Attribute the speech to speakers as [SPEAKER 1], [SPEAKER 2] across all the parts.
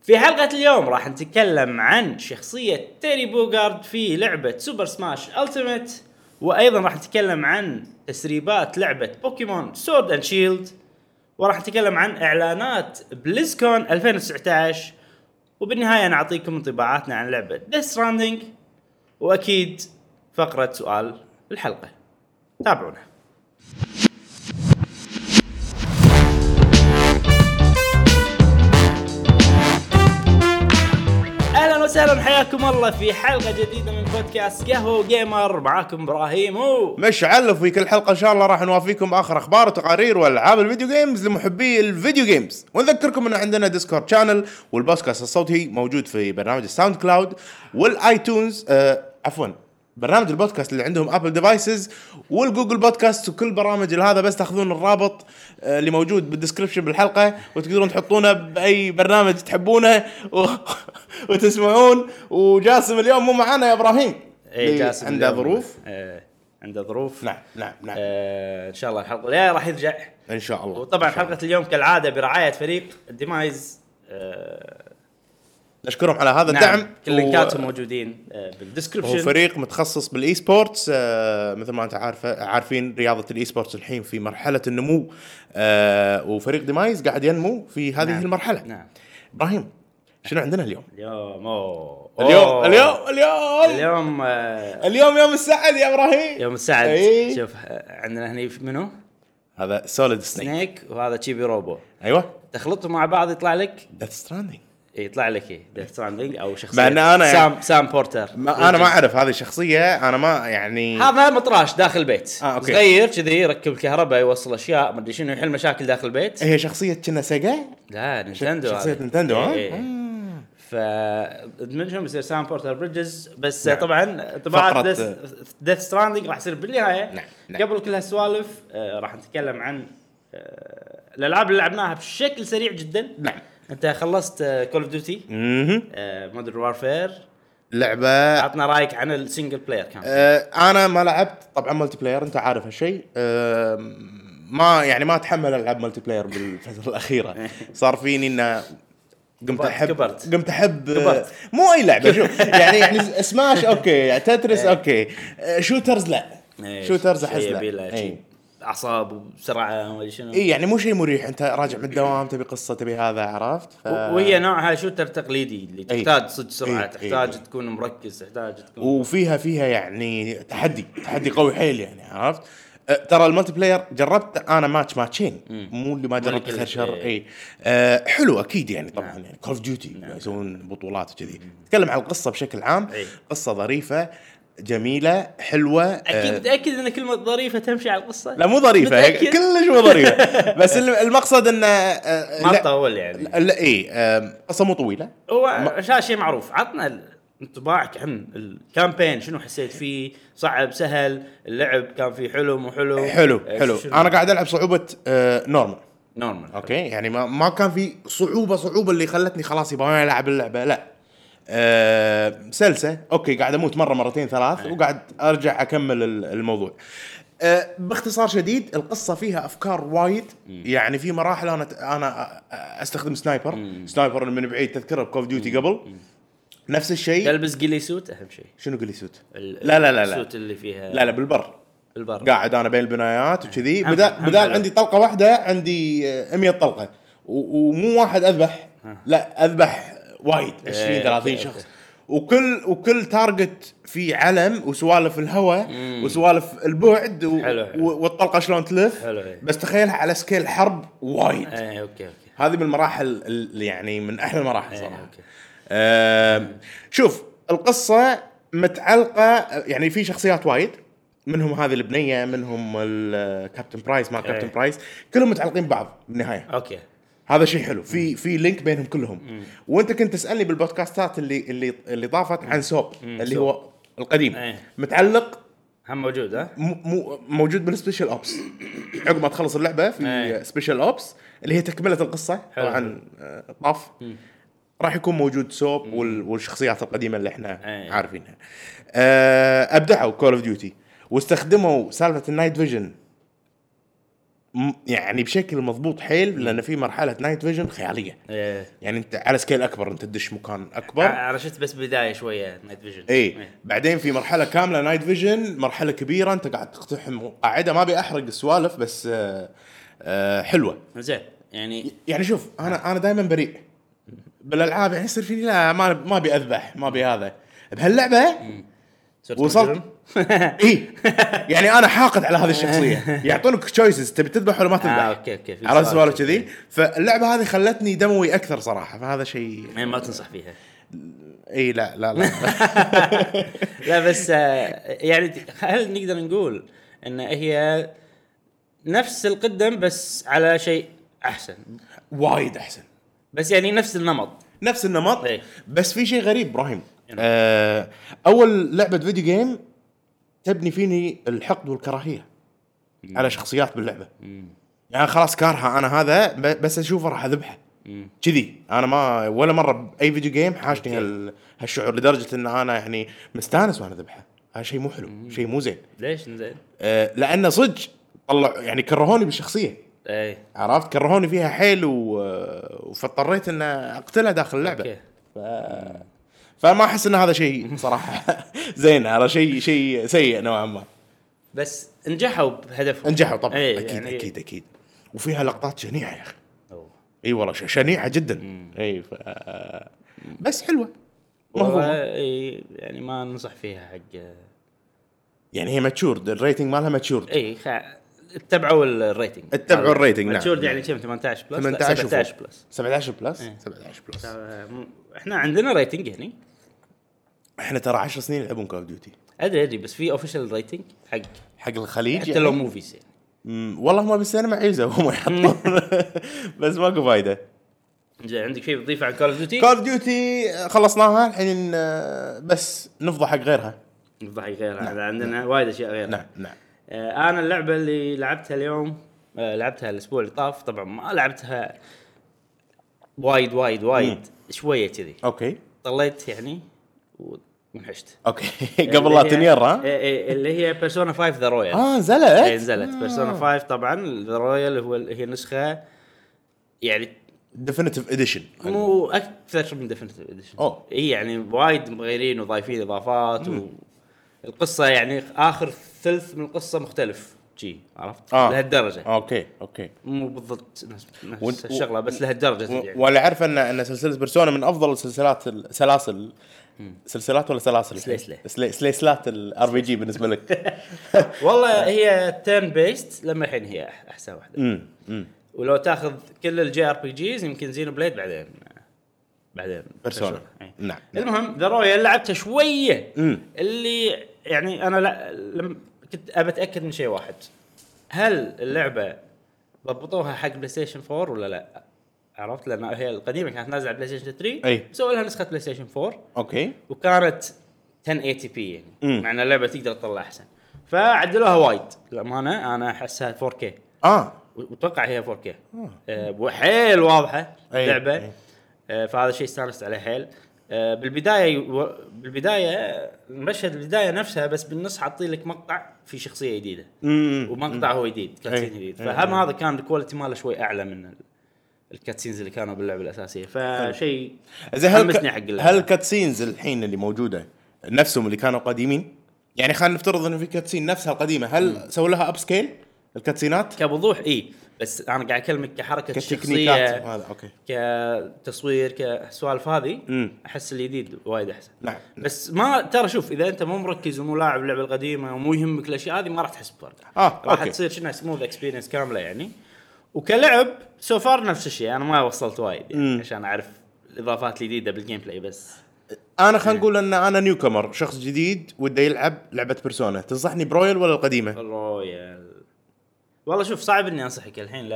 [SPEAKER 1] في حلقة اليوم راح نتكلم عن شخصية تيري بوغارد في لعبة سوبر سماش ألتيميت، وأيضا راح نتكلم عن تسريبات لعبة بوكيمون سورد أند شيلد، وراح نتكلم عن إعلانات بليزكون 2019، وبالنهاية نعطيكم انطباعاتنا عن لعبة Death Stranding، وأكيد فقرة سؤال الحلقة. تابعونا. اهلا وسهلا، حياكم الله في حلقه جديده من بودكاست قهوه جيمر. معاكم ابراهيم
[SPEAKER 2] مشعل. وفي كل حلقه ان شاء الله راح نوافيكم اخر اخبار وتقارير والعاب الفيديو جيمز لمحبي الفيديو جيمز. ونذكركم ان عندنا ديسكورد شانل، والبودكاست الصوتي موجود في برنامج الساوند كلاود والايتونز، برنامج البودكاست اللي عندهم ابل ديفايسز والجوجل بودكاست وكل برامج هذا. بس تاخذون الرابط اللي موجود بالديسكريبشن بالحلقه وتقدرون تحطونه باي برنامج تحبونه وتسمعون. وجاسم اليوم مو معانا يا ابراهيم،
[SPEAKER 1] جاسم
[SPEAKER 2] عنده ظروف.
[SPEAKER 1] عنده ظروف.
[SPEAKER 2] نعم.
[SPEAKER 1] ان شاء الله الحلقه الجايه راح يرجع
[SPEAKER 2] ان شاء الله.
[SPEAKER 1] وطبعا حلقه اليوم كالعاده برعايه فريق ديمايز.
[SPEAKER 2] نشكرهم على هذا الدعم.
[SPEAKER 1] كل لينكاتهم موجودين بالديسكريبشن.
[SPEAKER 2] هو فريق متخصص بالاي سبورتس، مثل ما انت عارفين رياضه الاي سبورتس الحين في مرحله النمو، وفريق ديمايز قاعد ينمو في هذه المرحله.
[SPEAKER 1] نعم.
[SPEAKER 2] ابراهيم، شنو عندنا اليوم؟ اليوم يوم السعد يا ابراهيم.
[SPEAKER 1] يوم السعد. شوف عندنا هني منو
[SPEAKER 2] هذا؟ سوليد سنيك
[SPEAKER 1] وهذا تشيبي روبو.
[SPEAKER 2] ايوه،
[SPEAKER 1] تخلطهم مع بعض يطلع لك
[SPEAKER 2] ديث ستراندينج.
[SPEAKER 1] يطلع لك ديث ستراندينج او شخصيه
[SPEAKER 2] أنا
[SPEAKER 1] سام بورتر.
[SPEAKER 2] انا ما اعرف هذه الشخصيه، انا ما يعني.
[SPEAKER 1] هذا مطراش داخل بيت
[SPEAKER 2] صغير
[SPEAKER 1] كذي، يركب الكهرباء، يوصل اشياء ما ادري شنو، يحل مشاكل داخل البيت.
[SPEAKER 2] هي شخصيه كنا سيجا؟
[SPEAKER 1] لا، نينتندو.
[SPEAKER 2] شخصيه نينتندو.
[SPEAKER 1] فمنهم بيصير سام بورتر بريدجز بس. نعم. طبعا طبعات ديث ستراندينج راح يصير بالنهايه.
[SPEAKER 2] نعم.
[SPEAKER 1] قبل كل هالسوالف راح نتكلم عن الالعاب اللي لعبناها بشكل سريع جدا.
[SPEAKER 2] نعم.
[SPEAKER 1] انت خلصت كول اوف ديوتي مودرن وارفير
[SPEAKER 2] لعبه؟
[SPEAKER 1] عطنا رايك عن السنجل بلاير. كان
[SPEAKER 2] انا ما لعبت طبعا ملتي بلاير، انت عارف هالشيء. ما اتحمل العب ملتي بلاير بالفتره الاخيره. صار فيني ان قمت احب مو اي لعبه. شوف يعني سماش اوكي، تترس اوكي، شوترز لا. شوترز احس لا،
[SPEAKER 1] اعصاب وسرعه وما ادري شنو.
[SPEAKER 2] يعني مو شيء مريح. انت راجع من الدوام تبي قصه تبي هذا، عرفت؟
[SPEAKER 1] وهي نوعها شوتر تقليدي اللي تحتاج صدق سرعه، تحتاج تكون مركز، تحتاج تكون
[SPEAKER 2] وفيها يعني تحدي قوي حيل يعني، عرفت؟ ترى الملتي بلاير جربت انا ماتشين، مو اللي ما جربت خير شر. حلو اكيد يعني. طبعا يعني كول اوف ديوتي يسوون بطولات وكذي. نتكلم عن القصه بشكل عام. قصه ظريفه جميلة حلوة.
[SPEAKER 1] أكيد متأكد أن كلمة ظريفة تمشي على القصة.
[SPEAKER 2] لا مو ظريفة، كلش مو ظريفة. بس المقصد أن
[SPEAKER 1] ما تطول يعني.
[SPEAKER 2] لا قصة مو طويلة.
[SPEAKER 1] هو شيء معروف. عطنا انطباعك عن الكامبين، شنو حسيت فيه؟ صعب سهل؟ اللعب كان فيه حلو مو حلو؟
[SPEAKER 2] حلو. أنا قاعد ألعب صعوبة نورمال.
[SPEAKER 1] أوكي.
[SPEAKER 2] يعني ما كان في صعوبة اللي خلتني خلاص يبغى ألعب اللعبة. لا، سلسة اوكي، قاعد اموت مرتين ثلاث وقاعد ارجع اكمل الموضوع. باختصار شديد القصة فيها افكار وايد. يعني في مراحل انا استخدم سنايبر من بعيد. تذكره بكول اوف ديوتي قبل نفس الشيء.
[SPEAKER 1] تلبس قلي سوت اهم شيء.
[SPEAKER 2] شنو قلي سوت؟
[SPEAKER 1] لا السوت اللي فيها
[SPEAKER 2] لا بالبر قاعد انا بين البنايات وكذي. بدال عندي طلقة واحدة عندي 100 طلقة ومو واحد اذبح، لا اذبح وايد 20-30 شخص. وكل تارجت في علم وسوالف الهواء وسوالف البعد والطلقة شلون تلف. بس تخيلها على سكيل حرب وايد.
[SPEAKER 1] اوكي.
[SPEAKER 2] هذه من المراحل اللي يعني من احلى المراحل صراحة. شوف القصة متعلقة يعني في شخصيات وايد، منهم هذه البنية، منهم الكابتن برايس ما كابتن برايس، كلهم متعلقين ببعض بالنهاية.
[SPEAKER 1] اوكي.
[SPEAKER 2] هذا شيء حلو. في لينك بينهم كلهم. وانت كنت تسالني بالبودكاستات اللي طافت عن سوب اللي هو القديم. متعلق
[SPEAKER 1] هم موجود.
[SPEAKER 2] موجود بالسبيشال اوبس. عقب ما تخلص اللعبه في سبيشال اوبس اللي هي تكمله القصه. طبعا طاف راح يكون موجود سوب والشخصيات القديمه اللي احنا عارفينها. ابدعوا كول اوف ديوتي واستخدموا سالفه النايت فيجن يعني بشكل مضبوط حيل، لان في مرحله نايت فيجن خياليه.
[SPEAKER 1] إيه.
[SPEAKER 2] يعني انت على سكيل اكبر، انت تدش مكان اكبر.
[SPEAKER 1] عرشت بس بدايه شويه نايت فيجن.
[SPEAKER 2] اي بعدين في مرحله كامله نايت فيجن، مرحله كبيره انت قاعد تقتحم قاعده. ما ابي احرق السوالف بس حلوه.
[SPEAKER 1] زين
[SPEAKER 2] يعني شوف انا دائما بريء بالالعاب، يعني يصير فيني لا ما ابي اذبح، ما ابي هذا. بهاللعبه وصلت اي يعني انا حاقد على هذه الشخصيه. يعطونك تشويسز تبي تذبح ولا ما تذبح.
[SPEAKER 1] اوكي
[SPEAKER 2] عرفت سوالف كذي. فاللعبه هذه خلتني دموي اكثر صراحه، فهذا شيء
[SPEAKER 1] ما تنصح فيها.
[SPEAKER 2] اي لا
[SPEAKER 1] لا بس يعني هل نقدر نقول ان هي نفس القدم بس على شيء احسن؟
[SPEAKER 2] وايد احسن،
[SPEAKER 1] بس يعني نفس النمط.
[SPEAKER 2] إيه. بس في شيء غريب ابراهيم. اول لعبه فيديو جيم تبني فيني الحقد والكراهيه على شخصيات باللعبه. يعني خلاص كارها انا هذا، بس اشوفه راح اذبحه كذي. انا ما ولا مره باي فيديو جيم حاشني هالشعور، لدرجه ان انا يعني مستانس وانا اذبحه. هذا شيء مو حلو، شيء مو زين.
[SPEAKER 1] ليش زين؟
[SPEAKER 2] لانه صدق طلع يعني كرهوني بالشخصيه.
[SPEAKER 1] اي
[SPEAKER 2] عرفت، كرهوني فيها حيل فاضطريت ان اقتلها داخل اللعبه. فما احس ان هذا شيء صراحه زين، على شيء سيء نوعا ما.
[SPEAKER 1] بس نجحوا بهدفهم.
[SPEAKER 2] نجحوا طبعا.
[SPEAKER 1] اكيد
[SPEAKER 2] يعني اكيد وفيها لقطات شنيعه يا اخي. اي والله شنيعه جدا. اي بس حلوه
[SPEAKER 1] يعني ما ننصح فيها حق.
[SPEAKER 2] يعني هي ماتشورد، الريتنج مالها ماتشورد.
[SPEAKER 1] اي اتبعوا الريتنج.
[SPEAKER 2] نعم.
[SPEAKER 1] ماتشورد يعني كم 18 بلس
[SPEAKER 2] 17 بلس.
[SPEAKER 1] احنا عندنا ريتنج هنا.
[SPEAKER 2] احنا ترى 10 سنين يلعبون كول اوف ديوتي.
[SPEAKER 1] ادري بس في اوفيشال ريتنج
[SPEAKER 2] حق الخليج
[SPEAKER 1] حتى لو موفيز يعني.
[SPEAKER 2] والله ما بالسينما عيزه هم يحطون بس ماكو فايده.
[SPEAKER 1] زين عندك شيء تضيفه عن كول اوف ديوتي؟
[SPEAKER 2] كول اوف ديوتي خلصناها الحين، بس نفضح حق غيرها.
[SPEAKER 1] نعم. عندنا وايد اشياء غيرها.
[SPEAKER 2] نعم.
[SPEAKER 1] انا اللعبه اللي لعبتها اليوم، لعبتها الاسبوع اللي طاف. طبعا ما لعبتها وايد شويه كذي.
[SPEAKER 2] اوكي
[SPEAKER 1] طليت يعني ونحشت.
[SPEAKER 2] اوكي قبل لا تنير. ها
[SPEAKER 1] اللي هي بيرسونا 5 ذا رويال.
[SPEAKER 2] نزلت
[SPEAKER 1] بيرسونا 5 طبعا. ذا رويال هي نسخه يعني
[SPEAKER 2] ديفينيتيف اديشن،
[SPEAKER 1] مو اكثر من ديفينيتيف اديشن. هي يعني وايد مغيرين وضايفين اضافات. والقصه يعني اخر ثلث من القصه مختلف شيء، عرفت؟ لهالدرجه.
[SPEAKER 2] اوكي
[SPEAKER 1] مو بالضبط نفس الشغله بس لهالدرجه يعني.
[SPEAKER 2] ولا عارف ان سلسله بيرسونا من افضل سلسلات ولا سلاسل الار بي جي بالنسبه لك.
[SPEAKER 1] والله هي تيرن بيست لما الحين هي احسن واحده. ولو تاخذ كل الجي ار بي جيز يمكن زينو بليد بعدين
[SPEAKER 2] بيرسونا. نعم.
[SPEAKER 1] المهم ذا رويال لعبتها شويه. اللي يعني انا لما كنت ابى اتاكد من شيء واحد، هل اللعبه ضبطوها حق بلاي ستيشن 4 ولا لا؟ عرفت، لان هي القديمه كانت نازله على بلاي ستيشن 3 سووا لها نسخه بلاي ستيشن 4.
[SPEAKER 2] اوكي.
[SPEAKER 1] وكانت 1080 بي يعني مع ان اللعبه تقدر تطلع احسن، فعدلوها وايد للامانه. انا احسها 4K. واتوقع هي 4K. وحيل واضحه اللعبه. فهذا شيء استانست عليه حيل. بالبدايه المشهد البدايه نفسها بس بالنص حاطين لك مقطع في شخصيه جديده ومقطع هو جديد كاتسين جديد. فهم هذا كان الكواليتي ماله شوي اعلى من الكاتسينز اللي كانوا باللعبه الاساسيه. فشيء حمسني حق اللعبه.
[SPEAKER 2] هل الكاتسينز الحين اللي موجوده نفسهم اللي كانوا قديمين؟ يعني خلينا نفترض انه في كاتسين نفسها القديمه، هل سووا لها اب سكيل الكاتسينات
[SPEAKER 1] كبوضوح؟ بس انا قاعد اكلمك كحركه الشخصيه، كتصوير، كسوالف هذه. احس الجديد وايد احسن.
[SPEAKER 2] نعم.
[SPEAKER 1] بس ما ترى شوف، اذا انت مو مركز ومو لاعب اللعبه القديمه ومو يهمك الاشياء هذه ما راح تحس بفرق. راح تصير شنو سموث اكسبيرينس كامله يعني. وكلعب سوفار نفس الشيء. انا ما وصلت وايد يعني عشان اعرف الاضافات الجديده بالجيم بلاي. بس
[SPEAKER 2] انا خلينا نقول ان انا نيو كامر، شخص جديد وده يلعب لعبه بيرسونا، تنصحني برويال ولا القديمه؟
[SPEAKER 1] رويال. والله شوف صعب اني انصحك الحين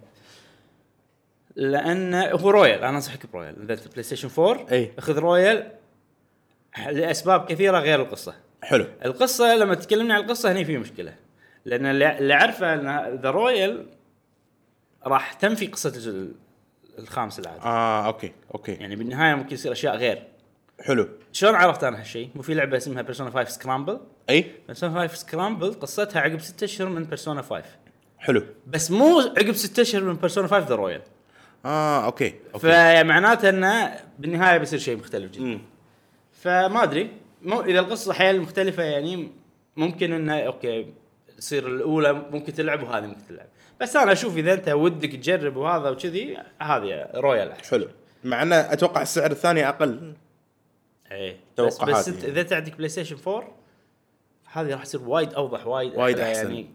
[SPEAKER 1] لان هو رويال. انا انصحك برويال اذا بلاي ستيشن 4. اخذ رويال لاسباب كثيره غير القصه.
[SPEAKER 2] حلو.
[SPEAKER 1] القصه لما تكلمنا عن القصه هنا في مشكله، لان اللي عارفه ان ذا رويال راح تنفي قصه الخامس العادي.
[SPEAKER 2] اوكي
[SPEAKER 1] يعني بالنهايه ممكن يصير اشياء غير.
[SPEAKER 2] حلو.
[SPEAKER 1] شلون عرفت انا هالشيء؟ مو في لعبه اسمها بيرسونا 5 سكرامبل.
[SPEAKER 2] اي
[SPEAKER 1] بيرسونا 5 سكرامبل قصتها عقب 6 اشهر من بيرسونا 5.
[SPEAKER 2] حلو.
[SPEAKER 1] بس مو عقب 6 اشهر من بيرسونا 5 ذا رويال.
[SPEAKER 2] اوكي.
[SPEAKER 1] فمعناته انه بالنهايه بيصير شيء مختلف جدا. فما ادري اذا القصه حيل مختلفه يعني ممكن انه اوكي تصير الاولى ممكن تلعب وهذه ممكن تلعب. بس انا اشوف اذا انت ودك تجرب وهذا وكذي هذه رويال أحسن.
[SPEAKER 2] حلو. مع انه اتوقع السعر الثاني اقل.
[SPEAKER 1] ايه بس انت اذا انت عندك بلاي ستيشن 4 هذه راح تصير وايد اوضح وايد
[SPEAKER 2] احسن
[SPEAKER 1] يعني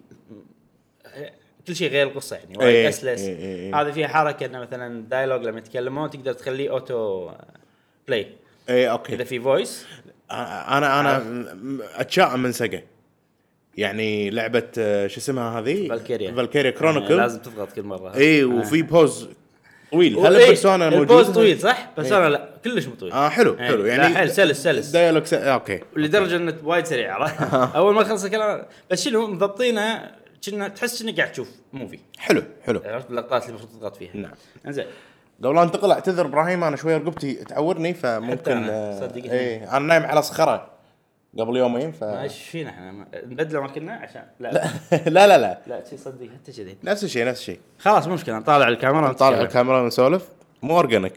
[SPEAKER 1] كل شيء غير القصه يعني وايد اسلس. هذه فيها حركه انه مثلا دايلوج لما يتكلمون تقدر تخليه اوتو بلاي.
[SPEAKER 2] اوكي.
[SPEAKER 1] اذا في فويس
[SPEAKER 2] انا اتشائم من سجا يعني لعبه شو اسمها هذه فالكيريا كرونيكل
[SPEAKER 1] لازم تضغط كل مره.
[SPEAKER 2] وفي بوز طويل. هل بيرسونا موجود؟
[SPEAKER 1] البوز طويل صح بس انا لا كلش مو طويل.
[SPEAKER 2] حلو يعني
[SPEAKER 1] حلو سلس
[SPEAKER 2] دايلوج اوكي
[SPEAKER 1] لدرجه انه وايد سريع. اول ما خلص الكلام بس شنو مضبطينه كنا تحس انك قاعد تشوف موفي. حلو عرفت اللقطات اللي المفروض تضغط فيها.
[SPEAKER 2] نعم.
[SPEAKER 1] انزين
[SPEAKER 2] قبل لا انتقل اعتذر ابراهيم انا شويه رقبتي تعورني فممكن انا نايم على صخره قبل يومين
[SPEAKER 1] ايش فينا احنا نبدل مكاننا عشان لا لا شيء صدق حتى كذي
[SPEAKER 2] نفس الشيء
[SPEAKER 1] خلاص مشكله نطالع الكاميرا
[SPEAKER 2] ونسولف مو اورجانيك.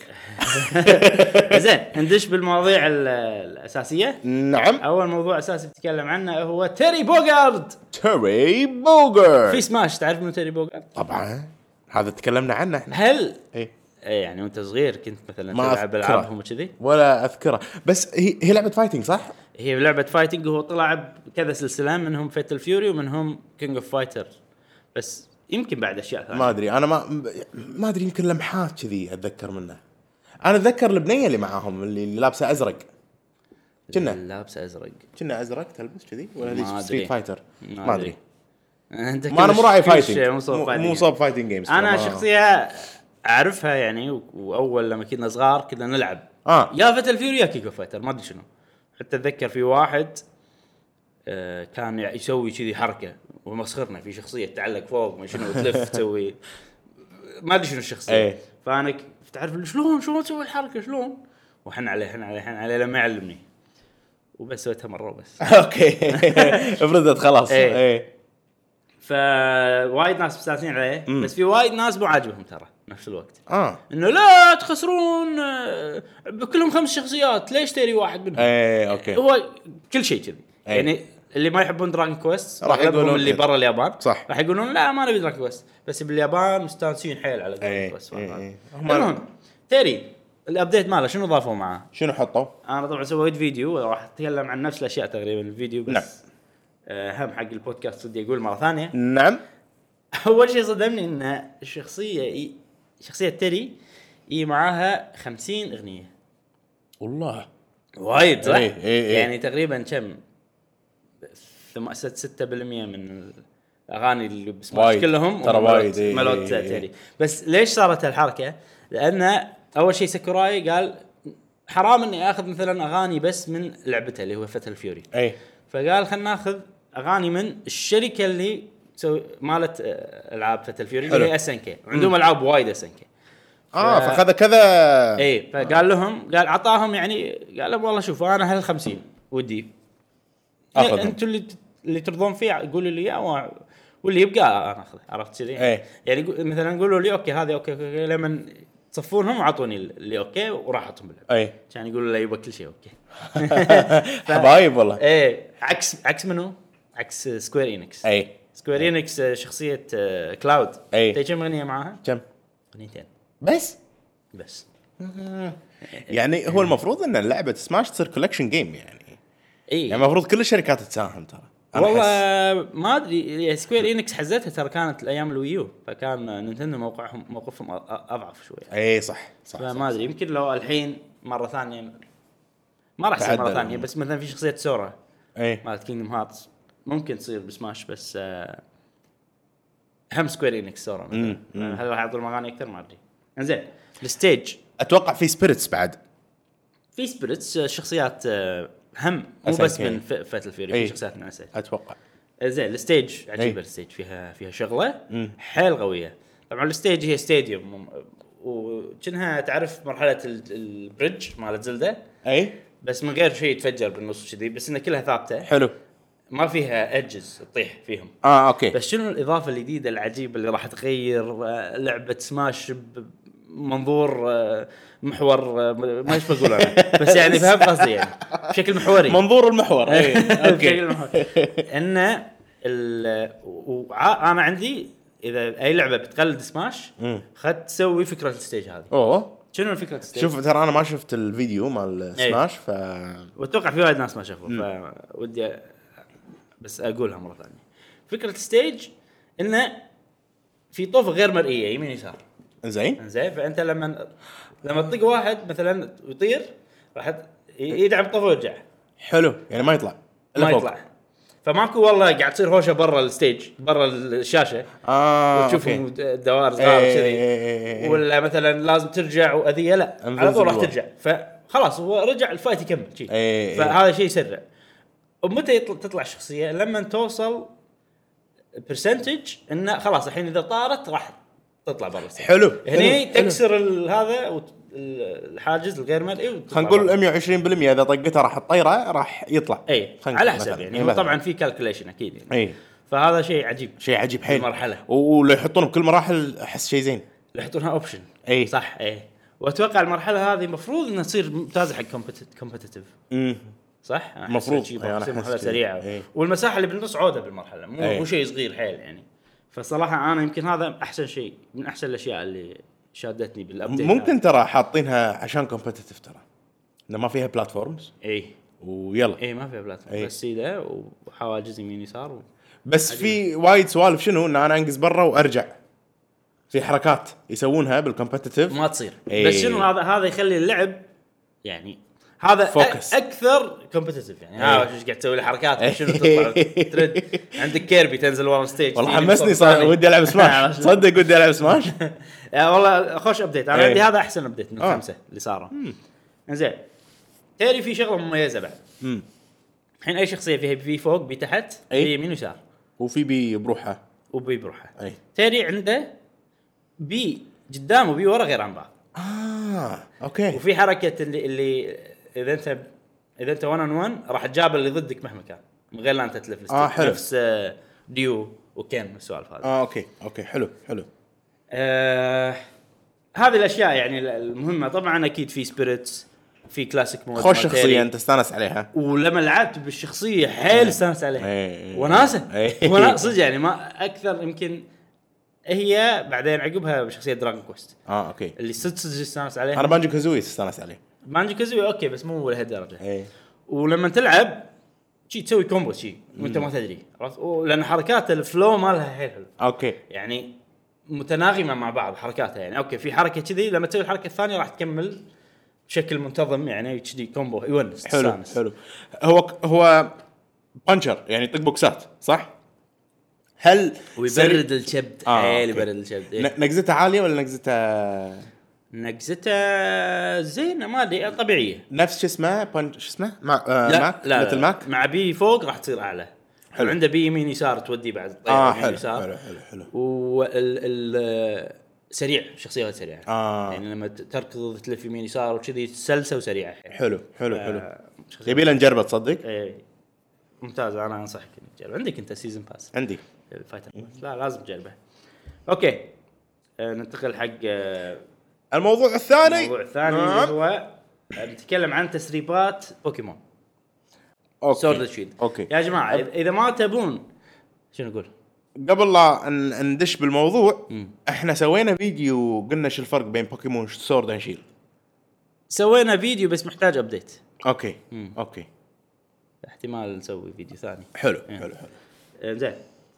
[SPEAKER 1] زين ندش بالمواضيع الاساسيه.
[SPEAKER 2] نعم.
[SPEAKER 1] اول موضوع اساسي بتكلم عنه هو تيري بوغارد. في سماش تعرف من تيري بوغارد؟
[SPEAKER 2] طبعا هذا تكلمنا عنه احنا.
[SPEAKER 1] هل يعني وانت صغير كنت مثلا تلعب العابهم وكذي؟
[SPEAKER 2] ولا اذكره بس هي لعبه فايتنج صح؟
[SPEAKER 1] هي لعبه فايتنج وهو طلع بكذا سلسله منهم فيتل فيوري ومنهم كينج اوف فايتر بس يمكن بعد اشياء ثانيه
[SPEAKER 2] ما ادري انا ما ادري يمكن لمحات كذي اتذكر منه. انا اتذكر البنيه اللي معاهم اللي لابسه ازرق
[SPEAKER 1] لابسه
[SPEAKER 2] ازرق تلبس كذي ولا هذه ستريت فايتر ما ادري.
[SPEAKER 1] ما
[SPEAKER 2] انا مو راعي فايتنج مو صوب فايتنج جيمز.
[SPEAKER 1] انا شخصيه اعرفها يعني واول لما كنا صغار كنا نلعب يا فيتل فيوري يا كيك اوف فايتر ما ادري شنو. حتى اتذكر في واحد كان يسوي كذي حركه ومسخرنا في شخصيه تعلق فوق ما شنو تلف تسوي ما ادري شنو الشخصيه. فانا تعرف شلون تسوي الحركه شلون وحن عليه لما يعلمني وبس سويتها مره وبس.
[SPEAKER 2] اوكي افرضت خلاص.
[SPEAKER 1] فوايد ناس مستانسين عليه بس في وايد ناس مو عاجبهم ترى نفس الوقت. انه لا تخسرون بكلهم 5 شخصيات ليش تري واحد منهم.
[SPEAKER 2] اوكي.
[SPEAKER 1] هو كل شيء كذي يعني اللي ما يحبون دراجون كويست راح يقولون اللي برا اليابان
[SPEAKER 2] صح
[SPEAKER 1] راح يقولون لا ما نبي دراجون كويست بس باليابان مستانسين حيل على دراجون كويست. المهم تري الابديت ماله شنو ضافوا معاه شنو
[SPEAKER 2] حطوا.
[SPEAKER 1] انا طبعا سويت فيديو راح اتكلم عن نفس الاشياء تقريبا الفيديو بس.
[SPEAKER 2] نعم.
[SPEAKER 1] هم حق البودكاست ودي اقول مره ثانيه.
[SPEAKER 2] نعم.
[SPEAKER 1] اول شيء صدمني ان شخصيه تيري معاها 50 اغنيه.
[SPEAKER 2] والله
[SPEAKER 1] وايد صح. يعني تقريبا كم 6% من الاغاني اللي بسمعها كلهم
[SPEAKER 2] ترى وايد
[SPEAKER 1] ملوت تيري. بس ليش صارت هالحركه؟ لان اول شيء ساكوراي قال حرام اني اخذ مثلا اغاني بس من لعبته اللي هو فيتل فيوري. فقال خلينا ناخذ اغاني من الشركه اللي تسوي مالت العاب فيتل فيوري اللي هي SNK عندهم العاب وايد SNK.
[SPEAKER 2] فاخذ كذا.
[SPEAKER 1] فقال لهم قال عطاهم يعني قال لهم والله شوف انا هال 50 ودي انتوا اللي ترضون فيه قولوا لي اياه واللي يبقى انا اخذه. عرفت كذي؟ يعني مثلا قولوا لي اوكي هذه اوكي لما تصفونهم وعطوني اللي اوكي وراح احطهم باللعبه. كان يقولوا لا يبقى كل شيء اوكي.
[SPEAKER 2] حبايب والله.
[SPEAKER 1] عكس منو؟ عكس سكوير إينكس. سكوير إينكس شخصيه كلاود. كم اغنيه معاها؟
[SPEAKER 2] كم
[SPEAKER 1] اغنيتين
[SPEAKER 2] بس يعني هو المفروض ان اللعبه سماش تصير كولكشن جيم يعني. يعني المفروض كل الشركات تساهم ترى.
[SPEAKER 1] والله ما ادري سكوير إينكس حزتها ترى كانت الايام الويو فكان نينتندو موقفهم اضعف شويه.
[SPEAKER 2] صح
[SPEAKER 1] ما ادري يمكن لو الحين مره ثانيه ما راح تصير مره ثانيه بس مثلا في شخصيه سورا مالت كينجدم هارتس ممكن تصير بسماش بس هم سكوير إينكس سورا هل راح يعطون اغاني اكثر ما ادري. انزين الستيج
[SPEAKER 2] اتوقع في سبيريتس بعد.
[SPEAKER 1] في سبيريتس شخصيات هم مو بس من فيتل فيوري في شخصيات من أساسية
[SPEAKER 2] اتوقع.
[SPEAKER 1] زين الستيج عجيبه. الستيج فيها شغله حيل قويه. طبعا الستيج هي ستاديوم وكأنها تعرف مرحله البريدج مالت زلدة.
[SPEAKER 2] اي
[SPEAKER 1] بس من غير شيء يتفجر بالنص كذي بس انها كلها ثابته.
[SPEAKER 2] حلو.
[SPEAKER 1] ما فيها ادجز تطيح فيهم.
[SPEAKER 2] اوكي.
[SPEAKER 1] بس شنو الاضافه الجديده العجيبه اللي راح تغير لعبه سماش بمنظور محور ما ايش بقول انا بس يعني فهم قصدي يعني بشكل محوري
[SPEAKER 2] منظور المحور. اي اوكي.
[SPEAKER 1] بشكل محوري ان انا عندي اذا اي لعبه بتقلد سماش خد تسوي فكره الستيج هذه. شنو الفكره الستيج؟
[SPEAKER 2] شوف ترى انا ما شفت الفيديو مال سماش
[SPEAKER 1] واتوقع في وايد ناس ما شافوه فودي بس اقولها مره ثانيه. فكره الستيج انه في طوفه غير مرئيه يمين يسار. زين فانت لما تطق واحد مثلا ويطير راح يدعم طوفه ويرجع.
[SPEAKER 2] حلو يعني ما يطلع
[SPEAKER 1] فماكو والله قاعد تصير هوشه برا الستيج برا الشاشه وتشوفوا دوائر صغار كذي ولا مثلا لازم ترجع واذيه لا على طول راح ترجع فخلاص هو رجع الفايت يكمل شيء. فهذا شيء يسرع. ومتى تطلع الشخصيه لما توصل برسنتج انه خلاص الحين اذا طارت راح تطلع برا.
[SPEAKER 2] حلو
[SPEAKER 1] هني تكسر هذا الحاجز الغير مرئي.
[SPEAKER 2] خلينا نقول 120% اذا طقتها راح تطيره راح يطلع.
[SPEAKER 1] على حسب يعني طبعا في كالكوليشن اكيد يعني. فهذا شيء عجيب حيل
[SPEAKER 2] المرحله. ولو يحطونه بكل مراحل احس شيء زين.
[SPEAKER 1] يحطونها اوبشن. صح. واتوقع المرحله هذه المفروض انها تصير ممتازه حق كومبتيتيف.
[SPEAKER 2] صح المفروض
[SPEAKER 1] تصير مرحله سريعه. والمساحه اللي بالنص عوده بالمرحله مو شيء صغير حيل يعني. فصراحه انا يمكن هذا احسن شيء من احسن الاشياء اللي شادتني بالابديت.
[SPEAKER 2] ممكن ترى حاطينها عشان كومبتيتيف ترى انه ما فيها بلاتفورمز. ويلا
[SPEAKER 1] ما فيها بلاتفورم بس سيده وحواجز يمين يسار
[SPEAKER 2] بس في وايد سوالف شنو ان انا انقز برا وارجع. في حركات يسوونها بالكومبتيتيف
[SPEAKER 1] ما تصير. بس شنو هذا يخلي اللعب يعني هذا
[SPEAKER 2] فوكس.
[SPEAKER 1] اكثر كومبتيتيف يعني. ايش قاعد تسوي الحركات شنو تطلع ترد عندك كيربي تنزل ورا الستيج.
[SPEAKER 2] والله حمسني صار ودي العب سماش. صدق ودي العب سماش.
[SPEAKER 1] والله خوش ابديت. انا عندي هذا احسن ابديت من الخمسه اللي صاروا. زين تيري في شغله مميزه بعد. الحين اي شخصيه فيها بي فوق بي تحت بي يمين ويسار
[SPEAKER 2] وفي بي بروحها
[SPEAKER 1] تيري عنده بي قدام وبي ورا غير عن بعض.
[SPEAKER 2] اوكي.
[SPEAKER 1] وفي حركه اللي اذا انت 1 on 1 راح تجابل اللي ضدك مهما كان من غير لا انت تلف الستيج. نفس ديو وكين السوالف هذه.
[SPEAKER 2] اوكي حلو
[SPEAKER 1] هذه الاشياء يعني المهمه. طبعا اكيد في سبيريتس في كلاسيك مود
[SPEAKER 2] خوش شخصيه انت استانس عليها.
[SPEAKER 1] ولما لعبت بالشخصيه حيل استانس عليها وناسه وانا صدق يعني ما اكثر يمكن هي بعدين عقبها بشخصيه دراجون كويست.
[SPEAKER 2] اوكي
[SPEAKER 1] اللي صدق استانس عليها.
[SPEAKER 2] انا بانجو كازوي استانس عليه.
[SPEAKER 1] بانجو كازوي اوكي بس مو لهالدرجه. ولما تلعب شي تسوي كومبو شي وانت ما تدري لان حركات الفلو مالها حيل حلو.
[SPEAKER 2] اوكي
[SPEAKER 1] يعني متناغمه مع بعض حركاتها يعني. اوكي في حركه كذي لما تسوي الحركه الثانيه راح تكمل بشكل منتظم يعني كذي كومبو يونس.
[SPEAKER 2] حلو. هو بانشر يعني يطق بوكسات صح؟ هل
[SPEAKER 1] ويبرد الكبد حيل يبرد الكبد.
[SPEAKER 2] نقزته عاليه ولا
[SPEAKER 1] نقزته زين ما ادري طبيعيه.
[SPEAKER 2] نفس شو اسمه شو اسمه ماك
[SPEAKER 1] مثل ماك مع بي فوق راح تصير اعلى. عنده بي يمين يسار تودي بعد
[SPEAKER 2] حلو.
[SPEAKER 1] وال سريع شخصيه سريعه. يعني لما تركض تلف يمين يسار وكذي سلسه وسريعه.
[SPEAKER 2] حلو يبي لنا نجربه تصدق.
[SPEAKER 1] ممتاز. انا انصحك انك تجرب. عندك انت سيزن باس
[SPEAKER 2] عندي
[SPEAKER 1] الفايتر لا لازم تجربه. اوكي ننتقل حق
[SPEAKER 2] الموضوع الثاني.
[SPEAKER 1] اللي هو نتكلم عن تسريبات بوكيمون سورد شيلد. يا جماعه اذا ما تبون شنو نقول
[SPEAKER 2] قبل لا ندش بالموضوع احنا سوينا فيديو قلنا شو الفرق بين بوكيمون سورد اند شيلد.
[SPEAKER 1] سوينا فيديو بس محتاج ابديت.
[SPEAKER 2] اوكي
[SPEAKER 1] احتمال نسوي فيديو ثاني.
[SPEAKER 2] حلو
[SPEAKER 1] زين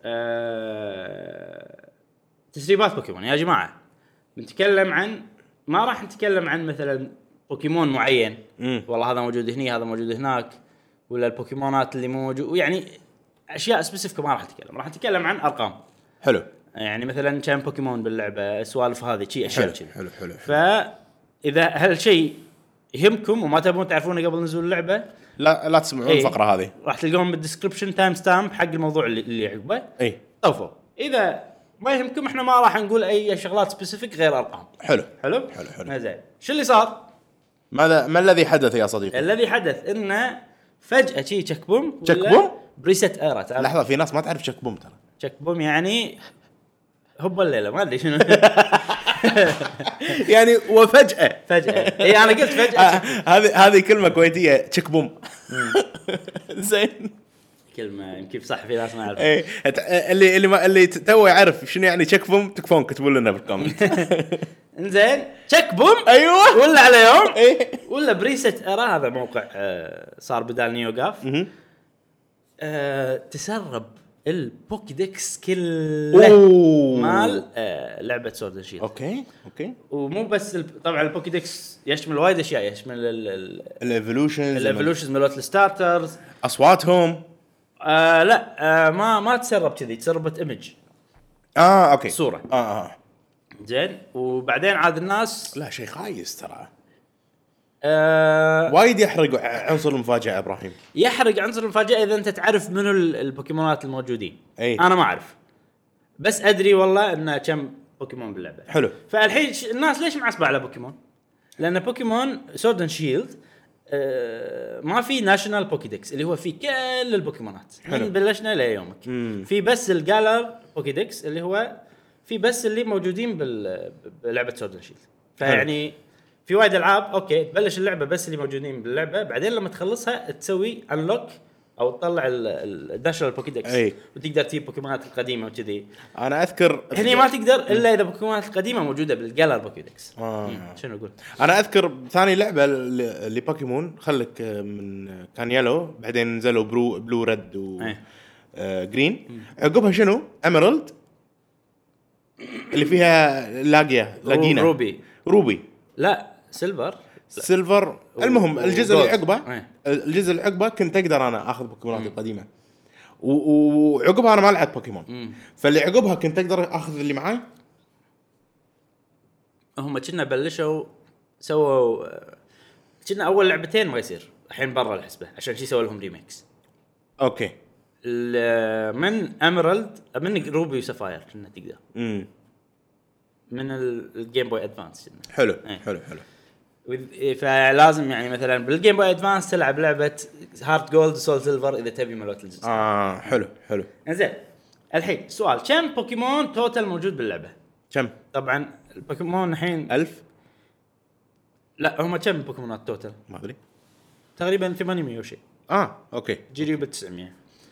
[SPEAKER 1] تسريبات بوكيمون يا جماعه نتكلم عن ما راح نتكلم عن مثلا بوكيمون معين والله هذا موجود هنا هذا موجود هناك ولا البوكيمونات اللي موجود يعني اشياء سبيسيفيك ما راح نتكلم. راح نتكلم عن ارقام.
[SPEAKER 2] حلو.
[SPEAKER 1] يعني مثلا كم بوكيمون باللعبه سوالف هذه شيء اشياء كذي.
[SPEAKER 2] حلو.
[SPEAKER 1] فاذا هالشيء يهمكم وما تبون تعرفونه قبل نزول اللعبه
[SPEAKER 2] لا تسمعون الفقره هذه
[SPEAKER 1] راح تلقون بالديسكربشن تايم ستامب حق الموضوع اللي عقبه. طوفوا. اذا ما يهمكم احنا ما راح نقول اي شغلات سبيسيفيك غير ارقام.
[SPEAKER 2] حلو.
[SPEAKER 1] زين شو اللي صار؟
[SPEAKER 2] ما الذي حدث يا صديقي؟
[SPEAKER 1] الذي حدث انه فجاه شيء تشكبوم بريست ايرا تعرف
[SPEAKER 2] لحظه في ناس ما تعرف تشيك بوم ترى.
[SPEAKER 1] تشيك بوم يعني هب الليله ما ادري شنو
[SPEAKER 2] يعني وفجاه
[SPEAKER 1] فجاه اي انا قلت فجاه
[SPEAKER 2] هذه كلمه كويتيه تشيك بوم. زين
[SPEAKER 1] كلمه يمكن صح في ناس ما يعرفون.
[SPEAKER 2] ايه اللي تو يعرف شنو يعني تشيك بوم تكفون اكتبوا لنا بالكومنت.
[SPEAKER 1] انزين تشيك بوم
[SPEAKER 2] ايوه
[SPEAKER 1] ولا على يوم
[SPEAKER 2] ايه
[SPEAKER 1] ولا بريست ايرا هذا موقع صار بدال نيوغاف تسرب البوكيدكس كله
[SPEAKER 2] أوه.
[SPEAKER 1] مال لعبه سورد شيلد.
[SPEAKER 2] اوكي
[SPEAKER 1] ومو بس طبعا البوكيدكس يشمل وايد اشياء يشمل
[SPEAKER 2] الايفولوشنز
[SPEAKER 1] مالت الستارترز
[SPEAKER 2] اصواتهم.
[SPEAKER 1] لا ما تسرب كذي تسربت ايمج
[SPEAKER 2] اوكي
[SPEAKER 1] صوره زين وبعدين عاد الناس
[SPEAKER 2] لا شيء خايس ترى.
[SPEAKER 1] وايد
[SPEAKER 2] يحرق عنصر المفاجاه ابراهيم.
[SPEAKER 1] يحرق عنصر المفاجاه اذا انت تعرف منو البوكيمونات الموجودين.
[SPEAKER 2] أي.
[SPEAKER 1] انا ما اعرف بس ادري والله ان كم بوكيمون باللعبه.
[SPEAKER 2] حلو.
[SPEAKER 1] فالحين الناس ليش معصبه على بوكيمون؟ لان بوكيمون سورد اند شيلد ما في ناشونال بوكيدكس اللي هو في كل البوكيمونات من بلشنا ليومك. في بس الجالر بوكيدكس اللي هو في بس اللي موجودين بلعبه سورد اند شيلد. فيعني في وايد العاب اوكي تبلش اللعبه بس اللي موجودين باللعبه بعدين لما تخلصها تسوي انلوك او تطلع الناشونال بوكيدكس وتقدر تجيب بوكيمونات القديمه وكذي.
[SPEAKER 2] انا اذكر
[SPEAKER 1] هني ما تقدر الا اذا بوكيمونات القديمه موجوده بالجالر بوكيدكس. شنو اقول
[SPEAKER 2] انا اذكر ثاني لعبه لبوكيمون خلك من كان يلو بعدين نزلوا بلو ريد و جرين عقبها شنو اميرالد اللي فيها لاقينا روبي لا سيلفر المهم الجزء اللي عقبه كنت اقدر انا اخذ بوكيمونات القديمه وعقبها انا ما لعبت بوكيمون فاللي عقبها كنت اقدر اخذ اللي معاي.
[SPEAKER 1] هم كنا بلشوا سووا كنا اول لعبتين ما يصير الحين برا الحسبه عشان شي سووا لهم ريميكس.
[SPEAKER 2] اوكي
[SPEAKER 1] من اميرالد من روبي وسفاير كنا تقدر من الجيم بوي ادفانس.
[SPEAKER 2] حلو
[SPEAKER 1] فلازم يعني مثلا بالجيم بوي ادفانس تلعب لعبه هارت جولد سول سيلفر اذا تبي ملوت الجزء.
[SPEAKER 2] حلو
[SPEAKER 1] زين الحين سؤال كم بوكيمون توتال موجود باللعبه؟
[SPEAKER 2] كم؟
[SPEAKER 1] طبعا البوكيمون الحين
[SPEAKER 2] 1000
[SPEAKER 1] لا هم كم بوكيمونات توتال
[SPEAKER 2] ما ادري
[SPEAKER 1] تقريبا 800 وشيء.
[SPEAKER 2] اوكي
[SPEAKER 1] جريب 900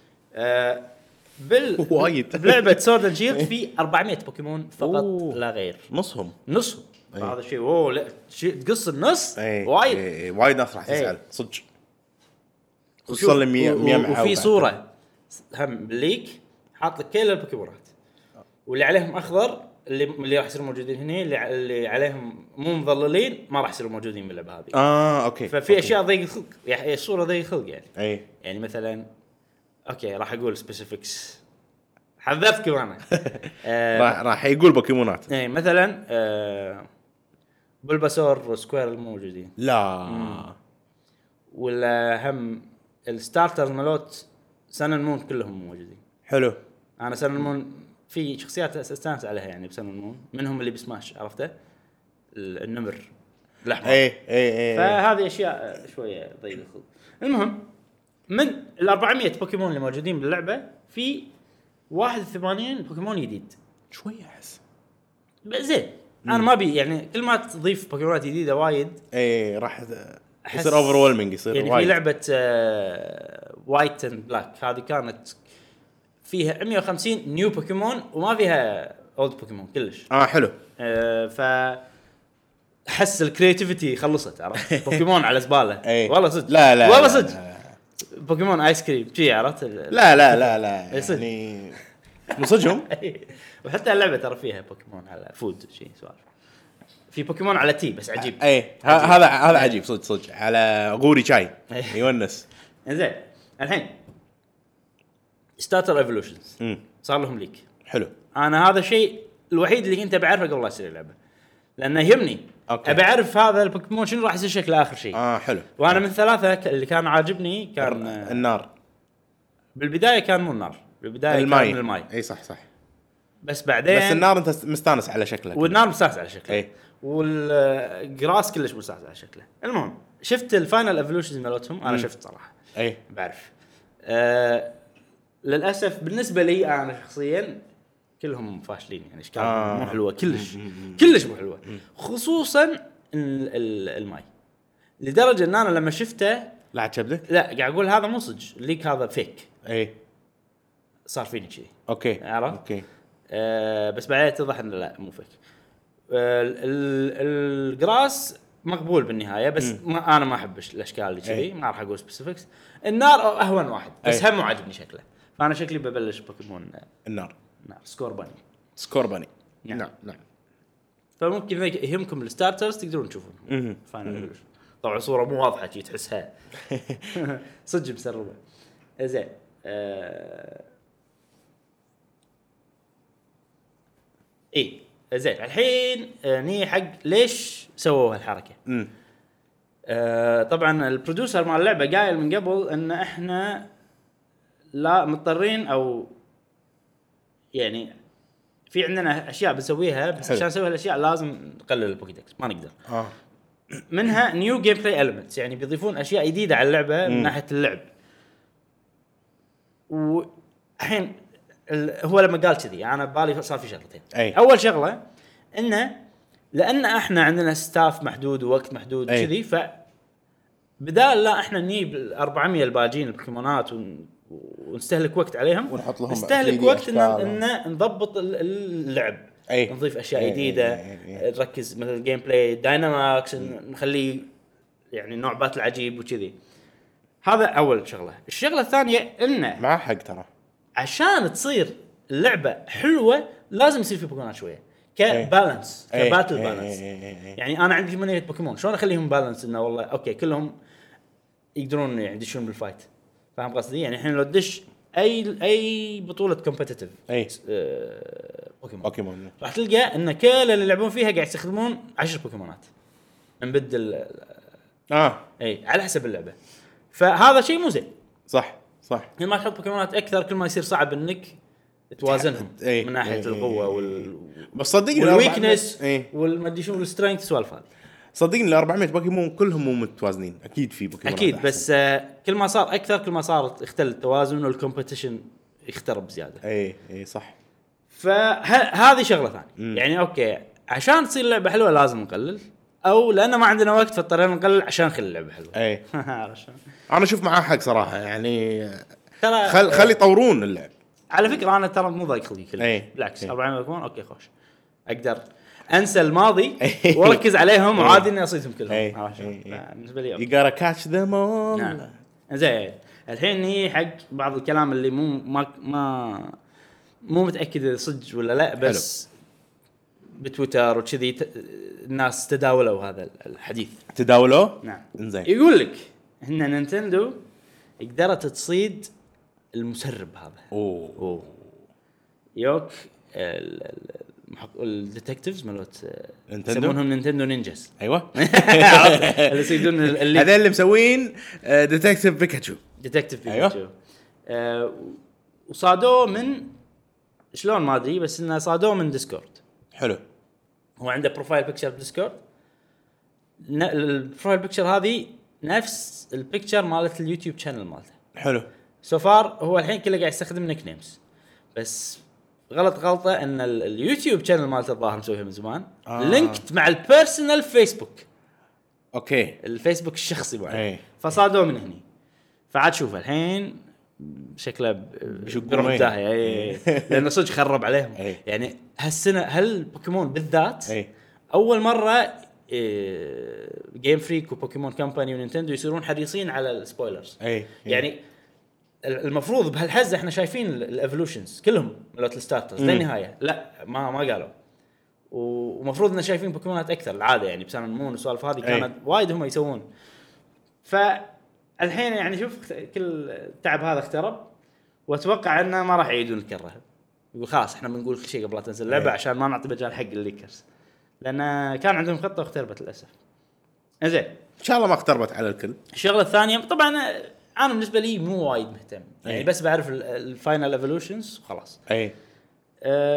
[SPEAKER 2] وايد.
[SPEAKER 1] بلعبه سورد اند شيلد في 400 بوكيمون فقط لا غير.
[SPEAKER 2] نصهم
[SPEAKER 1] هذا شيء لا شيء تقص النص وايد
[SPEAKER 2] وايد ناس راح تزعل صدق خصوصا ل 100
[SPEAKER 1] وفي صوره هم بالليك حاط لك كل البوكيمونات واللي عليهم اخضر اللي راح يصيروا موجودين هنا اللي عليهم مو مظللين ما راح يصيروا موجودين باللعبه هذه.
[SPEAKER 2] اوكي
[SPEAKER 1] ففي اشياء ضيق الخلق يعني الصوره ضيق الخلق
[SPEAKER 2] يعني
[SPEAKER 1] يعني مثلا اوكي راح اقول سبيسيفيكس حذفتكم انا
[SPEAKER 2] راح يقول بوكيمونات
[SPEAKER 1] اي مثلا بلباسور وسكوير الموجودين
[SPEAKER 2] لا
[SPEAKER 1] ولا هم الستارترز مالوت سن المون كلهم موجودين.
[SPEAKER 2] حلو.
[SPEAKER 1] انا سن المون في شخصيات استانس عليها يعني بسن المون منهم اللي بسماش عرفته النمر الاحمر.
[SPEAKER 2] اي
[SPEAKER 1] فهذه اشياء شويه ضيق الخلق. المهم من ال 400 بوكيمون اللي موجودين باللعبه في 81 بوكيمون جديد
[SPEAKER 2] شويه احس
[SPEAKER 1] زين. انا ما بي يعني كل ما تضيف بوكيمونات جديده وايد
[SPEAKER 2] راح يصير اوفرويلمينج يصير
[SPEAKER 1] يعني
[SPEAKER 2] وايد.
[SPEAKER 1] في لعبه وايت اند بلاك هذه كانت فيها 150 نيو بوكيمون وما فيها اولد بوكيمون كلش.
[SPEAKER 2] حلو.
[SPEAKER 1] ف حس الكرياتيفيتي خلصت عرفت بوكيمون على زباله. والله صدق
[SPEAKER 2] لا
[SPEAKER 1] والله صدق بوكيمون ايس كريم شي عرفت
[SPEAKER 2] لا يعني مصجهم.
[SPEAKER 1] وحتى اللعبه ترى فيها بوكيمون على فود شيء سؤال في بوكيمون على تي بس عجيب.
[SPEAKER 2] هذا عجيب صدق على غوري شاي يونس.
[SPEAKER 1] زين الحين ستارتر ايفولوشنز صار لهم ليك.
[SPEAKER 2] حلو.
[SPEAKER 1] انا هذا الشيء الوحيد اللي كنت بعرفه قبل لا يصير اللعبه لانه يهمني ابي اعرف هذا البوكيمون شنو راح يصير شكله اخر شيء.
[SPEAKER 2] حلو.
[SPEAKER 1] وانا من ثلاثه اللي كان عاجبني كان
[SPEAKER 2] النار.
[SPEAKER 1] بالبدايه كان مو النار بالبدايه
[SPEAKER 2] الماي.
[SPEAKER 1] كان الماي.
[SPEAKER 2] اي صح
[SPEAKER 1] بس بعدين
[SPEAKER 2] بس النار انت مستانس على شكله
[SPEAKER 1] والنار مستانس على شكله والجراس كلش مستانس على شكله. المهم شفت الفاينل ايفولوشنز مالتهم انا شفت صراحه بعرف للاسف بالنسبه لي انا شخصيا كلهم فاشلين يعني اشكالهم مو حلوه كلش مو حلوه خصوصا الماي لدرجه ان انا لما شفته
[SPEAKER 2] لا عجبك
[SPEAKER 1] لا قاعد اقول هذا مو صدق الليك هذا فيك
[SPEAKER 2] اي
[SPEAKER 1] صار فيني كذي
[SPEAKER 2] اوكي
[SPEAKER 1] عرفت
[SPEAKER 2] اوكي
[SPEAKER 1] بس بعدين اتضح انه لا مو فيك الجراس مقبول بالنهايه بس انا ما احب الاشكال اللي كذي ما راح اقول سبيسيفيكس النار اهون واحد بس هم مو عاجبني شكله فانا شكلي ببلش بوكيمون
[SPEAKER 2] النار
[SPEAKER 1] سكور باني
[SPEAKER 2] نعم نعم
[SPEAKER 1] فممكن اذا يهمكم الستارترز تقدرون تشوفون فاينل طبعا صوره مو واضحه شي تحسها صدق مسربه زين اي زين الحين ني حق ليش سووا هالحركه طبعا البروديوسر مال اللعبه قايل من قبل ان احنا لا مضطرين او يعني في عندنا اشياء بنسويها بس عشان نسوي هالاشياء لازم نقلل البوكيدكس ما نقدر منها نيو جيم بلاي المنتس يعني بيضيفون اشياء جديده على اللعبه من ناحيه اللعب والحين هو لما قال كذي انا ببالي صار في شغلتين اول شغله انه لان احنا عندنا ستاف محدود ووقت محدود كذي ف بدال لا احنا نجيب 400 الباجين البوكيمونات ونستهلك وقت عليهم
[SPEAKER 2] ونحط لهم
[SPEAKER 1] نستهلك وقت ان نضبط اللعب نضيف اشياء جديده نركز مثل الجيم بلاي داينامكس نخليه يعني نوعات العجيب وكذي هذا اول شغله الشغله الثانيه انه
[SPEAKER 2] مع حق ترى
[SPEAKER 1] عشان تصير اللعبه حلوه لازم يصير في بوكيمونات شويه كبالانس كباتل بالانس يعني انا عندي 8 بوكيمون شلون اخليهم بالانس انه والله اوكي كلهم يقدرون يعني يدشون بالفايت فاهم قصدي يعني الحين لو تدش اي بطوله كومبتيتيف بوكيمون راح تلقى ان كل اللي يلعبون فيها قاعد يستخدمون 10 بوكيمونات نبدل اي على حسب اللعبه فهذا شيء مو زين
[SPEAKER 2] صح
[SPEAKER 1] كل ما تحط بوكيمونات اكثر كل ما يصير صعب انك توازنهم من ناحيه القوه
[SPEAKER 2] بس صدقني
[SPEAKER 1] والويكنس والما ادري شنو السترينث سوالف هذه
[SPEAKER 2] صدقني ال 400 بوكيمون كلهم مو متوازنين اكيد في بوكيمون
[SPEAKER 1] اكيد بس كل ما صار اكثر كل ما صارت اختل التوازن والكومبيتيشن يخترب زياده
[SPEAKER 2] اي صح
[SPEAKER 1] فهذه شغله ثانيه يعني اوكي عشان تصير اللعبه حلوه لازم نقلل او لانه ما عندنا وقت فاضطرينا نقلل عشان نخلي اللعبه حلوه
[SPEAKER 2] انا اشوف معاه حق صراحه يعني
[SPEAKER 1] ترى
[SPEAKER 2] خلي يطورون اللعب
[SPEAKER 1] على فكره انا ترى مو ضايق خلقي كله بالعكس 400 بوكيمون اوكي خوش اقدر انسى الماضي واركز عليهم وعادي اني اصيدهم كلهم بالنسبه لي
[SPEAKER 2] you gotta catch them all
[SPEAKER 1] نعم. زين الحين هي حق بعض الكلام اللي مو متاكد اذا صدق ولا لا بس بتويتر وكذي الناس تداولوا هذا الحديث نعم
[SPEAKER 2] انزين
[SPEAKER 1] يقول لك ان نينتندو قدرت تصيد المسرب هذا يوك الديتكتيفز مالت يسمونهم نينتندو نينجاز
[SPEAKER 2] ايوه
[SPEAKER 1] اللي يصيدون
[SPEAKER 2] هذول اللي مسوين ديتكتيف بيكاتشو
[SPEAKER 1] أيوة. وصادوه من شلون ما ادري بس انه صادوه من ديسكورد
[SPEAKER 2] حلو
[SPEAKER 1] هو عنده بروفايل بيكتشر بديسكورد البروفايل بيكتشر هذه نفس البيكتشر مالت اليوتيوب شانل مالته
[SPEAKER 2] حلو
[SPEAKER 1] سوفار هو الحين كله قاعد يستخدم نيك نيمز بس غلطه ان اليوتيوب شانل مالته الظاهر مسويها من زمان لينكت مع البيرسونال فيسبوك الفيسبوك الشخصي معه فصادوه من هني فعاد شوف الحين شكله بيروح داهيه لانه صدق خرب عليهم يعني هالسنه هالبوكيمون بالذات اول مره جيم فريك وبوكيمون كامباني ونينتندو يصيرون حريصين على السبويلرز يعني المفروض بهالحزه احنا شايفين الايفولوشنز كلهم مالت الستارترز للنهايه لا ما قالوا ومفروض ان شايفين بوكيمونات اكثر العاده يعني بسان مون والسوالف هذه كانت وايد هم يسوون فالحين يعني شوف كل التعب هذا اخترب واتوقع انه ما راح يعيدون الكره يقول خلاص احنا بنقول كل شيء قبل لا تنزل اللعبه عشان ما نعطي مجال حق الليكرز لان كان عندهم خطه واختربت للاسف زين
[SPEAKER 2] ان شاء الله ما اختربت على الكل
[SPEAKER 1] الشغله الثانيه طبعا انا بالنسبه لي مو وايد مهتم يعني بس بعرف الفاينل ايفولوشنز وخلاص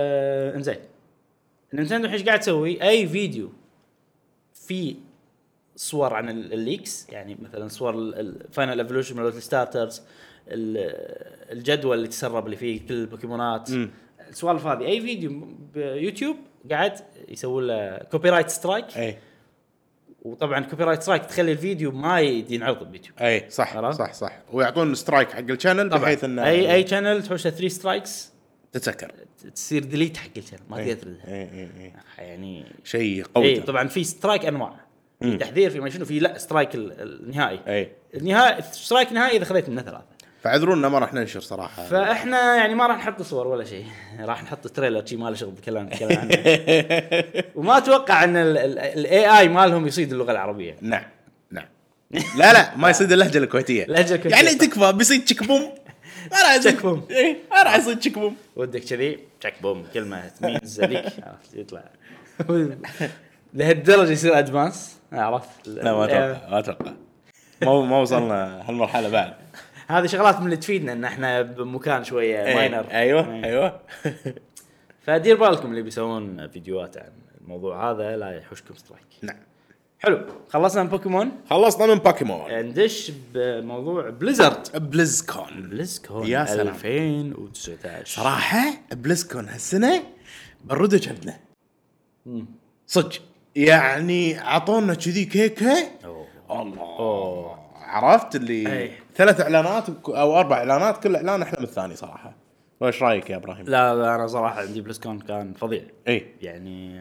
[SPEAKER 1] انزين نينتندو ايش قاعد تسوي اي فيديو في صور عن الليكس، يعني مثلا صور الفاينل ايفولوشن مال الستارترز، الجدول اللي تسرب اللي فيه كل البوكيمونات، السوالف هذه. اي فيديو بيوتيوب قاعد يسوي له كوبي رايت سترايك،
[SPEAKER 2] اي
[SPEAKER 1] وطبعا كوبي رايت سترايك تخلي الفيديو ما ينعرض بيوتيوب.
[SPEAKER 2] اي صح ويعطون سترايك حق الشانل بحيث ان
[SPEAKER 1] اي شانل تحوشه 3 سترايكس
[SPEAKER 2] تتسكر،
[SPEAKER 1] تصير ديليت حق الشانل، ما تقدر تردها.
[SPEAKER 2] اي
[SPEAKER 1] يعني
[SPEAKER 2] شيء قوي.
[SPEAKER 1] طبعا في سترايك انواع، في تحذير، في ما شنو، في لا سترايك النهائي.
[SPEAKER 2] اي
[SPEAKER 1] سترايك نهائي اذا خذيت منه 3.
[SPEAKER 2] فعذرونا ما راح ننشر صراحه.
[SPEAKER 1] فاحنا يعني ما راح نحط صور ولا شيء، راح نحط تريلر شيء ما له شغل بالكلام عنه. وما اتوقع ان الاي اي مالهم يصيد اللغه العربيه.
[SPEAKER 2] نعم لا ما يصيد اللهجه الكويتيه. يعني تكفى بيصيد تشك بوم. انا
[SPEAKER 1] تشك بوم.
[SPEAKER 2] انا راح يصيد تشك بوم.
[SPEAKER 1] ودك كذي تشك بوم كلمه تميز ذيك يطلع لهالدرجه يصير ادفانس. عرفت؟
[SPEAKER 2] لا ما اتوقع ما وصلنا هالمرحله بعد.
[SPEAKER 1] هذه شغلات من اللي تفيدنا ان احنا بمكان شويه ماينر.
[SPEAKER 2] ايوه
[SPEAKER 1] فدير بالكم اللي بيسوون فيديوهات عن الموضوع هذا لا يحوشكم سترايك.
[SPEAKER 2] نعم.
[SPEAKER 1] حلو، خلصنا من بوكيمون.
[SPEAKER 2] خلصنا من بوكيمون.
[SPEAKER 1] ندش بموضوع بليزرد.
[SPEAKER 2] بليزكون
[SPEAKER 1] يا سلام. 2019
[SPEAKER 2] صراحه بليزكون هالسنه بردوا جبنا صدق. يعني عطونا كذي كيكه. الله عرفت اللي 3 اعلانات او 4 اعلانات، كل اعلان احلى من الثاني صراحه. وايش رايك يا ابراهيم؟
[SPEAKER 1] لا انا صراحه عندي بليزكون كان فظيع. يعني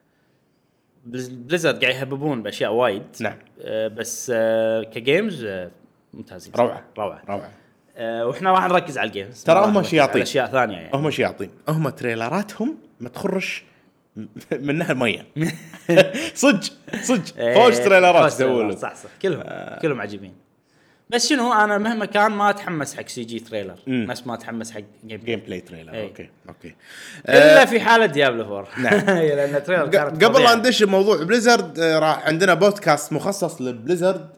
[SPEAKER 1] بليزرد قاعد يهببون باشياء وايد.
[SPEAKER 2] نعم.
[SPEAKER 1] بس كجيمز ممتازين.
[SPEAKER 2] روعه.
[SPEAKER 1] واحنا راح نركز على الجيمز.
[SPEAKER 2] ترى هم شياطين،
[SPEAKER 1] اشياء ثانيه يعني.
[SPEAKER 2] هم شياطين، هم تريلراتهم ما تخرش منها الميه. صدق فوش تريلرات يسوون.
[SPEAKER 1] صح كلهم عجيبين. بس شنو، انا مهما كان ما اتحمس حق سي جي تريلر نفس ما اتحمس حق جيم
[SPEAKER 2] بلاي تريلر. اوكي
[SPEAKER 1] الا في حاله ديابلو 4.
[SPEAKER 2] نعم.
[SPEAKER 1] لان تريلر كانت
[SPEAKER 2] قبل لا ندش بموضوع بليزرد، راح عندنا بودكاست مخصص للبليزرد،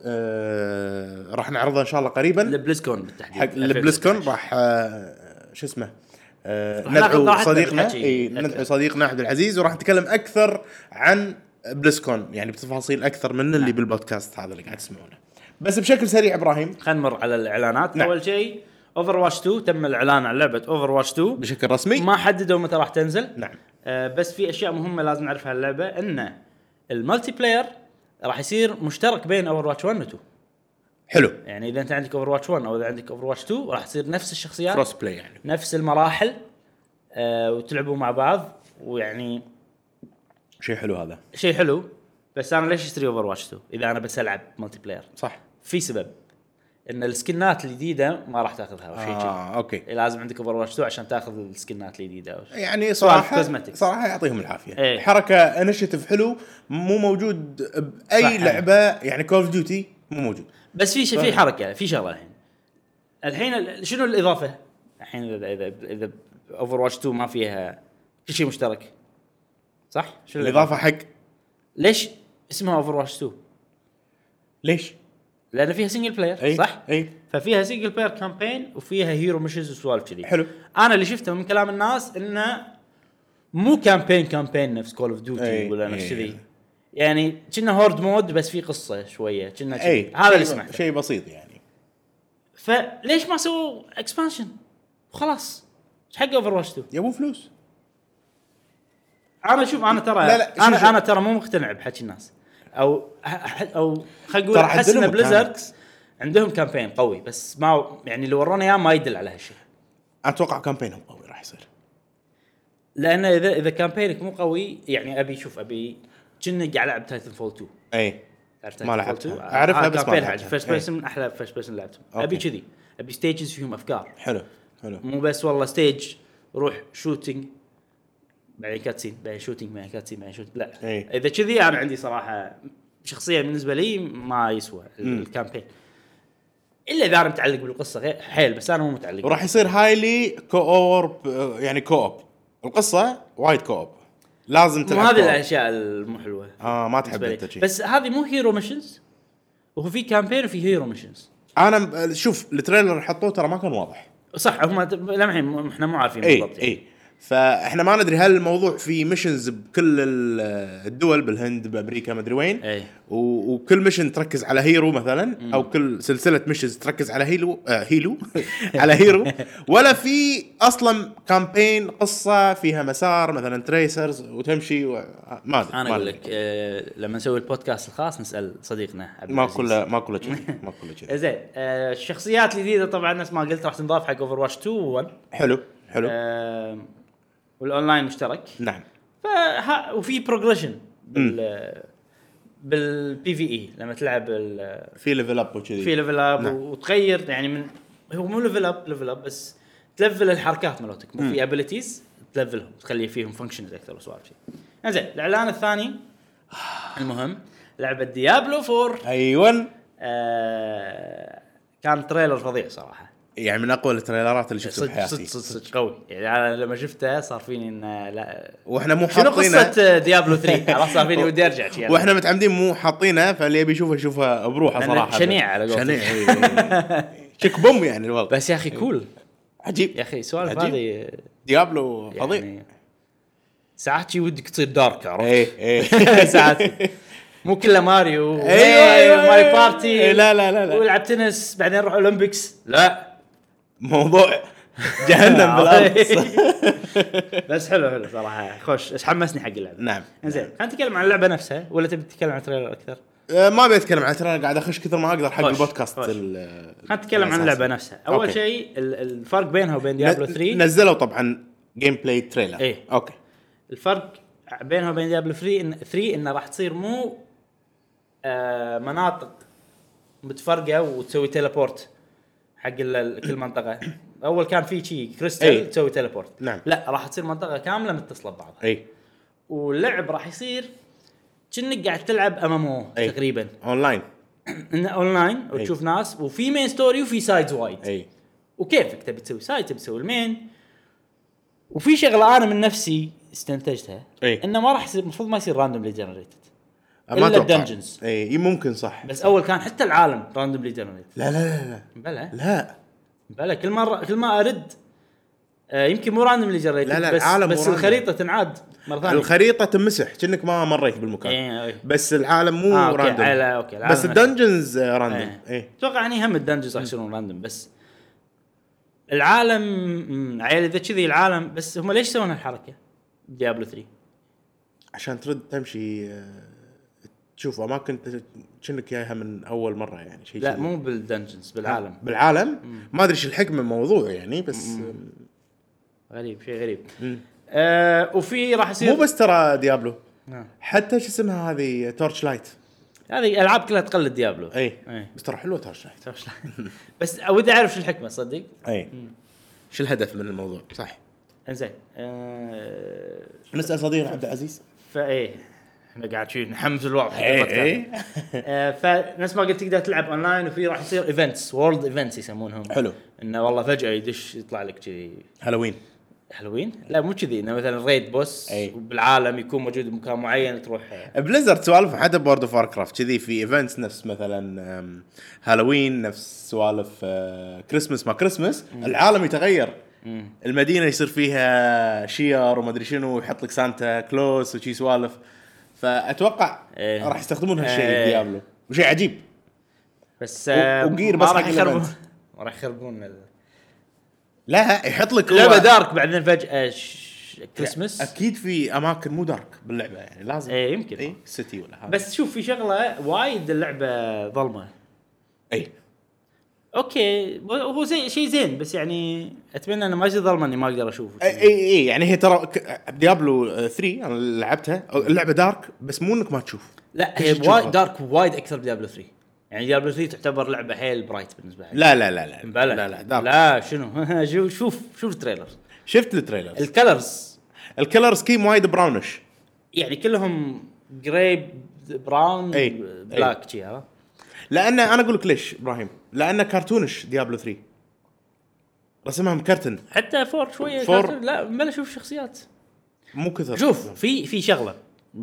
[SPEAKER 2] راح نعرضه ان شاء الله قريبا.
[SPEAKER 1] البليزكون بالتحديد
[SPEAKER 2] حق البليزكون راح شو اسمه، ندعو صديقنا عبد العزيز، وراح نتكلم اكثر عن بليزكون يعني بتفاصيل اكثر من اللي بالبودكاست هذا اللي قاعد تسمعونه. بس بشكل سريع ابراهيم
[SPEAKER 1] خلينا نمر على الاعلانات.
[SPEAKER 2] نعم.
[SPEAKER 1] اول شيء اوفر واتش 2 تم الاعلان عن لعبه اوفر واتش 2
[SPEAKER 2] بشكل رسمي،
[SPEAKER 1] ما حددوا متى راح تنزل.
[SPEAKER 2] نعم.
[SPEAKER 1] بس في اشياء مهمه لازم نعرفها عن اللعبه، ان الملتي بلاير راح يصير مشترك بين اوفر واتش 1 و 2.
[SPEAKER 2] حلو.
[SPEAKER 1] يعني اذا انت عندك اوفر واتش 1 او اذا عندك اوفر واتش 2 راح تصير نفس الشخصيات،
[SPEAKER 2] كروس بلاي يعني
[SPEAKER 1] نفس المراحل، وتلعبوا مع بعض. ويعني
[SPEAKER 2] شيء حلو هذا،
[SPEAKER 1] شيء حلو. بس انا ليش اشتري اوفر واتش 2 اذا انا بس العب ملتي بلاير؟
[SPEAKER 2] صح.
[SPEAKER 1] في سبب ان السكنات الجديده ما راح تاخذها او شيء
[SPEAKER 2] اوكي.
[SPEAKER 1] لازم عندك اوفر واتش 2 عشان تاخذ السكنات الجديده.
[SPEAKER 2] يعني صراحه يعطيهم العافيه. حركه انيشيتيف حلو، مو موجود باي لعبه. يعني كول اوف ديوتي مو موجود.
[SPEAKER 1] بس في شيء، في حركه، في شغله الحين شنو الاضافه الحين؟ اذا اوفر واتش 2 ما فيها كل شيء مشترك، صح؟ شنو
[SPEAKER 2] الاضافه حق
[SPEAKER 1] ليش اسمها اوفر واتش 2؟
[SPEAKER 2] ليش؟
[SPEAKER 1] لان فيها سنجل بلاير. صح. ففيها سنجل بلاير كامبين وفيها هيرو ميشنز وسوالف كذي.
[SPEAKER 2] حلو.
[SPEAKER 1] انا اللي شفته من كلام الناس انه مو كامبين نفس كول اوف ديوتي ولا نفس كذي. يعني كنا هورد مود بس في قصه شويه كنا هذا اللي سمعته،
[SPEAKER 2] شيء بسيط يعني.
[SPEAKER 1] فليش ما سووا اكسبانشن وخلاص؟ ايش حق اوفر واتش 2؟
[SPEAKER 2] يبون فلوس.
[SPEAKER 1] انا شوف، انا ترى انا ترى مو مقتنع بحكي الناس، او خلينا نقول احس ان بليزرد عندهم كامبين قوي، بس ما يعني اللي ورونا اياه ما يدل على هالشيء.
[SPEAKER 2] اتوقع كامبينهم قوي راح يصير،
[SPEAKER 1] لان اذا كامبينك مو قوي يعني ابي كني قاعد العب تايتن فول 2.
[SPEAKER 2] ما لعبتها، اعرفها بس ما لعبتها.
[SPEAKER 1] فيرست بيرسون احلى فيرست بيرسون لعبتهم. ابي كذي، ابي ستيجز فيهم افكار.
[SPEAKER 2] حلو.
[SPEAKER 1] مو بس والله ستيج روح شوتينج بعدين كاتسين بعدين شوتينج بعدين كاتسين بعدين شوت. لا اذا كذي انا عندي صراحه شخصيا بالنسبه لي ما يسوى الكامبين، الا اذا انا متعلق بالقصه غير حيل. بس انا مو متعلق.
[SPEAKER 2] وراح يصير هايلي كوورب، يعني كوب القصه وايد كوب، لازم تلعب.
[SPEAKER 1] هذه الاشياء المو حلوه.
[SPEAKER 2] ما تحب انت شيء.
[SPEAKER 1] بس هذه مو هيرو ميشنز، وهو في كامبين وفي هيرو ميشنز.
[SPEAKER 2] انا شوف التريلر حطوه ترى ما كان واضح.
[SPEAKER 1] صح، هم لمحين احنا مو عارفين بالضبط.
[SPEAKER 2] فاحنا ما ندري هل الموضوع في ميشنز بكل الدول بالهند بامريكا ما ادري وين
[SPEAKER 1] أي.
[SPEAKER 2] وكل ميشن تركز على هيرو مثلا او كل سلسله ميشنز تركز على هيلو على هيرو ولا في اصلا كامبين قصه فيها مسار مثلا تريسرز وتمشي ما ادري
[SPEAKER 1] انا اقول لك لما نسوي البودكاست الخاص نسال صديقنا عبد
[SPEAKER 2] ما
[SPEAKER 1] العزيز.
[SPEAKER 2] كله كذي
[SPEAKER 1] زين الشخصيات الجديده طبعا نفس ما قلت راح تنضاف حق اوفر واتش 2 و 1
[SPEAKER 2] حلو
[SPEAKER 1] والاونلاين مشترك.
[SPEAKER 2] نعم
[SPEAKER 1] وفي بروجريشن بالبي في اي لما تلعب
[SPEAKER 2] في ليفل اب وكذي
[SPEAKER 1] في ليفل اب
[SPEAKER 2] نعم.
[SPEAKER 1] وتغير يعني من هو مو ليفل اب بس تلفل الحركات مالتك مو في ابيليتيز تلفلهم تخلي فيهم فانكشنز اكثر وسوالف شيء. زين الاعلان الثاني المهم لعبه ديابلو 4
[SPEAKER 2] ايوه
[SPEAKER 1] كان تريلر فظيع صراحه
[SPEAKER 2] يعني من اقوى التريلرات اللي شفتها بحياتي
[SPEAKER 1] صدق قوي يعني انا لما شفته صار فيني ان لا
[SPEAKER 2] واحنا مو
[SPEAKER 1] شنو
[SPEAKER 2] حاطينه
[SPEAKER 1] قصه ديابلو 3 عرفت صار فيني ودي ارجع شي
[SPEAKER 2] واحنا متعمدين مو حاطينه فاللي يبي يشوفه بروحه
[SPEAKER 1] لأنه
[SPEAKER 2] صراحه
[SPEAKER 1] شنيع على قولتك.
[SPEAKER 2] شنيع شيك بوم يعني الوضع
[SPEAKER 1] بس يا اخي كول
[SPEAKER 2] عجيب
[SPEAKER 1] يا اخي سوالف
[SPEAKER 2] عجيب.
[SPEAKER 1] هذه
[SPEAKER 2] ديابلو فظيع
[SPEAKER 1] يعني ساعات شي ودك تصير دارك عرفت
[SPEAKER 2] ايه
[SPEAKER 1] ساعات مو كله ماريو
[SPEAKER 2] أيوة.
[SPEAKER 1] ماري بارتي
[SPEAKER 2] إيه لا
[SPEAKER 1] ولعب تنس بعدين نروح اولمبيكس لا
[SPEAKER 2] موضوع جهنم بالارض
[SPEAKER 1] بس حلو صراحه خوش حمسني حق اللعبه.
[SPEAKER 2] نعم
[SPEAKER 1] زين خلينا نتكلم عن اللعبه نفسها ولا تبي تتكلم عن تريلر اكثر؟
[SPEAKER 2] ما بيتكلم عن ترى قاعد اخش كثر ما اقدر حق
[SPEAKER 1] خوش.
[SPEAKER 2] البودكاست
[SPEAKER 1] خلينا نتكلم عن اللعبه نفسها. اول
[SPEAKER 2] أوكي.
[SPEAKER 1] شيء الفرق بينها وبين ديابلو 3
[SPEAKER 2] نزلوا طبعا جيم بلاي تريلر
[SPEAKER 1] إيه.
[SPEAKER 2] اوكي
[SPEAKER 1] الفرق بينها وبين ديابلو 3 انه راح تصير مو مناطق متفرقه وتسوي تيليبورت حق كل منطقه. اول كان في شيء كريستال
[SPEAKER 2] أي.
[SPEAKER 1] تسوي تيليبورت
[SPEAKER 2] نعم.
[SPEAKER 1] لا راح تصير منطقه كامله متصله ببعضها
[SPEAKER 2] اي
[SPEAKER 1] واللعب راح يصير كأنك قاعد تلعب امامو
[SPEAKER 2] أي.
[SPEAKER 1] تقريبا
[SPEAKER 2] اونلاين
[SPEAKER 1] انه اونلاين وتشوف ناس وفي مين ستوري وفي سايدز وايد
[SPEAKER 2] اي
[SPEAKER 1] وكيفك تبي تسوي سايد تبي تسوي المين. وفي شغله انا من نفسي استنتجتها
[SPEAKER 2] أي.
[SPEAKER 1] انه ما راح يصير المفروض ما يصير راندوملي جنريتد
[SPEAKER 2] ما
[SPEAKER 1] الا
[SPEAKER 2] اتوقع
[SPEAKER 1] الدنجنز
[SPEAKER 2] اي ممكن صح
[SPEAKER 1] بس اول كان حتى العالم راندوملي جنريتد
[SPEAKER 2] لا
[SPEAKER 1] بلا بلا كل ما ارد يمكن مو راندوملي جنريتد
[SPEAKER 2] لا،
[SPEAKER 1] بس
[SPEAKER 2] العالم
[SPEAKER 1] بس
[SPEAKER 2] مو
[SPEAKER 1] الخريطه تنعاد مره ثانيه.
[SPEAKER 2] الخريطه تمسح كأنك ما مريت بالمكان
[SPEAKER 1] إيه.
[SPEAKER 2] بس العالم مو
[SPEAKER 1] أوكي.
[SPEAKER 2] راندوم
[SPEAKER 1] أوكي.
[SPEAKER 2] بس الدنجنز راندوم
[SPEAKER 1] اي اتوقع اني هم الدنجنز راح يصيرون راندوم بس العالم عيل اذا كذي العالم بس هم ليش يسوون هالحركه ديابلو 3
[SPEAKER 2] عشان ترد تمشي تشوف اماكن كأنك جايها من اول مره يعني شيء
[SPEAKER 1] لا
[SPEAKER 2] كذي.
[SPEAKER 1] مو بالدنجنز بالعالم
[SPEAKER 2] بالعالم ما ادري ايش الحكمه الموضوع يعني بس
[SPEAKER 1] غريب شيء غريب. وفي راح يصير
[SPEAKER 2] مو بس ترى ديابلو
[SPEAKER 1] نعم.
[SPEAKER 2] حتى شو اسمها هذه تورش لايت
[SPEAKER 1] هذه العاب كلها تقلد ديابلو
[SPEAKER 2] اي
[SPEAKER 1] إيه.
[SPEAKER 2] بس ترى حلوه تورش لايت
[SPEAKER 1] بس ودي اعرف شو الحكمه صدق.
[SPEAKER 2] اي شو الهدف من الموضوع صح
[SPEAKER 1] انزين
[SPEAKER 2] نسال صديقنا عبد العزيز
[SPEAKER 1] فايه احنا قاعد شي نحمس الوضع
[SPEAKER 2] اي
[SPEAKER 1] فنفس ما قلت تقدر تلعب اونلاين وفي راح يصير ايفنتس وورلد ايفنتس يسمونهم
[SPEAKER 2] حلو
[SPEAKER 1] انه والله فجاه يدش يطلع لك كذي
[SPEAKER 2] هالوين
[SPEAKER 1] حلوين لا مو كذي انه مثلا ريد بوس
[SPEAKER 2] أي.
[SPEAKER 1] بالعالم يكون موجود بمكان معين تروح
[SPEAKER 2] بليزرد سوالف حتى بورد اوف كرافت كذي في ايفنتس نفس مثلا هالوين نفس سوالف كريسمس ما كريسمس العالم يتغير المدينه يصير فيها شير وما ادري شنو يحط لك سانتا كلوس وشي سوالف فاتوقع
[SPEAKER 1] إيه.
[SPEAKER 2] راح يستخدمون هالشيء
[SPEAKER 1] إيه.
[SPEAKER 2] ديابلو وشيء عجيب
[SPEAKER 1] بس
[SPEAKER 2] وجير
[SPEAKER 1] ما
[SPEAKER 2] بس
[SPEAKER 1] راح
[SPEAKER 2] حق
[SPEAKER 1] يخربون
[SPEAKER 2] الإيفنت.
[SPEAKER 1] ما راح يخربون
[SPEAKER 2] لا يحط لك
[SPEAKER 1] لعبه دارك بعدين فجاه كريسمس
[SPEAKER 2] اكيد في اماكن مو دارك باللعبه يعني لازم
[SPEAKER 1] ايه يمكن
[SPEAKER 2] اي سيتي ولا هذا
[SPEAKER 1] بس شوف في شغله وايد اللعبه ظلمه
[SPEAKER 2] اي
[SPEAKER 1] اوكي هو شيء زين بس يعني اتمنى انه ما يصير ظلمه اني ما اقدر اشوفه
[SPEAKER 2] اي يعني هي ترى ديابلو 3 انا لعبتها اللعبه دارك بس مو انك ما تشوف
[SPEAKER 1] لا هي وايد دارك وايد اكثر بديابلو 3 يعني ديابلو 3 تعتبر لعبه حيل برايت بالنسبه لي
[SPEAKER 2] لا
[SPEAKER 1] بلا
[SPEAKER 2] دارك
[SPEAKER 1] لا شنو شوف التريلر
[SPEAKER 2] شفت التريلر
[SPEAKER 1] الكلرز
[SPEAKER 2] الكلر سكيم وايد براونش
[SPEAKER 1] يعني كلهم جراي براون
[SPEAKER 2] أي.
[SPEAKER 1] بلاك شي ها
[SPEAKER 2] لان انا اقول لك ليش ابراهيم لان كرتونش ديابلو 3 رسمها مكرتن
[SPEAKER 1] حتى فور شويه
[SPEAKER 2] فور.
[SPEAKER 1] لا بلا اشوف شخصيات
[SPEAKER 2] مو كثر
[SPEAKER 1] شوف في شغله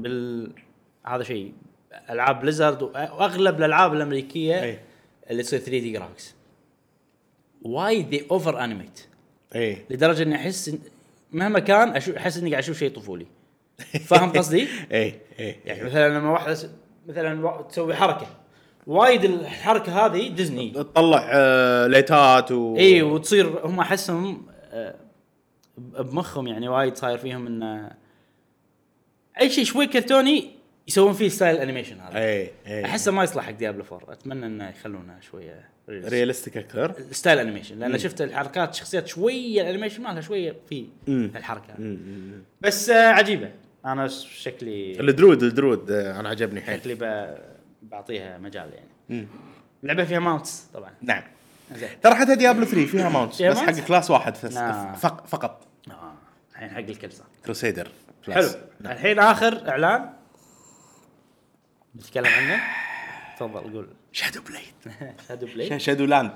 [SPEAKER 1] هذا شيء العاب بليزرد واغلب الالعاب الامريكيه
[SPEAKER 2] أي.
[SPEAKER 1] اللي تصير 3 دي جرافيكس وايد دي اوفر انيميت
[SPEAKER 2] اي
[SPEAKER 1] لدرجه اني احس مهما كان احس اني قاعد اشوف شيء طفولي. فاهم قصدي؟
[SPEAKER 2] ايه
[SPEAKER 1] يعني مثلا لما واحد مثلا تسوي حركه وايد الحركه هذه ديزني
[SPEAKER 2] تطلع ليتات
[SPEAKER 1] اي وتصير هم احسهم بمخهم يعني وايد صاير فيهم ان اي شيء شوي كرتوني يسوون فيه ستايل الانيميشن هذا.
[SPEAKER 2] ايه
[SPEAKER 1] احسه ما يصلح حق ديابلو 4. اتمنى انه يخلونه شويه
[SPEAKER 2] ريالستيك اكثر
[SPEAKER 1] ستايل انيميشن لان شفت الحركات شخصيات شويه الانيميشن مالها شويه في الحركه بس عجيبه. انا شكلي
[SPEAKER 2] الدرود انا عجبني حيل.
[SPEAKER 1] شكلي بعطيها مجال يعني. اللعبه فيها ماونتس طبعا.
[SPEAKER 2] نعم
[SPEAKER 1] زين.
[SPEAKER 2] ترى حتى ديابلو 3 فيها ماونتس بس حق كلاس واحد
[SPEAKER 1] نعم.
[SPEAKER 2] فقط.
[SPEAKER 1] الحين حق الكل صار
[SPEAKER 2] كروسيدر
[SPEAKER 1] حلو. الحين اخر اعلان نتكلم عنه. تفضل قول.
[SPEAKER 2] شادو بليد.
[SPEAKER 1] شادو بليد.
[SPEAKER 2] شادو لاند.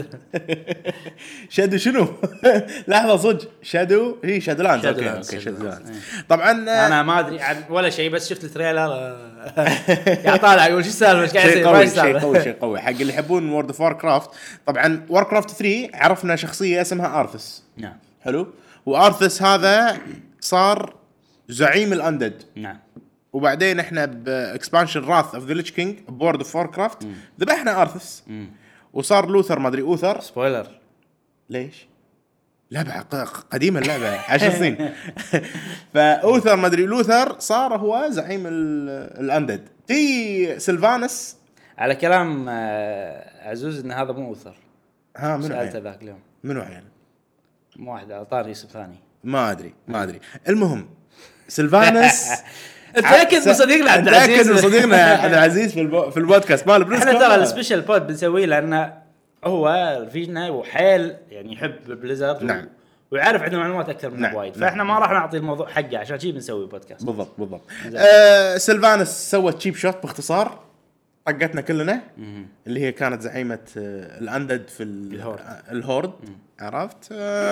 [SPEAKER 2] شادو شنو؟ لحظه صدق شادو هي شادو لاند. اوكي شادو لاند. طبعا
[SPEAKER 1] انا ما ادري عن ولا شيء بس شفت التريلر قاعد طالع اقول شو السالفه ايش قاعد يصير.
[SPEAKER 2] شيء قوي حق اللي يحبون وورد اوف واركرافت. طبعا واركرافت 3 عرفنا شخصيه اسمها ارثس.
[SPEAKER 1] نعم
[SPEAKER 2] حلو. وارثس هذا صار زعيم الاندد.
[SPEAKER 1] نعم.
[SPEAKER 2] وبعدين احنا باكسبانشن راث اوف ذا ليتش كينج بورد اوف واركرافت ذبحنا ارثس وصار لوثر ما ادري اوثر.
[SPEAKER 1] سبويلر
[SPEAKER 2] ليش؟ لعبه قديمه اللعبه 10 سنين. فاوثر ما ادري لوثر صار هو زعيم الاندد. تي سيلفانس
[SPEAKER 1] على كلام عزوز ان هذا مو اوثر.
[SPEAKER 2] ها منو
[SPEAKER 1] سالته ذاك اليوم
[SPEAKER 2] منو عيال؟
[SPEAKER 1] مو واحد اعطاني اسم ثاني
[SPEAKER 2] ما ادري. المهم سيلفانس
[SPEAKER 1] اتاكد من صديقنا عبد العزيز.
[SPEAKER 2] اتاكد من صديقنا عبد العزيز في البودكاست مال بريسكو.
[SPEAKER 1] احنا ترى السبيشال بود بنسويه لانه هو فينا وحيل يعني يحب بليزرد.
[SPEAKER 2] نعم.
[SPEAKER 1] ويعرف عنده معلومات اكثر من وايد. فاحنا ما راح نعطي الموضوع حقه عشان شيء بنسوي بودكاست.
[SPEAKER 2] بالضبط. سيلفانس سوى تشيب شوت باختصار طقتنا كلنا اللي هي كانت زعيمه الاندد في الهورد. عرفت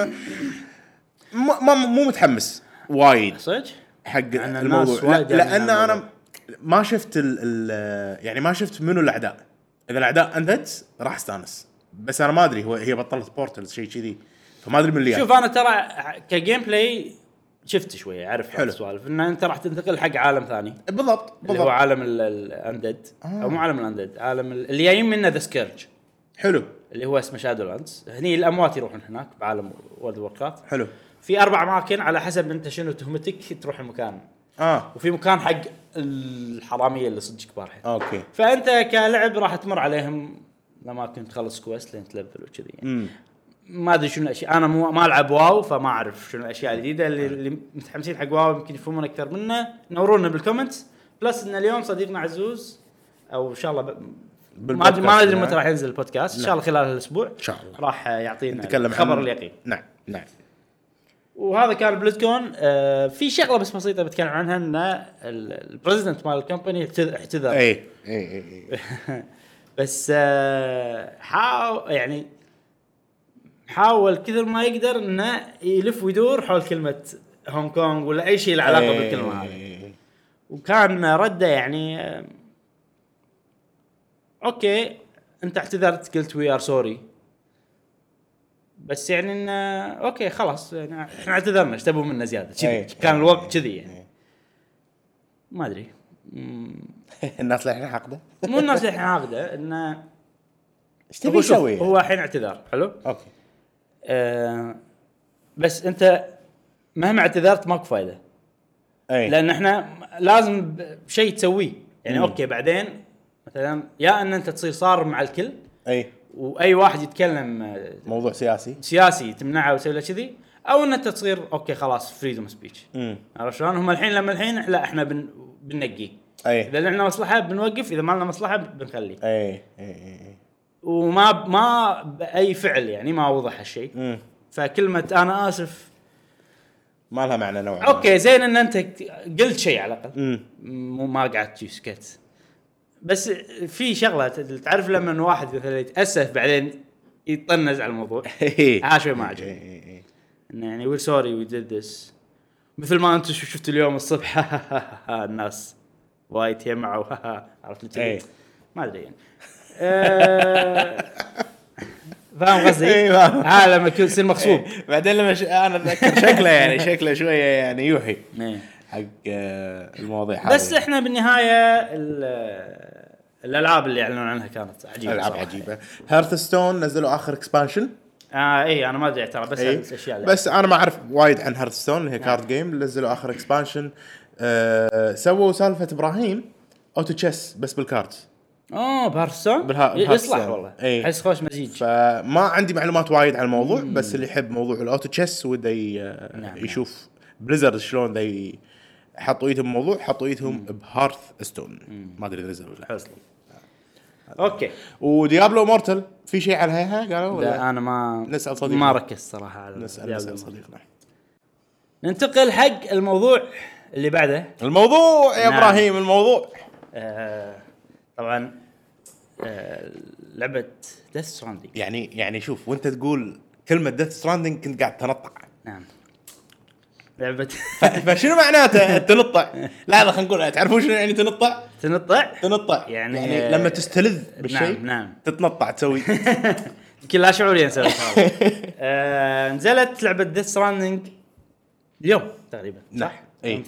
[SPEAKER 2] مو متحمس وايد
[SPEAKER 1] صدق
[SPEAKER 2] حق الموضوع لان انا ما شفت يعني ما شفت منو الاعداء. اذا الاعداء انددز راح استانس بس انا ما ادري هي بطلت بورتل شيء كذي فما ادري من اللي
[SPEAKER 1] شوف انا ترى كجيم بلاي شفت شويه اعرف السوالف ان انت راح تنتقل حق عالم ثاني.
[SPEAKER 2] بالضبط
[SPEAKER 1] اللي هو عالم الاندد او مو عالم الاندد عالم اللي جايين منه ذا سكيرج.
[SPEAKER 2] حلو.
[SPEAKER 1] اللي هو اسمه شادو لاندز. هني الاموات يروحون هناك بعالم وورد ووركرافت.
[SPEAKER 2] حلو.
[SPEAKER 1] في 4 اماكن على حسب انت شنو تهمتك تروح المكان. وفي مكان حق الحراميه اللي صدق كبار حيل.
[SPEAKER 2] اوكي.
[SPEAKER 1] فانت كلاعب راح تمر عليهم لما كنت تخلص كويست لين تلفل وكذي يعني. ما ادري شنو الاشياء انا ما العب واو فما اعرف شنو الاشياء الجديده اللي متحمسين حق واو يمكن يفهمون اكثر منا. نورونا بالكومنتس. بلس ان اليوم صديقنا عزوز او ان شاء الله ما ادري متى راح ينزل البودكاست. ان شاء الله خلال الاسبوع ان شاء الله راح يعطينا خبر اليقين.
[SPEAKER 2] نعم.
[SPEAKER 1] وهذا كان بليتكون. في شغله بس بسيطه بتكلم عنها ان البريزيدنت مال الكومباني اعتذر.
[SPEAKER 2] اي
[SPEAKER 1] بس حاول كثر ما يقدر انه يلف ويدور حول كلمه هونغ كونغ ولا اي شيء له علاقه بالكلمه هذه. وكان رده يعني اوكي انت اعتذرت قلت وي ار سوري بس يعني ان اوكي خلاص يعني احنا اعتذرنا ايش تبون منا زياده كذي. كان الوقت كذي يعني ما ادري.
[SPEAKER 2] الناس الحين حاقده
[SPEAKER 1] مو الناس الحين حاقده انه
[SPEAKER 2] ايش تبي يسوي.
[SPEAKER 1] هو الحين اعتذار حلو.
[SPEAKER 2] اوكي.
[SPEAKER 1] بس انت مهما اعتذرت ماكو فايده. لان احنا لازم شيء تسويه يعني. اوكي بعدين مثلا يا ان انت تصير صار مع الكل واي واحد يتكلم
[SPEAKER 2] موضوع سياسي
[SPEAKER 1] تمنعه وتسوي له كذي او ان انت تصير اوكي خلاص فريدوم سبيتش. عرفت شلون هم الحين لما لا احنا بننقي. اذا لنا مصلحه بنوقف اذا ما لنا مصلحه بنخلي. وما باي فعل يعني ما وضح هالشيء. فكلمه انا اسف
[SPEAKER 2] ما لها معنى نوعا.
[SPEAKER 1] اوكي زين ان انت قلت شيء على الاقل مو ما قعدت تسكت. بس في شغله تعرف لما واحد مثلا يتاسف بعدين يطنز على الموضوع شوي ما عجبني. يعني وير سوري وي ديد ذس مثل ما انتم شفتوا اليوم الصبح الناس وايد يجمعوا عرفت لي ما ادري يعني. فاهم قصدي؟
[SPEAKER 2] إيه، فاهم.
[SPEAKER 1] لما يكون يصير مغصوب.
[SPEAKER 2] بعدين لما انا اتذكر شكله يعني شكله شويه يعني يوحي
[SPEAKER 1] إيه.
[SPEAKER 2] حق المواضيع هذه.
[SPEAKER 1] بس احنا بالنهايه الالعاب اللي يعلنون عنها كانت عجيبه
[SPEAKER 2] العاب
[SPEAKER 1] صراحة.
[SPEAKER 2] عجيبه. هيرثستون نزلوا اخر اكسبانشن.
[SPEAKER 1] اي انا ما ادري ترى، بس الاشياء اللي
[SPEAKER 2] بس انا ما اعرف وايد عن هيرثستون اللي هي كارد جيم. نزلوا اخر اكسبانشن. سووا سالفه ابراهيم اوتو تشيس بس بالكاردز.
[SPEAKER 1] بارسون
[SPEAKER 2] بالها-
[SPEAKER 1] يصلح والله.
[SPEAKER 2] إيه.
[SPEAKER 1] احس خوش مزيج.
[SPEAKER 2] فما عندي معلومات وايد عن الموضوع، بس اللي يحب موضوع الاوتو تشيس وده
[SPEAKER 1] نعم.
[SPEAKER 2] يشوف بليزرد شلون ذا حطوا ايدهم بالموضوع. حطوا ايدهم بهارث ستون. ما ادري اذا نزلوا ولا لا.
[SPEAKER 1] حصل. اوكي.
[SPEAKER 2] وديابلو مورتل في شيء عليها قالوا ولا؟
[SPEAKER 1] لا انا ما
[SPEAKER 2] نسأل صديقنا.
[SPEAKER 1] ما ركزت صراحه على
[SPEAKER 2] نسأل صديقنا.
[SPEAKER 1] ننتقل حق الموضوع اللي بعده.
[SPEAKER 2] الموضوع يا
[SPEAKER 1] نعم.
[SPEAKER 2] ابراهيم الموضوع.
[SPEAKER 1] طبعا لعبه ديث ستراندينج.
[SPEAKER 2] يعني شوف وانت تقول كلمه ديث ستراندنج كنت قاعد تنطع.
[SPEAKER 1] نعم. لعبه
[SPEAKER 2] فشنو معناته تنطع؟ لا خلينا نقول تعرفون شنو يعني تنطع؟
[SPEAKER 1] تنطع
[SPEAKER 2] يعني لما تستلذ بالشيء.
[SPEAKER 1] نعم.
[SPEAKER 2] تتنطع تسوي.
[SPEAKER 1] يمكن لا شعوريا نسوي نزلت لعبه ديث ستراندينج اليوم تقريبا
[SPEAKER 2] نعم.
[SPEAKER 1] صح؟
[SPEAKER 2] إيه.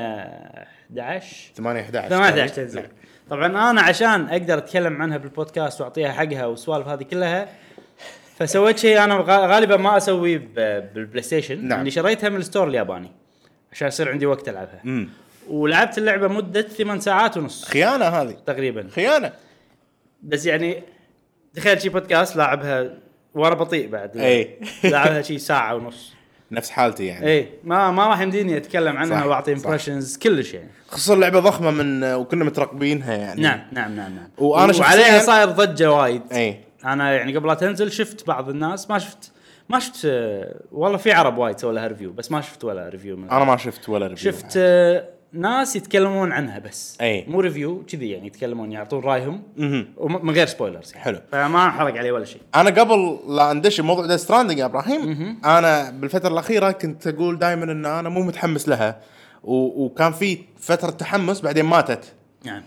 [SPEAKER 1] 8/11 تنزل. طبعا انا عشان اقدر اتكلم عنها بالبودكاست واعطيها حقها والسوالف هذه كلها، فسويت شيء انا غالبا ما اسويه بالبلاي ستيشن.
[SPEAKER 2] نعم.
[SPEAKER 1] اني شريتها من الستور الياباني عشان يصير عندي وقت العبها. ولعبت اللعبه مده 8 ساعات ونص
[SPEAKER 2] خيانه هذه
[SPEAKER 1] تقريبا.
[SPEAKER 2] خيانه.
[SPEAKER 1] بس يعني تخيل شي بودكاست لاعبها وانا بطيء بعد.
[SPEAKER 2] اي
[SPEAKER 1] لاعبها شي ساعه ونص.
[SPEAKER 2] نفس حالتي يعني.
[SPEAKER 1] اي ما راح يمديني اتكلم عنها
[SPEAKER 2] صح،
[SPEAKER 1] واعطي
[SPEAKER 2] صح.
[SPEAKER 1] امبريشنز كلش يعني.
[SPEAKER 2] خصوصا لعبه ضخمه من وكنا مترقبينها يعني.
[SPEAKER 1] نعم.
[SPEAKER 2] وأنا
[SPEAKER 1] وعليها
[SPEAKER 2] شخصياً-
[SPEAKER 1] صاير ضجه وايد.
[SPEAKER 2] اي
[SPEAKER 1] انا يعني قبل لا تنزل شفت بعض الناس، ما شفت والله في عرب وايد سووا لها ريفيو، بس ما شفت ولا ريفيو من
[SPEAKER 2] انا ما شفت ولا ريفيو.
[SPEAKER 1] شفت ناس يتكلمون عنها بس
[SPEAKER 2] أي.
[SPEAKER 1] مو ريفيو كذي يعني، يتكلمون يعطون رايهم ومن غير سبويلرز يعني.
[SPEAKER 2] حلو.
[SPEAKER 1] فما احرق عليه ولا شيء.
[SPEAKER 2] انا قبل لا اندش موضوع ديث ستراندنج يا ابراهيم، انا بالفتره الاخيره كنت اقول دائما ان انا مو متحمس لها، وكان في فتره تحمس بعدين ماتت.
[SPEAKER 1] نعم.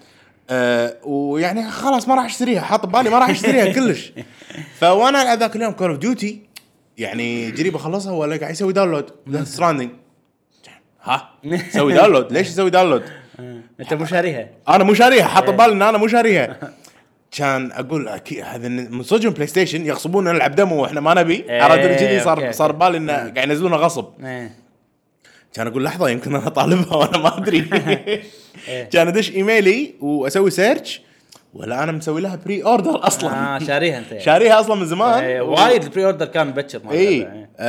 [SPEAKER 2] ويعني خلاص ما راح اشتريها، حاط ببالي ما راح اشتريها كلش. فوانا العب ذاك اليوم كول اوف ديوتي يعني قريب اخلصها ولا قاعد يسوي داونلود ديث ستراندنج. ها سوي داونلود ليش يسوي داونلود؟
[SPEAKER 1] انت مو شاريها؟
[SPEAKER 2] انا مو شاريها، حاط ببالي ان انا مو شاريها. كان اقول اكيد هذا من صدق بلاي ستيشن يغصبون نلعب دمو واحنا ما نبي. عرفت كذي صار بالي انه قاعد ينزلونه غصب. كان اقول لحظه يمكن انا طالبها وانا ما ادري. كان ادش ايميلي واسوي سيرش ولا انا مسوي لها بري اوردر اصلا.
[SPEAKER 1] شاريها انت يعني.
[SPEAKER 2] شاريها اصلا من زمان.
[SPEAKER 1] وايد البري اوردر كان مبكر.
[SPEAKER 2] اي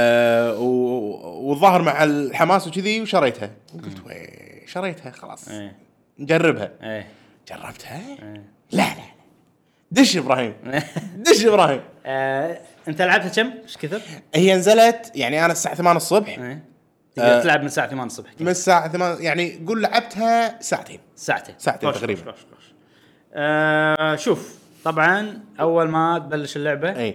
[SPEAKER 2] والظاهر مع الحماس وكذي وشريتها. قلت وي شريتها خلاص نجربها. جربتها لا دش ابراهيم. دش ابراهيم.
[SPEAKER 1] انت لعبتها كم ايش كثر؟
[SPEAKER 2] هي نزلت يعني انا الساعه 8 الصبح.
[SPEAKER 1] تقدر تلعب من الساعه 8 الصبح
[SPEAKER 2] من الساعه 8 يعني قول لعبتها ساعتين تقريبا.
[SPEAKER 1] شوف طبعا اول ما تبلش اللعبه
[SPEAKER 2] اي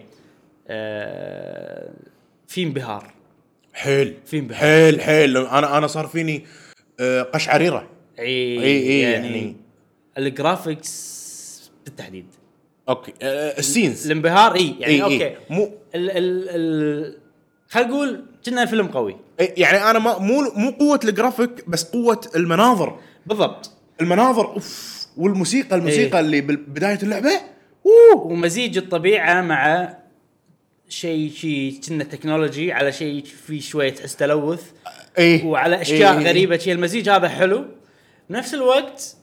[SPEAKER 1] في انبهار.
[SPEAKER 2] حيل
[SPEAKER 1] في انبهار.
[SPEAKER 2] حيل انا صار فيني قشعريره.
[SPEAKER 1] اي يعني الجرافيكس بالتحديد.
[SPEAKER 2] اوكي السينز
[SPEAKER 1] الانبهار يعني اوكي
[SPEAKER 2] مو
[SPEAKER 1] خلينا نقول كنا فيلم قوي.
[SPEAKER 2] يعني انا مو قوه الجرافيك بس قوه المناظر.
[SPEAKER 1] بالضبط
[SPEAKER 2] المناظر اوف والموسيقى اللي بدايه اللعبه
[SPEAKER 1] ومزيج الطبيعه مع شيء كنا تكنولوجي على شيء في شويه تحس تلوث. وعلى اشياء غريبه. شيء المزيج هذا حلو بنفس الوقت.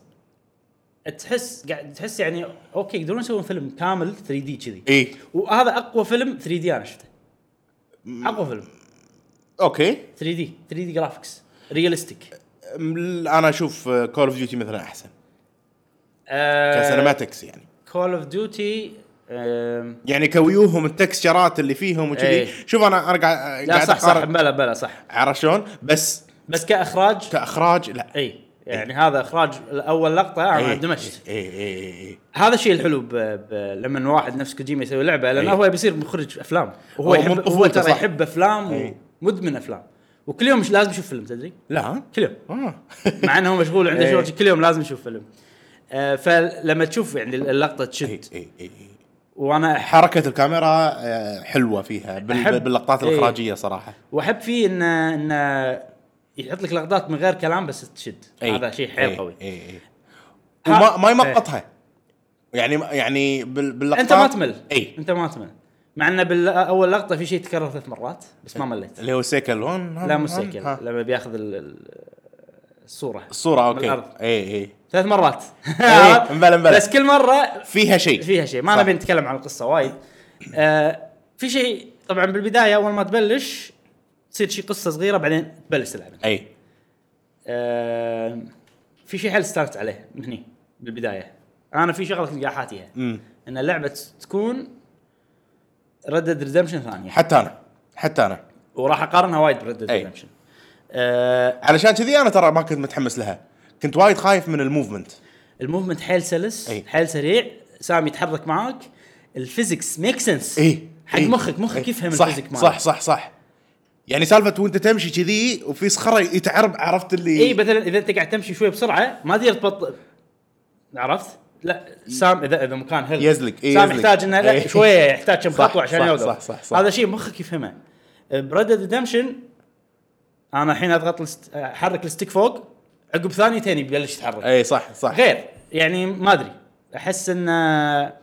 [SPEAKER 1] تحس يعني اوكي يقدرون يسوون فيلم كامل 3D كذي. وهذا اقوى فيلم 3D انا شفته. اقوى فيلم
[SPEAKER 2] اوكي
[SPEAKER 1] 3D جرافيكس رياليستيك.
[SPEAKER 2] انا اشوف كول اوف ديوتي مثلا احسن كسينماتكس يعني.
[SPEAKER 1] كول اوف ديوتي
[SPEAKER 2] يعني كويوهم التكستشرات اللي فيهم وكذي. شوف انا قاعد
[SPEAKER 1] صح بلا صح.
[SPEAKER 2] عرفت شلون بس كاخراج لا.
[SPEAKER 1] يعني هذا اخراج اول لقطه انا دمجت. هذا الشيء الحلو لما واحد نفس كوجيما يسوي لعبه لانه هو بيصير مخرج افلام وهو هو ترى يحب افلام ومدمن افلام وكل يوم مش لازم يشوف فيلم تدري.
[SPEAKER 2] لا
[SPEAKER 1] كل يوم مع انه هو مشغول عنده شغل كل يوم لازم يشوف فيلم. فلما تشوف يعني اللقطه تشد وانا
[SPEAKER 2] حركه الكاميرا حلوه فيها باللقطات الاخراجيه صراحه.
[SPEAKER 1] واحب فيه ان يحط لك لقطات من غير كلام بس تشد. هذا شيء حيل قوي.
[SPEAKER 2] وما يمقطها يعني باللقطات
[SPEAKER 1] انت ما تمل. انت ما تمل مع انه بالاول لقطه في شيء تكرر 3 مرات بس ما مليت.
[SPEAKER 2] اللي هو سيكل هون.
[SPEAKER 1] لا مو سيكل لما بياخذ الصوره
[SPEAKER 2] اوكي. اي
[SPEAKER 1] 3 مرات.
[SPEAKER 2] مبلا
[SPEAKER 1] بس كل مره
[SPEAKER 2] فيها شيء
[SPEAKER 1] ما نبي نتكلم عن القصه وايد. في شيء طبعا بالبدايه اول ما تبلش تصير شيء قصه صغيره بعدين تبلش تلعب. في شيء حل استانست عليه من هني بالبدايه. انا في شغله كنت قاعد حاتيها ان اللعبه تكون Red Dead Redemption ثانيه.
[SPEAKER 2] حتى انا
[SPEAKER 1] وراح اقارنها وايد ب Red Dead Redemption.
[SPEAKER 2] علشان كذي انا ترى ما كنت متحمس لها. كنت وايد خايف من الموفمنت
[SPEAKER 1] حيل سلس. حيل سريع. سام يتحرك معاك. الفيزيكس ميك سنس حق مخك يفهم الفيزيك معاك.
[SPEAKER 2] صح يعني سالفه وانت تمشي كذي وفي صخره يتعرب عرفت اللي
[SPEAKER 1] مثلا اذا انت قاعد تمشي شوي بسرعه ما تقدر تبطئ. عرفت؟ لا سام اذا مكان هل
[SPEAKER 2] يزلك
[SPEAKER 1] سام يحتاج انه لا شويه يحتاج كم خطوه عشان يوقف.
[SPEAKER 2] صح.
[SPEAKER 1] هذا شيء مخك يفهمه. بريد ريدمشن انا الحين اضغط احرك الستيك فوق عقب ثانيتين يبلش يتحرك.
[SPEAKER 2] صح
[SPEAKER 1] غير يعني ما ادري احس ان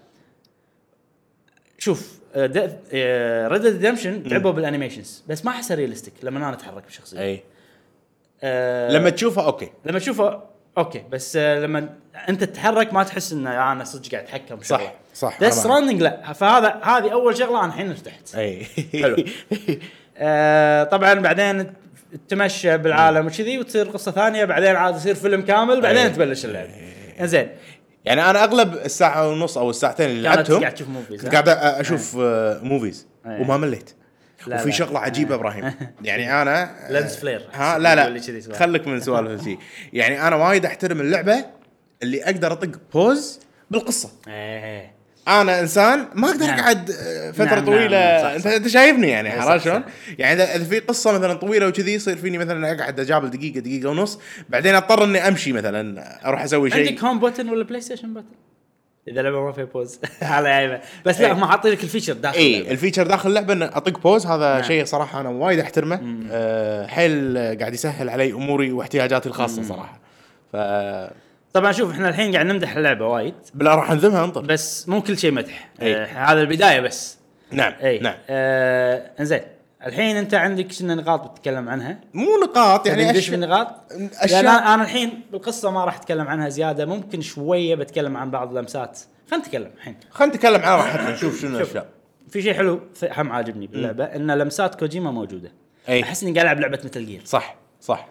[SPEAKER 1] شوف ريد ريدمشن تعبوا بالانيميشنز بس ما احسه ريالستيك لما انا اتحرك بشخصيه.
[SPEAKER 2] لما تشوفه
[SPEAKER 1] اوكي بس لما انت تتحرك ما تحس ان انا صدق قاعد اتحكم.
[SPEAKER 2] صح
[SPEAKER 1] بس راندنج لا. هذه اول شغله انا الحين ارتحت. حلو. طبعا بعدين تمشى بالعالم وكذي وتصير قصه ثانيه بعدين عاد يصير فيلم كامل بعدين تبلش اللعبه. زين
[SPEAKER 2] يعني انا اغلب الساعه ونص او الساعتين اللي لعبتهم
[SPEAKER 1] قاعد تشوف موفيز.
[SPEAKER 2] قاعد اشوف موفيز وما مليت. وفي شغله عجيبه ابراهيم يعني انا
[SPEAKER 1] لينس فلير
[SPEAKER 2] لا خليك من سوالف شيء. يعني انا وايد احترم اللعبه اللي اقدر اطق بوز بالقصه. انا انسان ما اقدر اقعد فتره طويله. انت شايفني يعني عرفت شلون؟ يعني اذا في قصه مثلا طويله وكذي يصير فيني مثلا اقعد اجابل دقيقه ونص بعدين اضطر اني امشي مثلا اروح اسوي شيء.
[SPEAKER 1] عندك هوم بوتن ولا بلاي ستيشن بوتن اذا لعبه ما فيها بوز على عيبه بس لا هم حاطين لك الفيتشر داخل اللعبه.
[SPEAKER 2] الفيتشر داخل اللعبه ان اطق بوز هذا شيء صراحه انا وايد احترمه. حيل قاعد يسهل علي اموري واحتياجاتي الخاصه صراحه.
[SPEAKER 1] طبعا شوف احنا الحين قاعد نمدح اللعبه وايد
[SPEAKER 2] بلا راح نذمها انطر
[SPEAKER 1] بس مو كل شيء مدح. هذا البدايه بس.
[SPEAKER 2] نعم.
[SPEAKER 1] انزين الحين انت عندك شنو نقاط بتتكلم عنها؟
[SPEAKER 2] مو نقاط يعني
[SPEAKER 1] ايش من نقاط؟ يعني انا الحين بالقصه ما راح اتكلم عنها زياده. ممكن شويه بتكلم عن بعض اللمسات. خلينا نتكلم الحين
[SPEAKER 2] عن راحتنا نشوف شنو الاشياء.
[SPEAKER 1] في شيء حلو هم عاجبني باللعبه ان لمسات كوجيما موجوده. احس اني قاعد العب لعبه مثل جير.
[SPEAKER 2] صح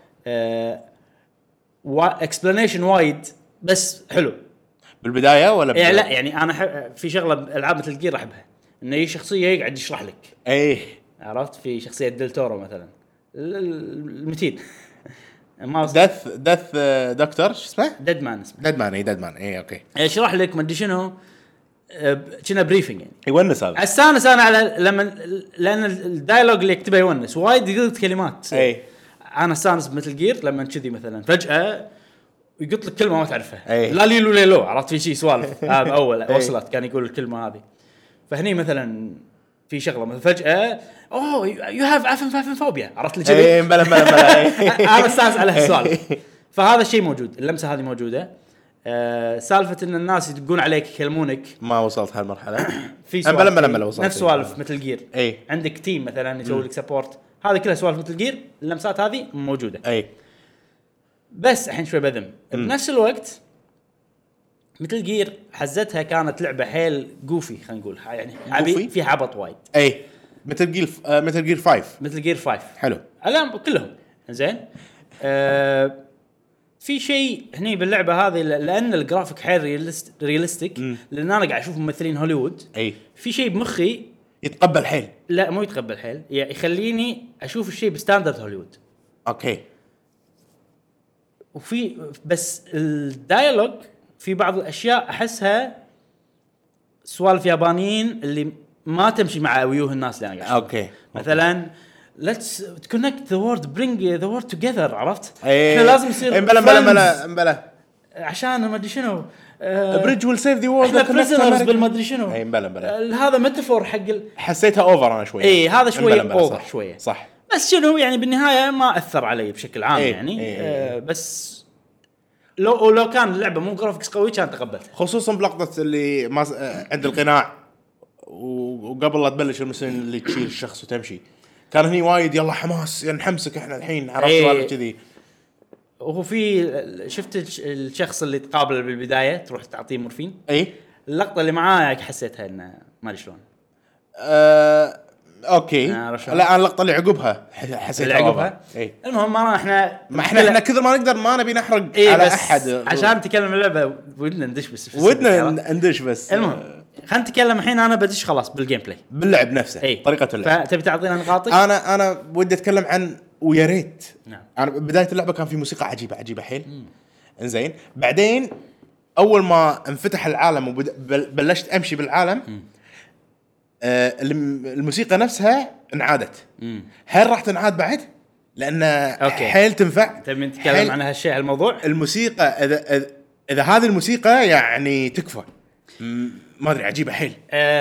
[SPEAKER 1] واكسبلانيشن وايد بس حلو
[SPEAKER 2] بالبدايه ولا
[SPEAKER 1] يعني لا يعني انا في شغله العاب مثل جير احبها انه هي شخصيه يقعد يشرح لك. عرفت في شخصيه دلتورو مثلا المتين
[SPEAKER 2] ما دث دكتور شو اسمه ديد مان اوكي
[SPEAKER 1] يشرح لك ما ادري شنو كنا بريفنج يعني
[SPEAKER 2] يونس هذا
[SPEAKER 1] استانس انا على لان الدايلوج اللي يكتبه يونس وايد يقول كلمات. انا استانس بمثل جير لما كذي مثلا فجاه يقول لك كلمه ما تعرفها. لا ليلو ليلو عرفت في شيء سوالف اول وصلت كان يقول الكلمه هذه. فهني مثلا في شغله مثلا فجاه يو هاف افن فوبيا عرفت لي كذي.
[SPEAKER 2] بلا
[SPEAKER 1] انا استانس على هالسوالف. فهذا الشيء موجود. اللمسه هذه موجوده. سالفه ان الناس يدقون عليك يكلمونك
[SPEAKER 2] ما وصلت هالمرحله.
[SPEAKER 1] في
[SPEAKER 2] بلا وصلت
[SPEAKER 1] نفس سوالف مثل جير. عندك تيم مثلا يسوي لك سبورت. هذه كلها سوالف مثل جير. اللمسات هذه موجوده. بس الحين شوي بذم بنفس الوقت مثل جير حزتها كانت لعبه حيل جوفي خلينا نقول يعني فيها عبط وايد.
[SPEAKER 2] مثل جير 5 حلو
[SPEAKER 1] الان كلهم زين. في شيء هني باللعبه هذه لان الجرافيك حيل ريالستيك لان انا قاعد اشوف ممثلين هوليوود. في شيء بمخي
[SPEAKER 2] يتقبل حيل.
[SPEAKER 1] لا مو يتقبل حيل يعني يخليني اشوف الشيء بستاندرد هوليوود. وفي بس الدايلوج في بعض الاشياء احسها سوالف يابانيين اللي ما تمشي مع ويوه الناس اللي انا قاعد مثلا let's connect the word bring the word together عرفت. احنا لازم يصير
[SPEAKER 2] بلا
[SPEAKER 1] عشان ما ادري شنو
[SPEAKER 2] بريدج ويل سيف ذا وورلد
[SPEAKER 1] احنا بريزنرز بالمدري شنو.
[SPEAKER 2] اي بلا
[SPEAKER 1] هذا ميتافور حق
[SPEAKER 2] حسيتها اوفر انا شويه.
[SPEAKER 1] اي هذا شويه اوفر شويه
[SPEAKER 2] صح.
[SPEAKER 1] بس شنو يعني بالنهايه ما اثر علي بشكل عام يعني بس لو كان اللعبه مو جرافيكس قوي كان تقبلتها،
[SPEAKER 2] خصوصا بلقطه اللي ما عند القناع وقبل لا تبلش المسن اللي تشيل الشخص وتمشي، كان هني وايد يلا حماس يعني نحمسك احنا الحين عرفت ولا كذي.
[SPEAKER 1] وهو في شفت الشخص اللي تقابله بالبدايه تروح تعطيه مورفين،
[SPEAKER 2] اي
[SPEAKER 1] اللقطه اللي معاه حسيتها انه ما ادري شلون.
[SPEAKER 2] اوكي لا انا اللقطه اللي عقبها حسيتها
[SPEAKER 1] عقبها. المهم احنا
[SPEAKER 2] كثر ما نقدر ما نبي نحرق على احد
[SPEAKER 1] عشان نتكلم اللعبه ودنا ندش بس المهم خلينا نتكلم الحين. انا بدش خلاص بالجيم بلاي
[SPEAKER 2] باللعب نفسه طريقه اللعب.
[SPEAKER 1] فتبي تعطينا نقاطك؟
[SPEAKER 2] انا ودي اتكلم عن ويا ريت.
[SPEAKER 1] نعم.
[SPEAKER 2] انا بدايه اللعبه كان في موسيقى عجيبه حيل. انزين بعدين اول ما انفتح العالم وبلشت امشي بالعالم الموسيقى نفسها انعادت. هل راح تنعاد بعد؟ لان حيل تنفع.
[SPEAKER 1] تبي نتكلم عن هالشيء هالموضوع.
[SPEAKER 2] الموسيقى اذا هذه الموسيقى يعني تكفى ما ادري عجيبه حيل.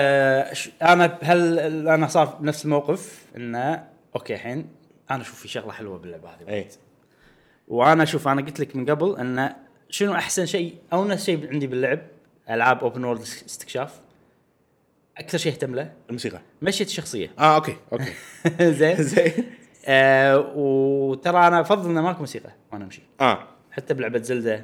[SPEAKER 1] انا صار نفس الموقف انه اوكي الحين انا اشوف في شغله حلوه باللعبه هذه وانا اشوف انا قلت لك من قبل ان شنو احسن شيء او نفس شيء عندي باللعب العاب اوبن وورلد استكشاف اكثر شيء اهتم له
[SPEAKER 2] الموسيقى
[SPEAKER 1] مشيت الشخصيه.
[SPEAKER 2] اوكي
[SPEAKER 1] زين وترى انا افضل ان ماكو موسيقى وانا امشي حتى بلعبه زلدة.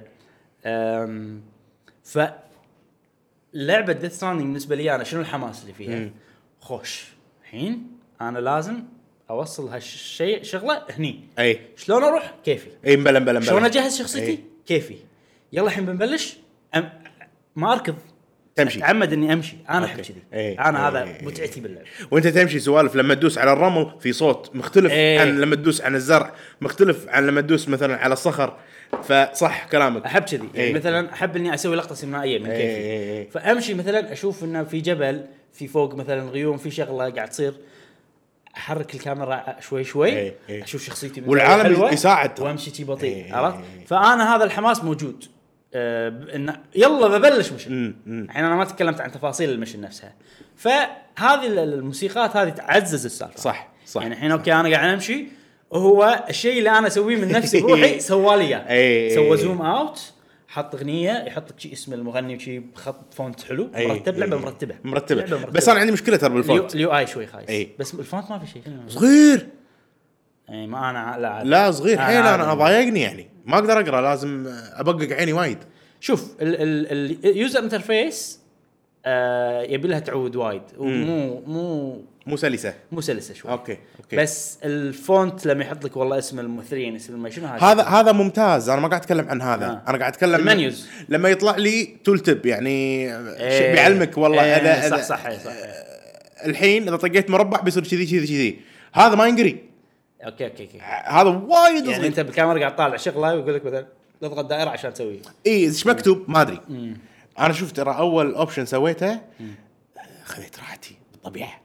[SPEAKER 1] ف لعبه ديث ستراندينج بالنسبه لي انا شنو الحماس اللي فيها خوش الحين انا لازم اوصل هالشيء شغله هني. شلون اروح كيفي
[SPEAKER 2] بلا
[SPEAKER 1] شلون اجهز شخصيتي كيفي. يلا الحين بنبلش ما اركض
[SPEAKER 2] تمشي
[SPEAKER 1] اتعمد اني امشي. انا احب كذي انا هذا متعتي باللعب.
[SPEAKER 2] وانت تمشي سوالف لما تدوس على الرمل في صوت مختلف عن لما تدوس عن الزرع مختلف عن لما تدوس مثلا على الصخر. فصح كلامك
[SPEAKER 1] احب كذي يعني مثلا احب اني اسوي لقطه سينمائيه من كيفي. فامشي مثلا اشوف انه في جبل في فوق مثلا غيوم في شغله قاعد تصير احرك الكاميرا شوي اشوف شخصيتي
[SPEAKER 2] والعالم يساعد
[SPEAKER 1] وامشي شي بطيء عرفت. فانا هذا الحماس موجود إن يلا ببلش مشن. الحين انا ما تكلمت عن تفاصيل المشن نفسها. فهذه الموسيقات هذه تعزز السالفه.
[SPEAKER 2] صح
[SPEAKER 1] يعني الحين اوكي انا قاعد امشي وهو الشيء اللي انا اسويه من نفسي بروحي سواليه سوى زوم اوت حط اغنيه يحط لك شيء اسم المغني وشي بخط فونت حلو مرتب. لعبه مرتبه
[SPEAKER 2] بس انا عندي مشكله ترى بالفونت
[SPEAKER 1] اليو اي شوي خايس بس الفونت ما في شيء
[SPEAKER 2] صغير.
[SPEAKER 1] ما انا
[SPEAKER 2] لا صغير حيل. انا ضايقني يعني ما اقدر اقرا لازم ابقق عيني وايد.
[SPEAKER 1] شوف اليوزر انترفيس يبي لها تعود وايد
[SPEAKER 2] مو سلسه
[SPEAKER 1] شوي.
[SPEAKER 2] اوكي
[SPEAKER 1] بس الفونت لما يحط لك والله اسم الممثلين اسم ما شنو
[SPEAKER 2] هذا ممتاز. انا ما قاعد اتكلم عن هذا انا قاعد اتكلم
[SPEAKER 1] المنيوز
[SPEAKER 2] لما يطلع لي تول تيب يعني بيعلمك والله
[SPEAKER 1] هذا صح
[SPEAKER 2] الحين اذا طقيت مربع بيصير كذي هذا ما ينقري.
[SPEAKER 1] اوكي
[SPEAKER 2] هذا وايد
[SPEAKER 1] يعني انت بالكاميرا قاعد طالع شغله ويقول لك مثلا اضغط دائره عشان تسويه
[SPEAKER 2] ايش مكتوب ما ادري. انا شفت ترى اول اوبشن سويته خذيت راحتي بالطبيعه.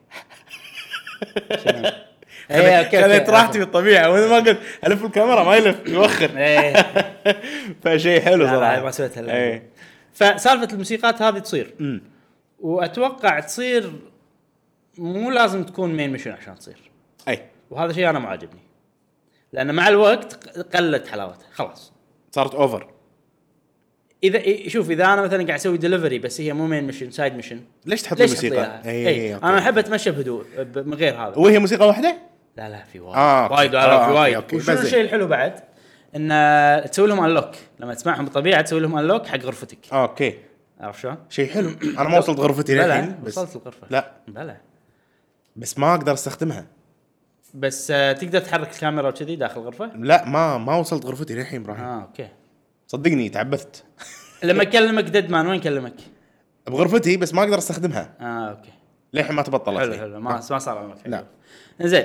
[SPEAKER 2] خذيت راحتي بالطبيعه وانا ما قلت الف الكاميرا ما يلف يوخر. فشيء حلو صراحه
[SPEAKER 1] ما سويتها. فسالفه الموسيقات هذه تصير واتوقع تصير مو لازم تكون مين ميشن عشان تصير. وهذا شيء انا ما عجبني لان مع الوقت قلت حلاوتها خلاص
[SPEAKER 2] صارت اوفر.
[SPEAKER 1] اذا انا مثلا قاعد اسوي ديليفري بس هي مو مين ميشن سايد ميشن
[SPEAKER 2] ليش تحط الموسيقى؟
[SPEAKER 1] انا احب اتمشى بهدوء من غير هذا.
[SPEAKER 2] وهي موسيقى واحده؟
[SPEAKER 1] لا في وايد وايد. وشو الشيء الحلو بعد ان تسوي لهم انلوك لما تسمعهم بالطبيعه تسوي لهم انلوك حق غرفتك.
[SPEAKER 2] اوكي
[SPEAKER 1] عارف شلون؟
[SPEAKER 2] شيء حلو. انا ما وصلت غرفتي للحين
[SPEAKER 1] بس وصلت الغرفه.
[SPEAKER 2] لا
[SPEAKER 1] بلا
[SPEAKER 2] بس ما اقدر استخدمها.
[SPEAKER 1] بس تقدر تحرك الكاميرا وكذي داخل الغرفه؟
[SPEAKER 2] لا ما وصلت غرفتي للحين ابراهيم.
[SPEAKER 1] اوكي
[SPEAKER 2] صدقني تعبثت.
[SPEAKER 1] لما اكلمك ديدمان وين كلمك؟
[SPEAKER 2] بغرفتي بس ما اقدر استخدمها.
[SPEAKER 1] اوكي
[SPEAKER 2] للحين ما تبطلت.
[SPEAKER 1] حلو ما صار عمك.
[SPEAKER 2] لا
[SPEAKER 1] زين.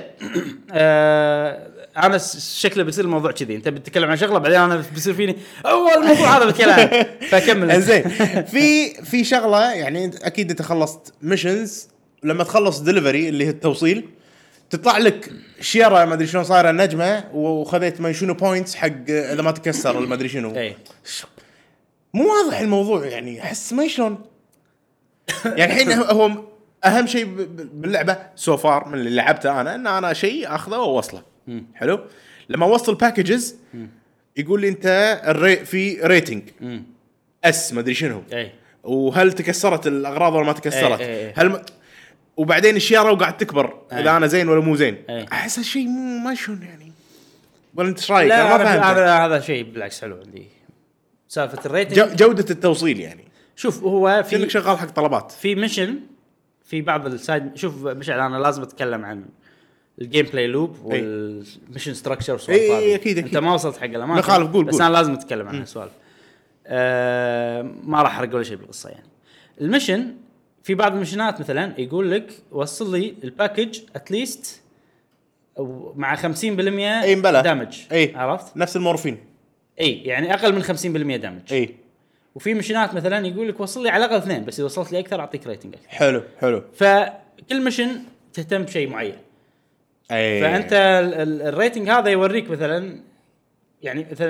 [SPEAKER 1] انا شكله بيصير الموضوع كذي انت بتتكلم عن شغله بعدين انا بيصير فيني اول موضوع هذا بتكلم فكمل.
[SPEAKER 2] زين في شغله يعني اكيد انت خلصت ميشنز لما تخلص ديليفري اللي هي التوصيل تطلع لك شيره ما ادري شلون صايره نجمه وخذيت ما شنو بوينتس حق اذا ما تكسر ولا ما ادري شنو. مو واضح الموضوع يعني احس ما شلون يعني الحين هو اهم شيء باللعبه سو فار من اللي لعبته انا ان انا شيء اخذه واوصله حلو لما اوصل باكجز يقول لي انت في ريتنج اس ما ادري شنو
[SPEAKER 1] اي
[SPEAKER 2] وهل تكسرت الاغراض ولا ما تكسرت
[SPEAKER 1] أي.
[SPEAKER 2] هل وبعدين الشياره وقاعد تكبر اذا انا زين ولا مو زين
[SPEAKER 1] أي.
[SPEAKER 2] احس هالشيء ما شلون يعني ولا انت ايش رايك
[SPEAKER 1] لا
[SPEAKER 2] انا ما فهمت
[SPEAKER 1] هذا شيء بالعكس حلو عندي سالفه الريتنج
[SPEAKER 2] جوده التوصيل يعني
[SPEAKER 1] شوف هو
[SPEAKER 2] في انك
[SPEAKER 1] في
[SPEAKER 2] شغال حق طلبات
[SPEAKER 1] في ميشن في بعض السايد شوف مشعل انا لازم اتكلم عن الجيم بلاي لوب والميشن ستراكشر والسوالف
[SPEAKER 2] اي
[SPEAKER 1] هذه.
[SPEAKER 2] اكيد
[SPEAKER 1] انت ما وصلت حق الاماكن
[SPEAKER 2] نخالف قول
[SPEAKER 1] بس انا لازم اتكلم عن هالسوالف ما راح احرق ولا شيء بالقصه يعني الميشن في بعض المشنات مثلا يقول لك وصل لي الباكج اتليست مع 50% دامج عرفت
[SPEAKER 2] نفس المورفين
[SPEAKER 1] اي يعني اقل من 50% دامج
[SPEAKER 2] اي
[SPEAKER 1] وفي مشنات مثلا يقول لك وصل لي على الاقل 2 بس اذا وصلت لي اكثر اعطيك ريتنج اكثر
[SPEAKER 2] حلو
[SPEAKER 1] فكل مشن تهتم بشيء معين
[SPEAKER 2] اي
[SPEAKER 1] فانت الريتنج هذا يوريك مثلا يعني مثلا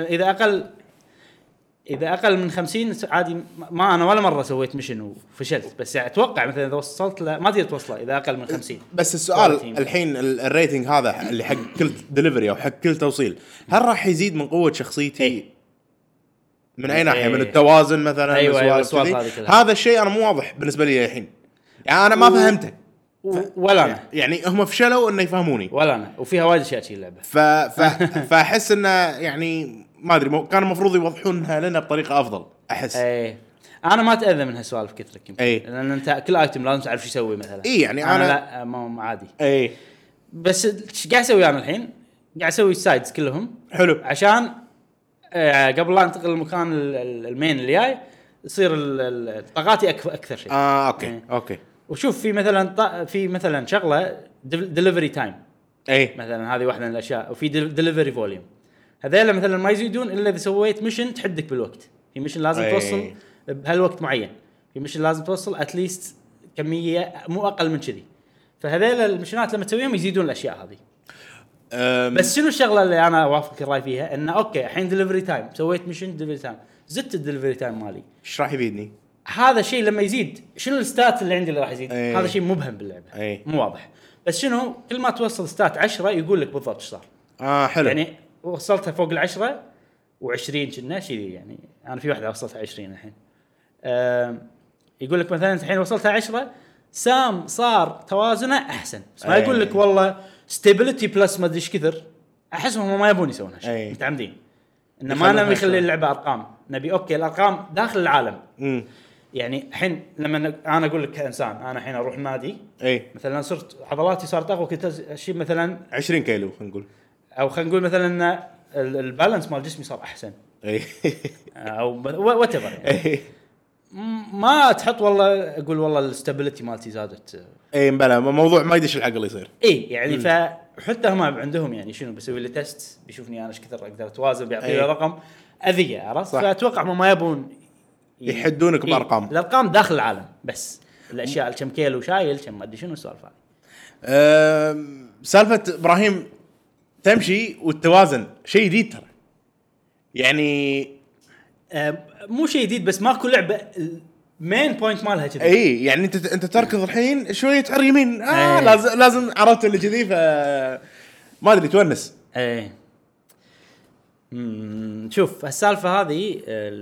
[SPEAKER 1] اذا اقل من 50 عادي ما انا ولا مره سويت ميشن وفشلت بس يعني اتوقع مثلا اذا وصلت له ما تقدر توصله اذا اقل من 50
[SPEAKER 2] بس السؤال الحين الريتنج هذا اللي حق كل دليفري او حق كل توصيل هل راح يزيد من قوه شخصيتي من اي ناحيه من التوازن مثلا
[SPEAKER 1] أيوة
[SPEAKER 2] هذا الشيء انا مو واضح بالنسبه لي الحين يعني انا ما فهمته
[SPEAKER 1] ولا انا
[SPEAKER 2] يعني هم فشلوا انه يفهموني
[SPEAKER 1] ولا انا وفيها وايد اشياء شيء اللعبه
[SPEAKER 2] فاحس انه يعني ما ادري كان المفروض يوضحونها لنا بطريقه افضل احس
[SPEAKER 1] انا ما اتاذى من هالسوالف كثر يمكن
[SPEAKER 2] أي.
[SPEAKER 1] لان انت كل ايتم لازم تعرف شو يسوي مثلا
[SPEAKER 2] اي يعني انا
[SPEAKER 1] لا ما عادي
[SPEAKER 2] اي
[SPEAKER 1] بس ايش قاعد اسوي انا الحين قاعد اسوي السايدز كلهم
[SPEAKER 2] حلو
[SPEAKER 1] عشان قبل لا انتقل المكان المين اللي جاي يصير طاقاتي اكثر شيء
[SPEAKER 2] اوكي
[SPEAKER 1] وشوف في مثلا شغله ديليفري تايم
[SPEAKER 2] اي
[SPEAKER 1] مثلا هذه واحده من الاشياء وفي ديليفري فوليوم هذول مثلا ما يزيدون الا اذا سويت ميشن تحدك بالوقت في ميشن لازم توصل بهالوقت معين في ميشن لازم توصل اتليست كميه مو اقل من كذي فهذول المشنات لما تسويهم يزيدون الاشياء هذه بس شنو الشغله اللي انا اوافقك الراي فيها انه اوكي الحين ديليفري تايم سويت ميشن ديليفري تايم زدت الديليفري تايم مالي
[SPEAKER 2] ايش راح يفيدني
[SPEAKER 1] هذا الشيء لما يزيد شنو الستات اللي عندي اللي راح يزيد هذا شيء مبهم باللعبه مو واضح بس شنو كل ما توصل ستات 10 يقول لك بالضبط ايش صار
[SPEAKER 2] حلو
[SPEAKER 1] يعني وصلتها فوق ال10 و20 كنا شيء يعني انا في واحده وصلتها 20 الحين يقول لك مثلا الحين وصلتها 10 سام صار توازنه احسن بس ما يقول لك والله ستابيليتي بلس ما ادري ايش كثر احسهم هم ما يبون يسوون هالشيء متعمدين ان ما نبي نخلي اللعبه ارقام نبي اوكي الارقام داخل العالم يعني الحين لما انا اقول لك كانسان انا الحين اروح نادي مثلا صرت عضلاتي صارت اقوى كنت اشيل مثلا
[SPEAKER 2] 20 كيلو خلينا نقول
[SPEAKER 1] او خلينا نقول مثلا ان البالانس مال جسمي صار احسن او وات ايفر يعني. ما تحط والله اقول والله الاستابيليتي مالتي زادت
[SPEAKER 2] بلا موضوع ما يدش العقل يصير
[SPEAKER 1] يعني فحتى هم عندهم يعني شنو بيسوي لي تيست بيشوفني انا ايش كثر اقدر اتوازن بيعطي لي رقم اذيه عرفت فاتوقع هم ما يبون
[SPEAKER 2] يحدونك بارقام
[SPEAKER 1] الارقام داخل العالم بس الاشياء كم كيلو شايل كم ما ادري شنو السالفه هذه
[SPEAKER 2] سالفه ابراهيم تمشي والتوازن شيء جديد ترى يعني
[SPEAKER 1] مو شيء جديد بس ماكو لعبه المين بوينت مالها كذي
[SPEAKER 2] يعني انت تركض الحين شويه تعر يمين لازم عرفت اللي كذي ف ما ادري تونس
[SPEAKER 1] شوف السالفه هذه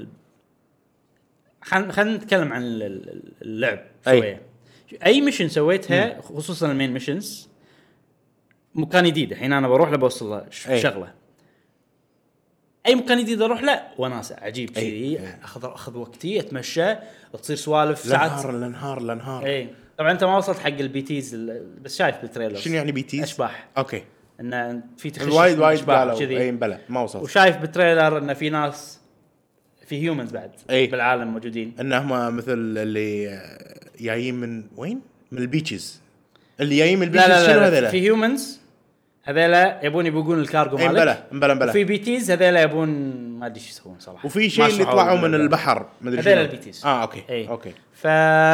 [SPEAKER 1] خلينا نتكلم عن اللعب شويه اي ميشن سويتها خصوصا المين ميشنز مكان جديد الحين انا بروح له بوصل له شغله اي مكان جديد اروح له وناسه عجيب كذي اخذ وقتي اتمشى تصير سوالف ساعات
[SPEAKER 2] الانهار
[SPEAKER 1] طبعا انت ما وصلت حق البي تيز بس شايف بالتريلر
[SPEAKER 2] شنو يعني بي تيز
[SPEAKER 1] اشباح
[SPEAKER 2] اوكي
[SPEAKER 1] ان في تخش
[SPEAKER 2] وايد كذي بلا ما وصلت
[SPEAKER 1] وشايف بالتريلر ان في ناس في هيومنز بعد بالعالم موجودين
[SPEAKER 2] انهم مثل اللي جايين من وين من البيتشز اللي جايين من البيتشز شنو هذول
[SPEAKER 1] في هيومنز هذول يبون الكارغو مالك
[SPEAKER 2] بلا
[SPEAKER 1] في بيتيز هذول يبون ما ادري ايش يسوون صراحه
[SPEAKER 2] وفي شيء اللي يطلعوا من البحر ما ادري
[SPEAKER 1] شنو هذول البيتيز
[SPEAKER 2] اوكي
[SPEAKER 1] ف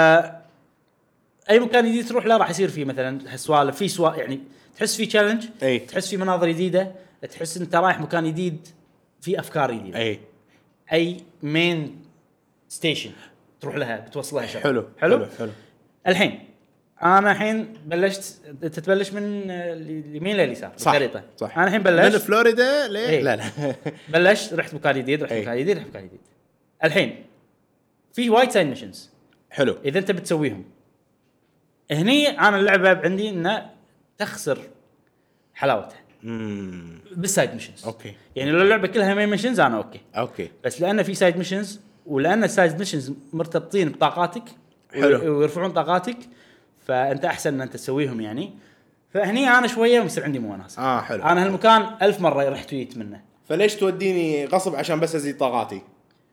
[SPEAKER 1] اي مكان جديد تروح له راح يصير فيه مثلا هالسوالف في يعني تحس في تشالنج تحس في مناظر جديده تحس انت رايح مكان جديد في افكار جديده اي مين ستيشن تروح لها بتوصلها شغله.
[SPEAKER 2] حلو
[SPEAKER 1] حلو
[SPEAKER 2] حلو, حلو.
[SPEAKER 1] الحين انا الحين بلشت، انت تبلش من اليمين لليسار الخريطه.
[SPEAKER 2] صح.
[SPEAKER 1] انا الحين بلشت
[SPEAKER 2] من فلوريدا
[SPEAKER 1] إيه.
[SPEAKER 2] لا
[SPEAKER 1] بلشت رحت مكان جديد، رحت
[SPEAKER 2] إيه.
[SPEAKER 1] مكان جديد، رحت مكان جديد. الحين في وايد سايد ميشنز
[SPEAKER 2] حلو.
[SPEAKER 1] اذا انت بتسويهم هني، انا اللعبه عندي انها تخسر حلاوتها بالسايد ميشنز.
[SPEAKER 2] اوكي.
[SPEAKER 1] يعني لو اللعبه كلها مين ميشنز انا
[SPEAKER 2] اوكي
[SPEAKER 1] بس لان في سايد ميشنز، ولان السايد ميشنز مرتبطين بطاقاتك
[SPEAKER 2] حلو.
[SPEAKER 1] ويرفعون طاقاتك، فانت احسن ان انت تسويهم يعني. فهني انا شويه يصير عندي موناسه.
[SPEAKER 2] حلو.
[SPEAKER 1] انا هالمكان 1000 مره رحت ويت منه،
[SPEAKER 2] فليش توديني غصب عشان بس ازيد طاقاتي؟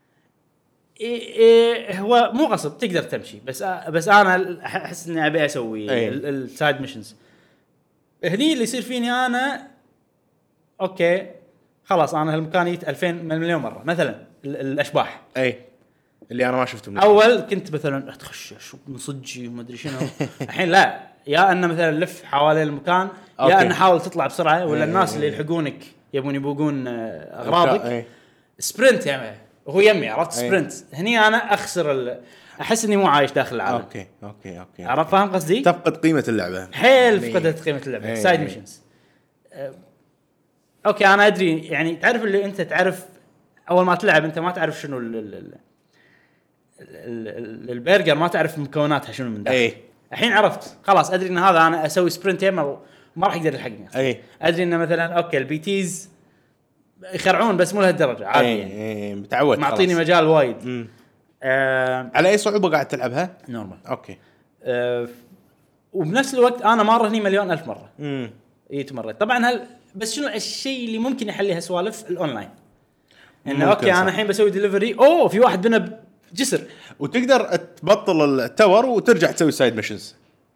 [SPEAKER 1] إيه هو مو غصب، تقدر تمشي، بس انا احس اني ابي اسوي
[SPEAKER 2] أي.
[SPEAKER 1] السايد ميشنز. هني اللي يصير فيني انا اوكي خلاص، انا هالمكان جيت 2000 مليون مره. مثلا الاشباح
[SPEAKER 2] اي اللي انا ما شفتهم
[SPEAKER 1] اول كنت مثلا اتخش اشوف مصجي وما ادري شنو. الحين لا، يا ان مثلا لف حوالين المكان،
[SPEAKER 2] أوكي.
[SPEAKER 1] يا ان حاول تطلع بسرعه، ولا
[SPEAKER 2] أي.
[SPEAKER 1] الناس اللي يلحقونك يبون يبوقون اغراضك.
[SPEAKER 2] أي.
[SPEAKER 1] سبرنت يعني هو يمي، عرفت؟
[SPEAKER 2] أي.
[SPEAKER 1] سبرنت هني انا اخسر احس اني مو عايش داخل العالم.
[SPEAKER 2] اوكي
[SPEAKER 1] عرفت؟ فاهم قصدي؟
[SPEAKER 2] تفقد قيمه اللعبه
[SPEAKER 1] حيل
[SPEAKER 2] يعني.
[SPEAKER 1] فقدت قيمه اللعبه.
[SPEAKER 2] أي.
[SPEAKER 1] سايد ميشنز اوكي انا ادري، يعني تعرف اللي انت تعرف اول ما تلعب انت ما تعرف شنو البرجر، ما تعرف مكوناتها شنو من داخل.
[SPEAKER 2] اي
[SPEAKER 1] الحين عرفت خلاص، ادري ان هذا انا اسوي سبرنت يمه وما راح يقدر يلحقني اصلا.
[SPEAKER 2] اي
[SPEAKER 1] ادري ان مثلا اوكي البي تيز يخرعون بس مو لهالدرجه عادي يعني.
[SPEAKER 2] اي متعود
[SPEAKER 1] معطيني
[SPEAKER 2] خلاص.
[SPEAKER 1] مجال وايد.
[SPEAKER 2] على اي صعوبه قاعد تلعبها؟
[SPEAKER 1] نورمال.
[SPEAKER 2] اوكي.
[SPEAKER 1] وبنفس الوقت انا مره هني مليون الف مره
[SPEAKER 2] امم
[SPEAKER 1] مرات طبعا. بس شنو الشيء اللي ممكن يحلي هالسوالف؟ الاونلاين. انه
[SPEAKER 2] ممكن
[SPEAKER 1] اوكي
[SPEAKER 2] صح.
[SPEAKER 1] انا الحين بسوي ديليفري، في واحد بنا جسر،
[SPEAKER 2] وتقدر تبطل التور وترجع تسوي سايد ميشنز.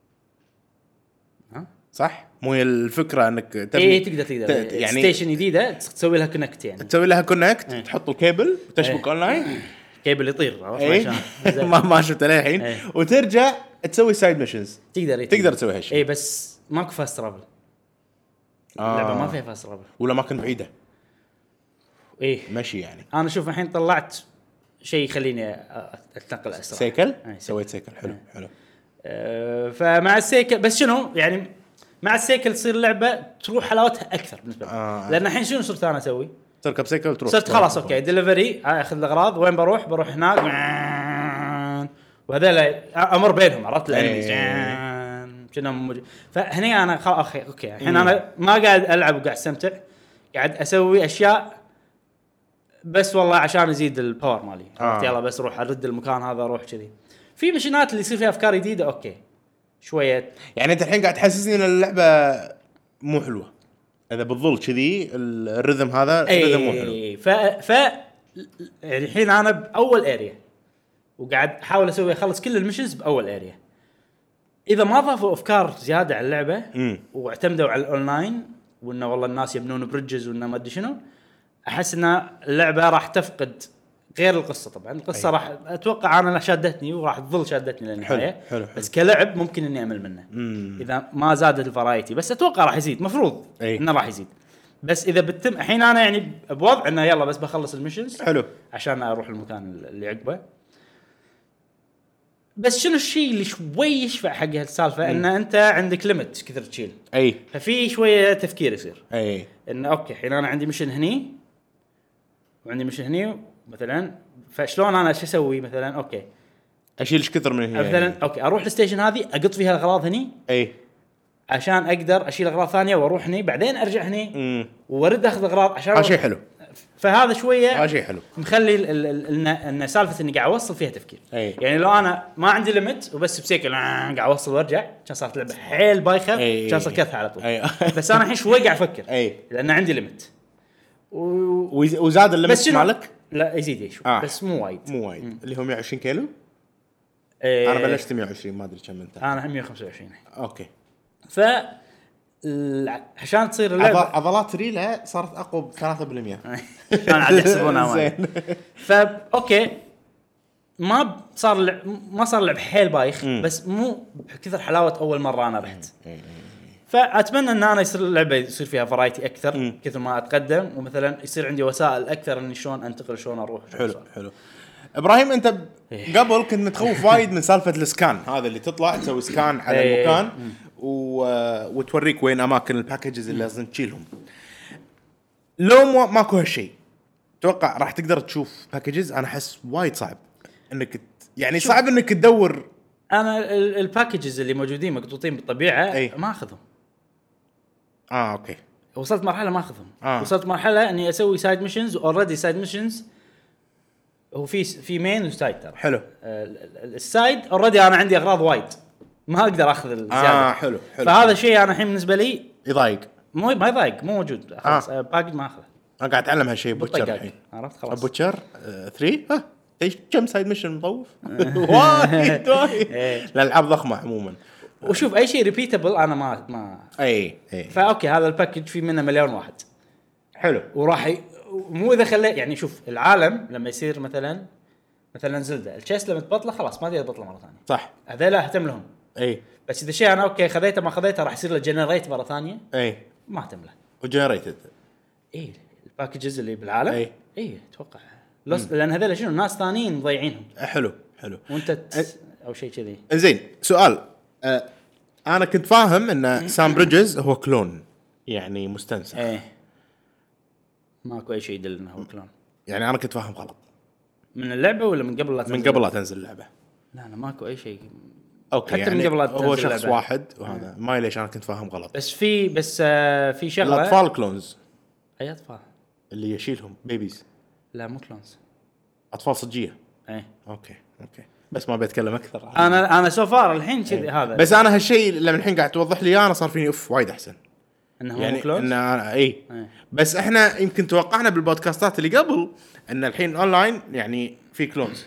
[SPEAKER 2] صح؟ مو هي الفكره انك تبي
[SPEAKER 1] تقدر
[SPEAKER 2] يعني
[SPEAKER 1] ستيشن جديده تسوي لها كونكت، يعني
[SPEAKER 2] تسوي لها كونكت، تحط الكيبل وتشبك اونلاين،
[SPEAKER 1] كيبل يطير، عرفت؟
[SPEAKER 2] اي
[SPEAKER 1] عشان
[SPEAKER 2] ما شفت للحين، وترجع تسوي سايد ميشنز. تقدر تسوي هالشيء.
[SPEAKER 1] اي بس ماكو فاست ترافل. اللعبه ما فيها فاست ترافل
[SPEAKER 2] ولا ما كنت بعيده مشي يعني.
[SPEAKER 1] انا شوف الحين طلعت شيء يخليني اتنقل اسرع.
[SPEAKER 2] سيكل سويت سيكل. حلو.
[SPEAKER 1] فمع السيكل بس شنو يعني، مع السيكل تصير اللعبه تروح حلاوتها اكثر بالنسبه لي. لان الحين شنو صرت انا اسوي؟
[SPEAKER 2] تركب سيكل تروح،
[SPEAKER 1] صرت خلاص اوكي ديليفري، اخذ الاغراض، وين بروح هناك، وهذول امر بينهم، عرفت؟ الانميز كنا فهني انا خلاص اوكي الحين انا ما قاعد العب وقاعد استمتع، قاعد اسوي اشياء بس والله عشان ازيد الباور مالي. يلا بس اروح ارد المكان هذا، اروح كذي. في مشينات اللي يصير فيها افكار جديده اوكي شويه.
[SPEAKER 2] يعني انت الحين قاعد تحسسني ان اللعبه مو حلوه اذا بتظل كذي الرذم هذا. الرذم مو حلو.
[SPEAKER 1] ف يعني الحين انا باول اريا وقاعد احاول اخلص كل المشنز باول اريا. اذا ما ضافوا افكار زياده على اللعبه واعتمدوا على الاونلاين، وانه والله الناس يبنون بريدجز وانه ما ادري شنو، احس ان اللعبه راح تفقد غير القصه. طبعا القصه راح اتوقع انا شادتني وراح تظل شادتني للنهايه.
[SPEAKER 2] حلو.
[SPEAKER 1] بس كلعب ممكن اني امل منه اذا ما زادت الفرايتي، بس اتوقع راح يزيد، مفروض انه راح يزيد. بس اذا بتم الحين انا يعني بوضع انه يلا بس بخلص الميشنز
[SPEAKER 2] حلو
[SPEAKER 1] عشان اروح المكان اللي عقبه. بس شنو الشيء اللي شوي يشفع حق هالسالفه؟ ان انت عندك ليميت كثر تشيل. ففي شويه تفكير يصير. انه اوكي الحين انا عندي ميشن هني وعندي ميشن هني مثلا، فشلون انا شو اسوي مثلا؟ اوكي
[SPEAKER 2] اشيل ايش كثر من هنا
[SPEAKER 1] مثلا. اوكي اروح الستيشن هذه اقط فيها الاغراض هني عشان اقدر اشيل اغراض ثانيه واروح هني، بعدين ارجع هني وارد اخذ اغراض عشان
[SPEAKER 2] شيء حلو.
[SPEAKER 1] فهذا شويه
[SPEAKER 2] شيء حلو
[SPEAKER 1] مخلي ان سالفه اني قاعد اوصل فيها تفكير. يعني لو انا ما عندي ليميت وبس بسيكل قاعد اوصل وارجع، كان صارت لعبه حيل بايخه، كان صار كثها على طول. بس انا الحين شوي قاعد افكر لان عندي ليميت
[SPEAKER 2] وزاد الليميت مالك.
[SPEAKER 1] لا يزيد شوي بس مو وايد
[SPEAKER 2] اللي هو 120 كيلو. انا بلشت 120 ما ادري كم انت.
[SPEAKER 1] انا 125.
[SPEAKER 2] اوكي.
[SPEAKER 1] ف عشان تصير اللعبه
[SPEAKER 2] عضلات ريلها صارت اقوى ب 3%.
[SPEAKER 1] كان عاد يحسبونها زين. اوكي ما صار لعب حيل بايخ، بس مو بكثر حلاوه اول مره انا رحت. فاتمنى ان انا يصير اللعبه يصير فيها فرايتي اكثر كثر ما اتقدم، ومثلا يصير عندي وسائل اكثر اني شلون انتقل، شلون اروح.
[SPEAKER 2] حلو. ابراهيم انت قبل كنت متخوف وايد من سالفه السكان، هذا اللي تطلع تسوي سكان على المكان وتوريك وين اماكن الباكجز اللي لازم تشيلهم. لو ماكو هالشيء اتوقع راح تقدر تشوف باكجز. انا احس وايد صعب انك يعني صعب انك تدور.
[SPEAKER 1] انا الباكجز اللي موجودين مقطوطين بالطبيعه ما اخذهم.
[SPEAKER 2] اوكي.
[SPEAKER 1] وصلت مرحله ما اخذهم. وصلت مرحله اني اسوي سايد ميشنز اوريدي سايد ميشنز. هو في مين وسايد ترى.
[SPEAKER 2] حلو.
[SPEAKER 1] السايد اوريدي انا عندي اغراض وايد ما اقدر اخذ الزياده.
[SPEAKER 2] حلو.
[SPEAKER 1] فهذا الشيء انا الحين بالنسبه لي
[SPEAKER 2] يضايق.
[SPEAKER 1] ما يضايق، مو موجود خلاص. باكج ما اخذه.
[SPEAKER 2] انا قاعد اتعلم هالشيء بوتشر الحين.
[SPEAKER 1] عرفت خلاص.
[SPEAKER 2] بوتشر 3 ايش كم سايد ميشن مطوف وايد. الالعاب ضخمه عموما.
[SPEAKER 1] وشوف اي شيء ريبيتابل انا ما
[SPEAKER 2] اي
[SPEAKER 1] فاوكي هذا الباكج في منه مليون واحد.
[SPEAKER 2] حلو.
[SPEAKER 1] وراح مو اذا خليه يعني شوف العالم لما يصير مثلا زلدة التشيس لما تبطله خلاص ما تقدر تبطله مره ثانيه.
[SPEAKER 2] صح.
[SPEAKER 1] هذول اهتم لهم. بس اذا شيء انا اوكي خذيته ما خذيته راح يصير له جنريت مره ثانيه. ما اهتم له.
[SPEAKER 2] وجنريتد
[SPEAKER 1] الباكجز اللي بالعالم اتوقع لان هذول شنو ناس ثانيين مضيعينهم.
[SPEAKER 2] حلو
[SPEAKER 1] وانت او شيء كذي.
[SPEAKER 2] زين سؤال. انا كنت فاهم ان سام بريدجز هو كلون يعني مستنسخ.
[SPEAKER 1] ماكو اي شيء يدل انه هو كلون.
[SPEAKER 2] يعني انا كنت فاهم غلط
[SPEAKER 1] من اللعبه ولا من قبل لا تنزل؟
[SPEAKER 2] من قبل لا تنزل اللعبه.
[SPEAKER 1] لا ماكو اي شيء.
[SPEAKER 2] اوكي
[SPEAKER 1] حتى
[SPEAKER 2] يعني
[SPEAKER 1] من قبل لا تنزل
[SPEAKER 2] هو شخص
[SPEAKER 1] اللعبة.
[SPEAKER 2] واحد وهذا ما ليش انا كنت فاهم غلط.
[SPEAKER 1] بس في شغله
[SPEAKER 2] الاطفال كلونز.
[SPEAKER 1] اي اطفال
[SPEAKER 2] اللي يشيلهم بيبيز.
[SPEAKER 1] لا مو كلونز.
[SPEAKER 2] اطفال صجيه. اوكي بس ما بتكلم اكثر.
[SPEAKER 1] انا سوفار الحين كذي هذا.
[SPEAKER 2] بس انا هالشيء لما الحين قاعد توضح لي انا صار فيني وايد احسن
[SPEAKER 1] انه
[SPEAKER 2] يعني
[SPEAKER 1] مو كلونز.
[SPEAKER 2] ان انا بس احنا يمكن توقعنا بالبودكاستات اللي قبل ان الحين اونلاين يعني في كلونز.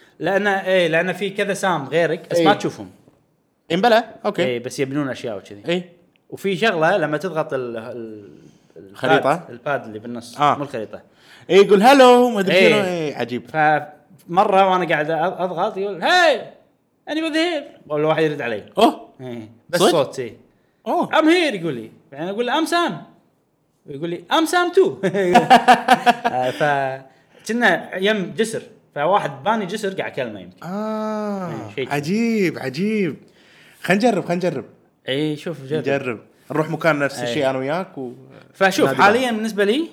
[SPEAKER 1] لان في كذا سام غيرك بس ما تشوفهم.
[SPEAKER 2] بلا اوكي.
[SPEAKER 1] بس يبنون اشياء وكذي. وفي شغله لما تضغط
[SPEAKER 2] الخريطه
[SPEAKER 1] الباد اللي بالنص مو الخريطه.
[SPEAKER 2] يقول هلو ما ادري شنو. عجيب.
[SPEAKER 1] فمره وانا قاعد اضغط يقول هاي اني بذهب ولا واحد يرد علي. بس صوت ام هير يقول لي يعني اقول له ام سام يقول لي ام سام تو. فكنا يم جسر فواحد باني جسر قاعد اكلمه يمكن.
[SPEAKER 2] عجيب. خلينا نجرب.
[SPEAKER 1] شوف
[SPEAKER 2] نجرب نروح مكان نفس الشيء انا وياك
[SPEAKER 1] فشوف حاليا بالنسبه لي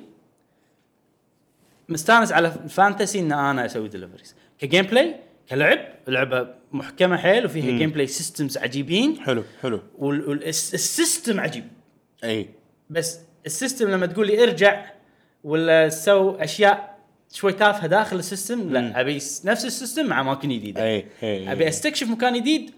[SPEAKER 1] مستانس على الفانتسي ان انا اسوي ديليفريز كجيم بلاي كلعب. لعبه محكمه حيل وفيها جيم بلاي سيستمز عجيبين.
[SPEAKER 2] حلو
[SPEAKER 1] والسيستم عجيب. بس السيستم لما تقول لي ارجع ولا سو اشياء شوي تافهه داخل السيستم لا ابي نفس السيستم مع اماكن جديده. ابي استكشف مكان جديد.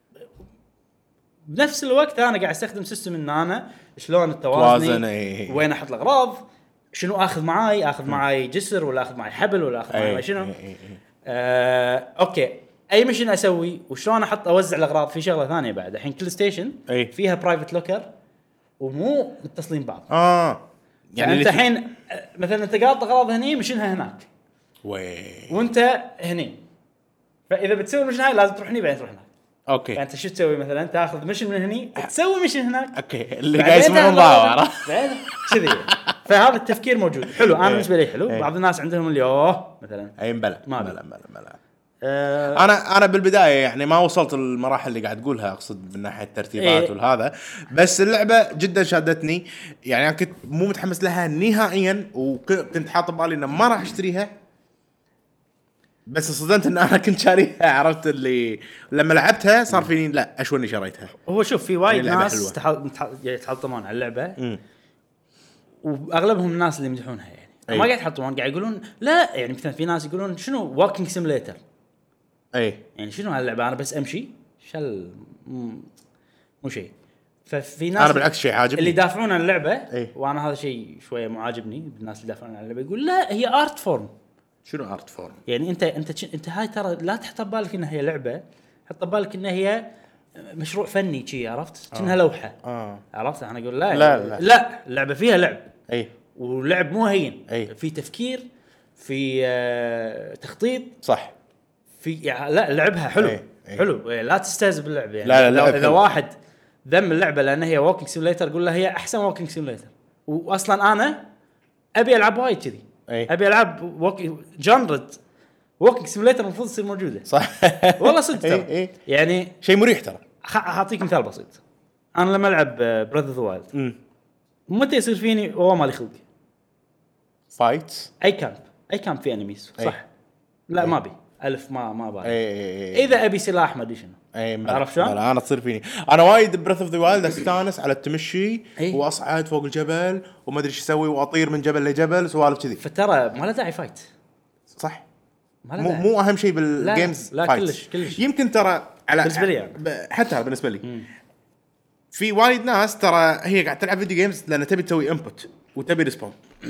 [SPEAKER 1] بنفس الوقت انا قاعد استخدم سيستم ان انا شلون التوازن وين احط الاغراض شنو اخذ معاي جسر ولا اخذ معاي حبل ولا اخذ معاي شنو. اوكي اي مشن اسوي وشلون احط اوزع الاغراض. في شغله ثانيه بعد الحين كل ستيشن فيها برايفت لوكر ومو متصلين بعض. يعني انت الحين مثلا انت قاطع اغراض هني مشنها هناك وانت هني. فاذا بتسوي مشن هاي لازم تروح هني بعدين تروح هناك.
[SPEAKER 2] اوكي
[SPEAKER 1] فانت شو تسوي مثلا تاخذ مشن من هني تسوي مشن هناك.
[SPEAKER 2] اوكي اللي قاعد يسمعون بعض
[SPEAKER 1] كذي. فهذا التفكير موجود حلو. انا بالنسبه لي حلو. بعض الناس عندهم اللي مثلا
[SPEAKER 2] بلا انا بالبدايه يعني ما وصلت المراحل اللي قاعد تقولها اقصد من ناحيه الترتيبات والهذا. بس اللعبه جدا شادتني يعني انا كنت مو متحمس لها نهائيا وكنت حاط ببالي انه ما راح اشتريها. بس صدمت ان انا كنت شاريها. عرفت اللي لما لعبتها صار فيني لا اشوني شريتها.
[SPEAKER 1] هو شوف في وايد ناس يتحطمون على اللعبه واغلبهم الناس اللي يمدحونها يعني ما قاعد يحطمون قاعد يقولون لا يعني مثلا في ناس يقولون شنو ووكينج سيميليتر. يعني شنو هاللعبه انا بس امشي مو شيء. ففي ناس
[SPEAKER 2] انا بالعكس شيء عاجبني
[SPEAKER 1] اللي يدافعون عن اللعبه وانا هذا شيء شويه مو عاجبني بالناس اللي يدافعون عن اللعبه يقول لا هي ارت فورم.
[SPEAKER 2] شنو ارت فورم؟ يعني
[SPEAKER 1] انت هاي ترى لا تحط ببالك انها هي لعبه. حط ببالك انها هي مشروع فني شيء عرفت كأنها لوحه. عرفت انا اقول لا اللعبه فيها لعب. ولعب مو هين. في تفكير في تخطيط
[SPEAKER 2] صح.
[SPEAKER 1] في لا لعبها حلو. حلو لا تستهزئ باللعب يعني.
[SPEAKER 2] لا
[SPEAKER 1] اذا واحد ذم اللعبه لان هي ووكينج سيميليتر قول له هي احسن ووكينج سيميليتر. واصلا انا ابي العب وايد كذي. ابي العب جانرد ووكينج سيميليتر المفروض تصير موجوده
[SPEAKER 2] صح
[SPEAKER 1] والله صدق ترى.
[SPEAKER 2] إيه.
[SPEAKER 1] يعني
[SPEAKER 2] شيء مريح ترى.
[SPEAKER 1] اعطيك مثال بسيط. انا لما العب براذر اوف ذا وايلد متى يصير فيني والله مالي خلق
[SPEAKER 2] فايت
[SPEAKER 1] اي كامب في انميز صح. لا ما بي الف ما بالي.
[SPEAKER 2] اي
[SPEAKER 1] اذا ابي سلاح ما ادري شنو. عرفت شلون؟
[SPEAKER 2] انا تصير فيني انا وايد بريث اوف ذا وايلد استانس على التمشي
[SPEAKER 1] إيه.
[SPEAKER 2] واصعد فوق الجبل وما ادري ايش اسوي واطير من جبل لجبل سوالف كذي.
[SPEAKER 1] فترى ما له داعي فايت.
[SPEAKER 2] صح.
[SPEAKER 1] ما له داعي.
[SPEAKER 2] مو اهم شيء بالجيمز.
[SPEAKER 1] لا كلش.
[SPEAKER 2] يمكن ترى على
[SPEAKER 1] بالنسبة لي يعني.
[SPEAKER 2] حتى بالنسبه لي في وايد ناس ترى هي قاعد تلعب فيديو جيمز لان تبي تسوي انبوت وتبي ريسبون.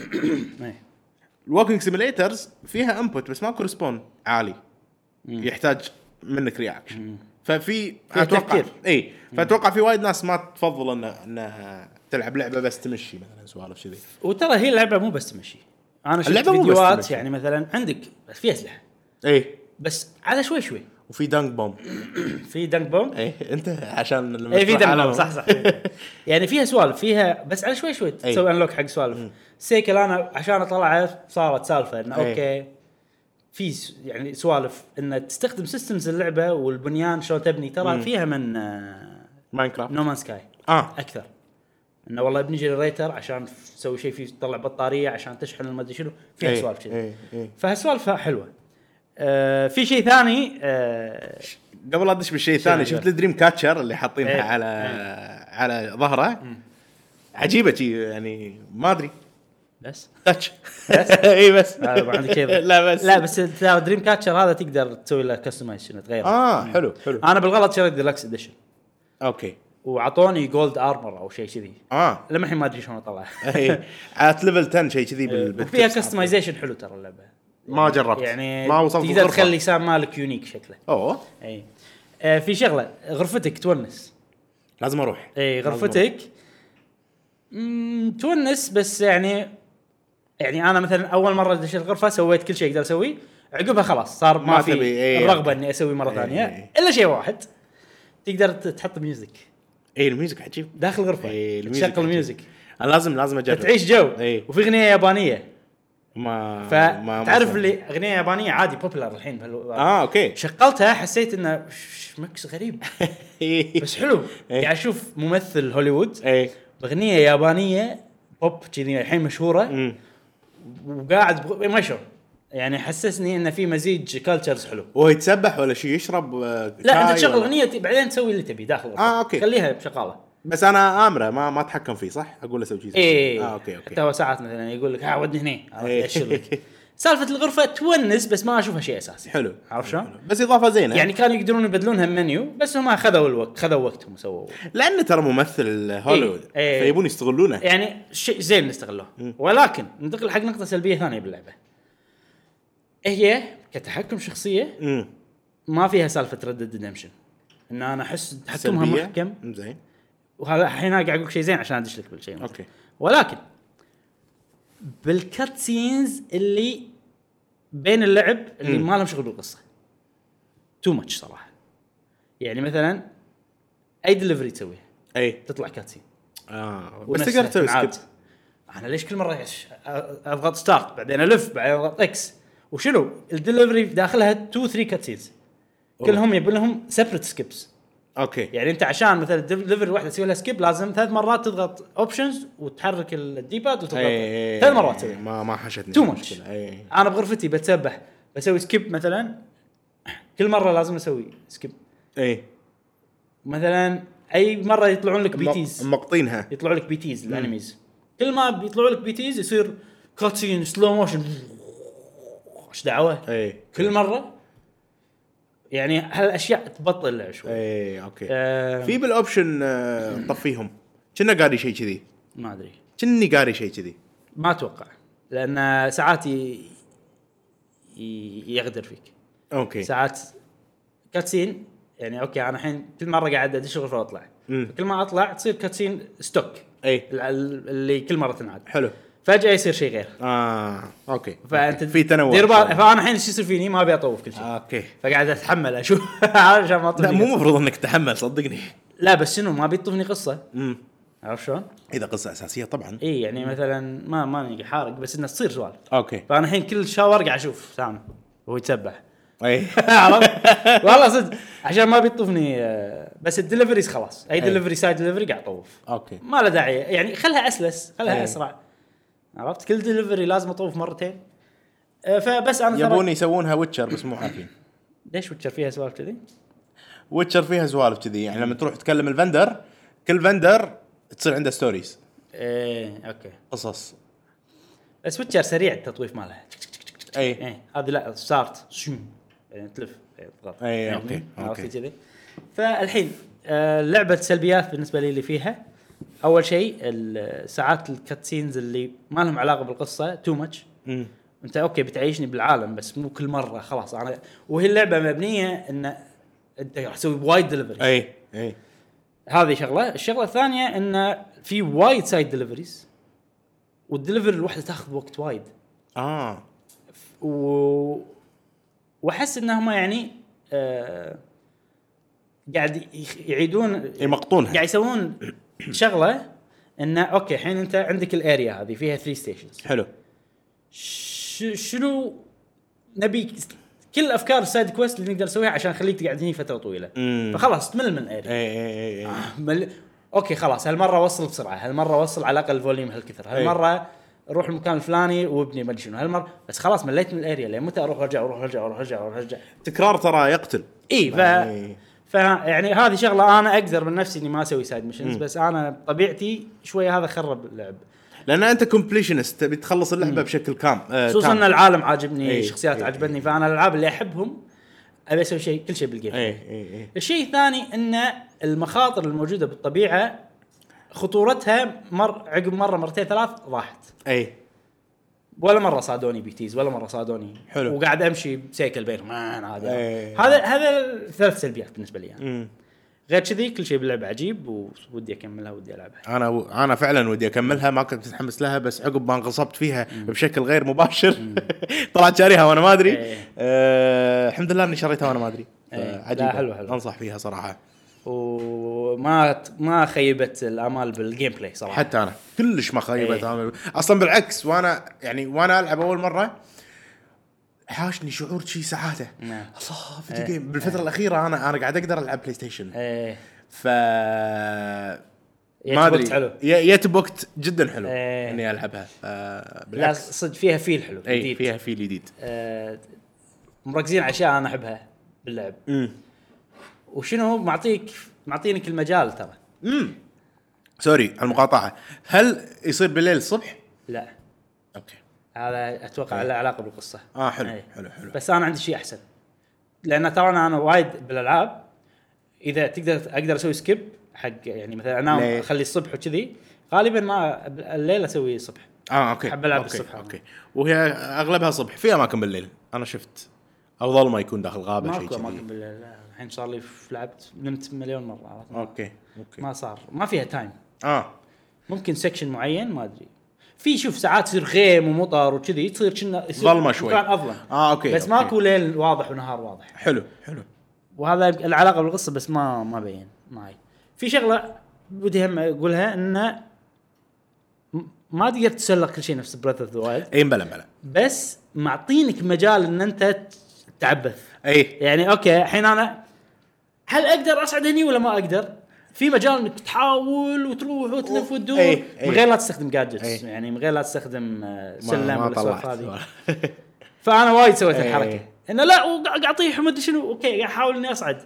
[SPEAKER 2] الووكينج سيميليترز فيها انبوت بس ماكو ريسبون عالي. يحتاج منك رياكشن. ففي اتوقع فاتوقع في وايد ناس ما تفضل ان تلعب لعبه بس تمشي مثلا سوالف كذي.
[SPEAKER 1] وترى هي اللعبه مو بس تمشي. انا شفت فيديوهات يعني مثلا عندك بس فيها اسلحه بس على شوي
[SPEAKER 2] وفي دانك بوم
[SPEAKER 1] في دانك بوم
[SPEAKER 2] انت عشان لما
[SPEAKER 1] في دانك بوم صح يعني فيها سوالف فيها بس على شوي تسوي انلوك حق سوالف سيكل. انا عشان اطلع صارت سالفه انه اوكي في يعني سوالف ان تستخدم سيستمز اللعبه والبنيان شلون تبني ترى فيها من
[SPEAKER 2] ماينكرافت
[SPEAKER 1] نومان سكاي اكثر. انه والله ابني جنريتر عشان تسوي شيء فيه تطلع بطاريه عشان تشحن ما ادري شنو فيها سوالف كذا. فهالسوالف حلوه. في شيء ثاني
[SPEAKER 2] قبل لا ادش بالشيء الثاني شفت الدريم كاتشر اللي حاطينها على ظهره عجيبه يعني ما ادري
[SPEAKER 1] بس
[SPEAKER 2] تاتش اي بس
[SPEAKER 1] ما عندي شيء لا بس دريم كاتشر هذا تقدر تسوي له كستمايزيشن تغيره.
[SPEAKER 2] حلو
[SPEAKER 1] انا بالغلط شريت ديلكس اديشن
[SPEAKER 2] اوكي
[SPEAKER 1] وعطوني جولد ارمر او شيء كذي لما الحين ما ادري شلون اطلع
[SPEAKER 2] على ليفل 10 شيء كذي
[SPEAKER 1] فيها كستمايزيشن حلو ترى اللعبه.
[SPEAKER 2] ما جربت
[SPEAKER 1] يعني
[SPEAKER 2] ما وصلت
[SPEAKER 1] تقدر تخلي سام مالك يونيك شكله.
[SPEAKER 2] اي
[SPEAKER 1] في شغله غرفتك تونس
[SPEAKER 2] لازم اروح.
[SPEAKER 1] غرفتك تونس بس يعني انا مثلا اول مره دشيت الغرفه سويت كل شيء اقدر اسويه عقبها خلاص صار ما في الرغبه اني اسوي مره ثانيه الا شيء واحد تقدر تحط ميوزك.
[SPEAKER 2] الميوزك عجيب
[SPEAKER 1] داخل الغرفه تشغل الميوزك.
[SPEAKER 2] انا لازم اجرب
[SPEAKER 1] تعيش جو. وفي اغنيه يابانيه
[SPEAKER 2] ما
[SPEAKER 1] تعرف اللي اغنيه يابانيه عادي بوبولار الحين
[SPEAKER 2] اوكي
[SPEAKER 1] شغلتها حسيت انه مكس غريب بس حلو. يعني اشوف ممثل هوليوود باغنيه يابانيه بوب كذي الحين مشهوره وقاعد ما شو يعني حسسني انه في مزيج كالتشرز حلو.
[SPEAKER 2] وهو يتسبح ولا شيء يشرب
[SPEAKER 1] لا انت تشغل اغنيه بعدين تسوي اللي تبي داخل
[SPEAKER 2] اوكي
[SPEAKER 1] خليها بشغاله
[SPEAKER 2] بس انا امره ما اتحكم فيه صح اقول له سوي شيء
[SPEAKER 1] اوكي حتى هو ساعات مثلا يقول لك ودني هنا اشيلك سالفه الغرفه تونس بس ما اشوفها شيء اساسي.
[SPEAKER 2] حلو
[SPEAKER 1] عارف شلون
[SPEAKER 2] بس اضافه زينه يعني
[SPEAKER 1] كانوا يقدرون يبدلونها منيو بس هم خذوا وقتهم وسووا
[SPEAKER 2] لان ترى ممثل هوليوود فيبون يستغلونه يعني
[SPEAKER 1] شيء زين نستغله. ولكن ننتقل حق نقطه سلبيه ثانيه باللعبه هي كتحكم شخصيه ما فيها سالفه ريد ريدمشن ان انا احس تحكمها محكم
[SPEAKER 2] زين.
[SPEAKER 1] وهذا الحين قاعد اقول شيء زين عشان ادش لك بالشيء
[SPEAKER 2] اوكي.
[SPEAKER 1] ولكن بالكات سينز اللي بين اللعب اللي ما لهم شغل بالقصه تو ماتش صراحه. يعني مثلا اي دليفري تسويها تطلع كات سين
[SPEAKER 2] بس تقدر تسوي سكيب.
[SPEAKER 1] انا ليش كل مره اضغط ستارت بعدين الف بعدين اضغط اكس وشنو الدليفري داخلها 2 3 كات سينز كلهم يبون لهم سيبريت سكيبس.
[SPEAKER 2] اوكي يعني
[SPEAKER 1] انت عشان مثلا دليفري واحده تسوي لها سكيب لازم 3 مرات تضغط اوبشنز وتحرك الديباد وتضغط 3 مرات تسوي.
[SPEAKER 2] ما حشتني
[SPEAKER 1] تو ماتش. انا بغرفتي بتسبح بسوي سكيب مثلا كل مره لازم اسوي سكيب. مثلا اي مره يطلعون لك بيتيز
[SPEAKER 2] مقطينها
[SPEAKER 1] يطلعوا لك بيتيز الانميز كل ما بيطلعوا لك بيتيز يصير كاتسين سلو موشن ايش دعوه كل مره يعني هالاشياء تبطل اللعب شوي.
[SPEAKER 2] اوكي في بالاوبشن طفيهم كنا قاري شيء كذي
[SPEAKER 1] ما ادري
[SPEAKER 2] كني قاري شيء كذي
[SPEAKER 1] ما اتوقع لان ساعات يغدر فيك.
[SPEAKER 2] اوكي
[SPEAKER 1] ساعات كاتسين يعني اوكي انا الحين كل مره قاعد ادش الغرفه واطلع كل ما اطلع تصير كاتسين ستوك اللي كل مره تنعاد
[SPEAKER 2] حلو
[SPEAKER 1] فجاه يصير شيء غير.
[SPEAKER 2] اوكي
[SPEAKER 1] فانت
[SPEAKER 2] في تنوع
[SPEAKER 1] فانا الحين ايش يصير فيني ما ابي اطوف كل شيء.
[SPEAKER 2] اوكي
[SPEAKER 1] فقاعد اتحمل اشوف عشان ما اطوف.
[SPEAKER 2] لا مو مفروض انك تتحمل صدقني.
[SPEAKER 1] لا بس شنو ما بيطوفني قصه عارف شلون
[SPEAKER 2] اذا قصه اساسيه طبعا
[SPEAKER 1] يعني مثلا ما حارق بس انه تصير سؤال.
[SPEAKER 2] اوكي
[SPEAKER 1] فانا الحين كل شاور قاعد اشوف سام وهو يتسبح.
[SPEAKER 2] اي
[SPEAKER 1] عرفت؟ والله صدق عشان ما بيطوفني بس الدليفريز خلاص اي دليفري سايد دليفري قاعد طوف
[SPEAKER 2] اوكي
[SPEAKER 1] ما له داعي يعني خلها اسلس خلها
[SPEAKER 2] أي.
[SPEAKER 1] اسرع عرفت كل دليفري لازم اطوف مرتين فبس انا
[SPEAKER 2] يبون يسوونها ويتشر بس مو عارفين
[SPEAKER 1] ليش ويتشر فيها سوالف كذي
[SPEAKER 2] ويتشر فيها سوالف كذي يعني لما تروح تكلم الفندر كل فندر تصير عنده ستوريز
[SPEAKER 1] ايه اوكي
[SPEAKER 2] قصص
[SPEAKER 1] بس ويتشر سريع التطويف مالها
[SPEAKER 2] اي
[SPEAKER 1] ايه هذه لا ستارت يعني تلف تضغط
[SPEAKER 2] اي اوكي
[SPEAKER 1] عرفت كذي فالحين لعبه سلبيات بالنسبه لي اللي فيها اول شيء ساعات الكاتسينز اللي ما لهم علاقه بالقصه تو ماتش انت اوكي بتعيشني بالعالم بس مو كل مره خلاص انا وهي اللعبه مبنيه ان انت راح تسوي وايد دليفري
[SPEAKER 2] اي
[SPEAKER 1] هذه شغله الشغله الثانيه ان في وايد سايد دليفريز والدليفري الوحده تاخذ وقت وايد واحس انهم يعني قاعد يعيدون
[SPEAKER 2] يمقطونها
[SPEAKER 1] قاعد يسوون شغله انه اوكي الحين انت عندك الاريا هذه فيها 3 ستيشنز
[SPEAKER 2] حلو
[SPEAKER 1] شنو نبي كل افكار السايد كويست اللي نقدر نسويها عشان نخليك تقعد هنا فتره طويله فخلاص تمل من الاريا اوكي خلاص هالمره وصل بسرعه هالمره وصل على الاقل فوليوم هالكثر هالمره روح المكان الفلاني وابني ما ادري شنو هالمره بس خلاص مليت من الاريا لين متى اروح ارجع
[SPEAKER 2] تكرار ترى يقتل
[SPEAKER 1] يعني هذه شغله انا اقدر من نفسي اني ما اسوي سايد ميشنز بس انا طبيعتي شويه هذا خرب اللعب
[SPEAKER 2] لان انت كومبليشنست تبي تخلص اللعبه بشكل كام
[SPEAKER 1] خصوصا ان العالم عاجبني الشخصيات عجبتني فانا الالعاب اللي احبهم ابي اسوي شيء كل شيء بالجيم الشيء الثاني ان المخاطر الموجوده بالطبيعه خطورتها عقب مره مرتين ثلاث راحت ولا مره صادوني بيتيز ولا مره صادوني
[SPEAKER 2] حلو.
[SPEAKER 1] وقاعد امشي بسيكل بينهم هذا ثلاث سلبيات بالنسبه لي يعني. غير كذي كل شيء باللعبه عجيب ودي اكملها ودي العبها
[SPEAKER 2] انا فعلا ودي اكملها ما كنت متحمس لها بس عقب ما انغصبت فيها بشكل غير مباشر طلعت شاريها وانا ما ادري الحمد لله اني شريتها وانا ما ادري عجيبه
[SPEAKER 1] حلو.
[SPEAKER 2] انصح فيها صراحه
[SPEAKER 1] وما خيبت الامال بالجيم بلاي صراحه
[SPEAKER 2] حتى انا كلش ما خيبت امل اصلا بالعكس وانا العب اول مره حاشني شعور شيء سعاده الله فيديو جيم بالفتره الاخيره انا قاعد اقدر العب بلاي ستيشن ف ما ادري يتبوكت جدا حلو اني العبها
[SPEAKER 1] لا صدق فيها فيل حلو
[SPEAKER 2] جديد فيها فيل جديد
[SPEAKER 1] مركزين على اشياء انا احبها باللعب وشنو معطينك المجال ترى
[SPEAKER 2] سوري على المقاطعه هل يصير بالليل الصبح
[SPEAKER 1] لا
[SPEAKER 2] اوكي
[SPEAKER 1] هذا اتوقع له علاقه بالقصه
[SPEAKER 2] حلو حلو
[SPEAKER 1] بس انا عندي شيء احسن لان ترى انا وايد بالالعاب اذا اقدر اسوي سكيب حق يعني مثلا انام اخلي الصبح وكذي غالبا ما الليل اسوي الصبح
[SPEAKER 2] اوكي
[SPEAKER 1] احب العب الصبح
[SPEAKER 2] اوكي وهي اغلبها صبح في اماكن بالليل انا شفت او ظلمه يكون داخل غابه شيء كذي
[SPEAKER 1] اماكن بالليل الحين صار لي لعبت نمت مليون مره
[SPEAKER 2] اوكي
[SPEAKER 1] ما صار ما فيها تايم ممكن سكشن معين ما ادري في شوف ساعات يصير غيم ومطر وكذي تصير كنا
[SPEAKER 2] ظلمه شوي
[SPEAKER 1] كان اظلم
[SPEAKER 2] اوكي
[SPEAKER 1] بس ماكو ليل واضح ونهار واضح
[SPEAKER 2] حلو
[SPEAKER 1] وهذا العلاقه بالقصه بس ما بين معي في شغله ودي هم اقولها انه ما تقدر تسلق كل شيء نفس بريث اوف ذا وايلد
[SPEAKER 2] بلا
[SPEAKER 1] بس معطينك مجال ان انت تعبث
[SPEAKER 2] اي
[SPEAKER 1] يعني اوكي الحين انا هل اقدر اصعد هني ولا ما اقدر في مجال انك تحاول وتروح وتلف وتدور من غير لا تستخدم جادجتس يعني من غير لا تستخدم سلم ولا سوالف هذه فانا وايد سويت الحركه انه لا وقاعد اطيح وما ادري شنو اوكي قاعد احاول اني اصعد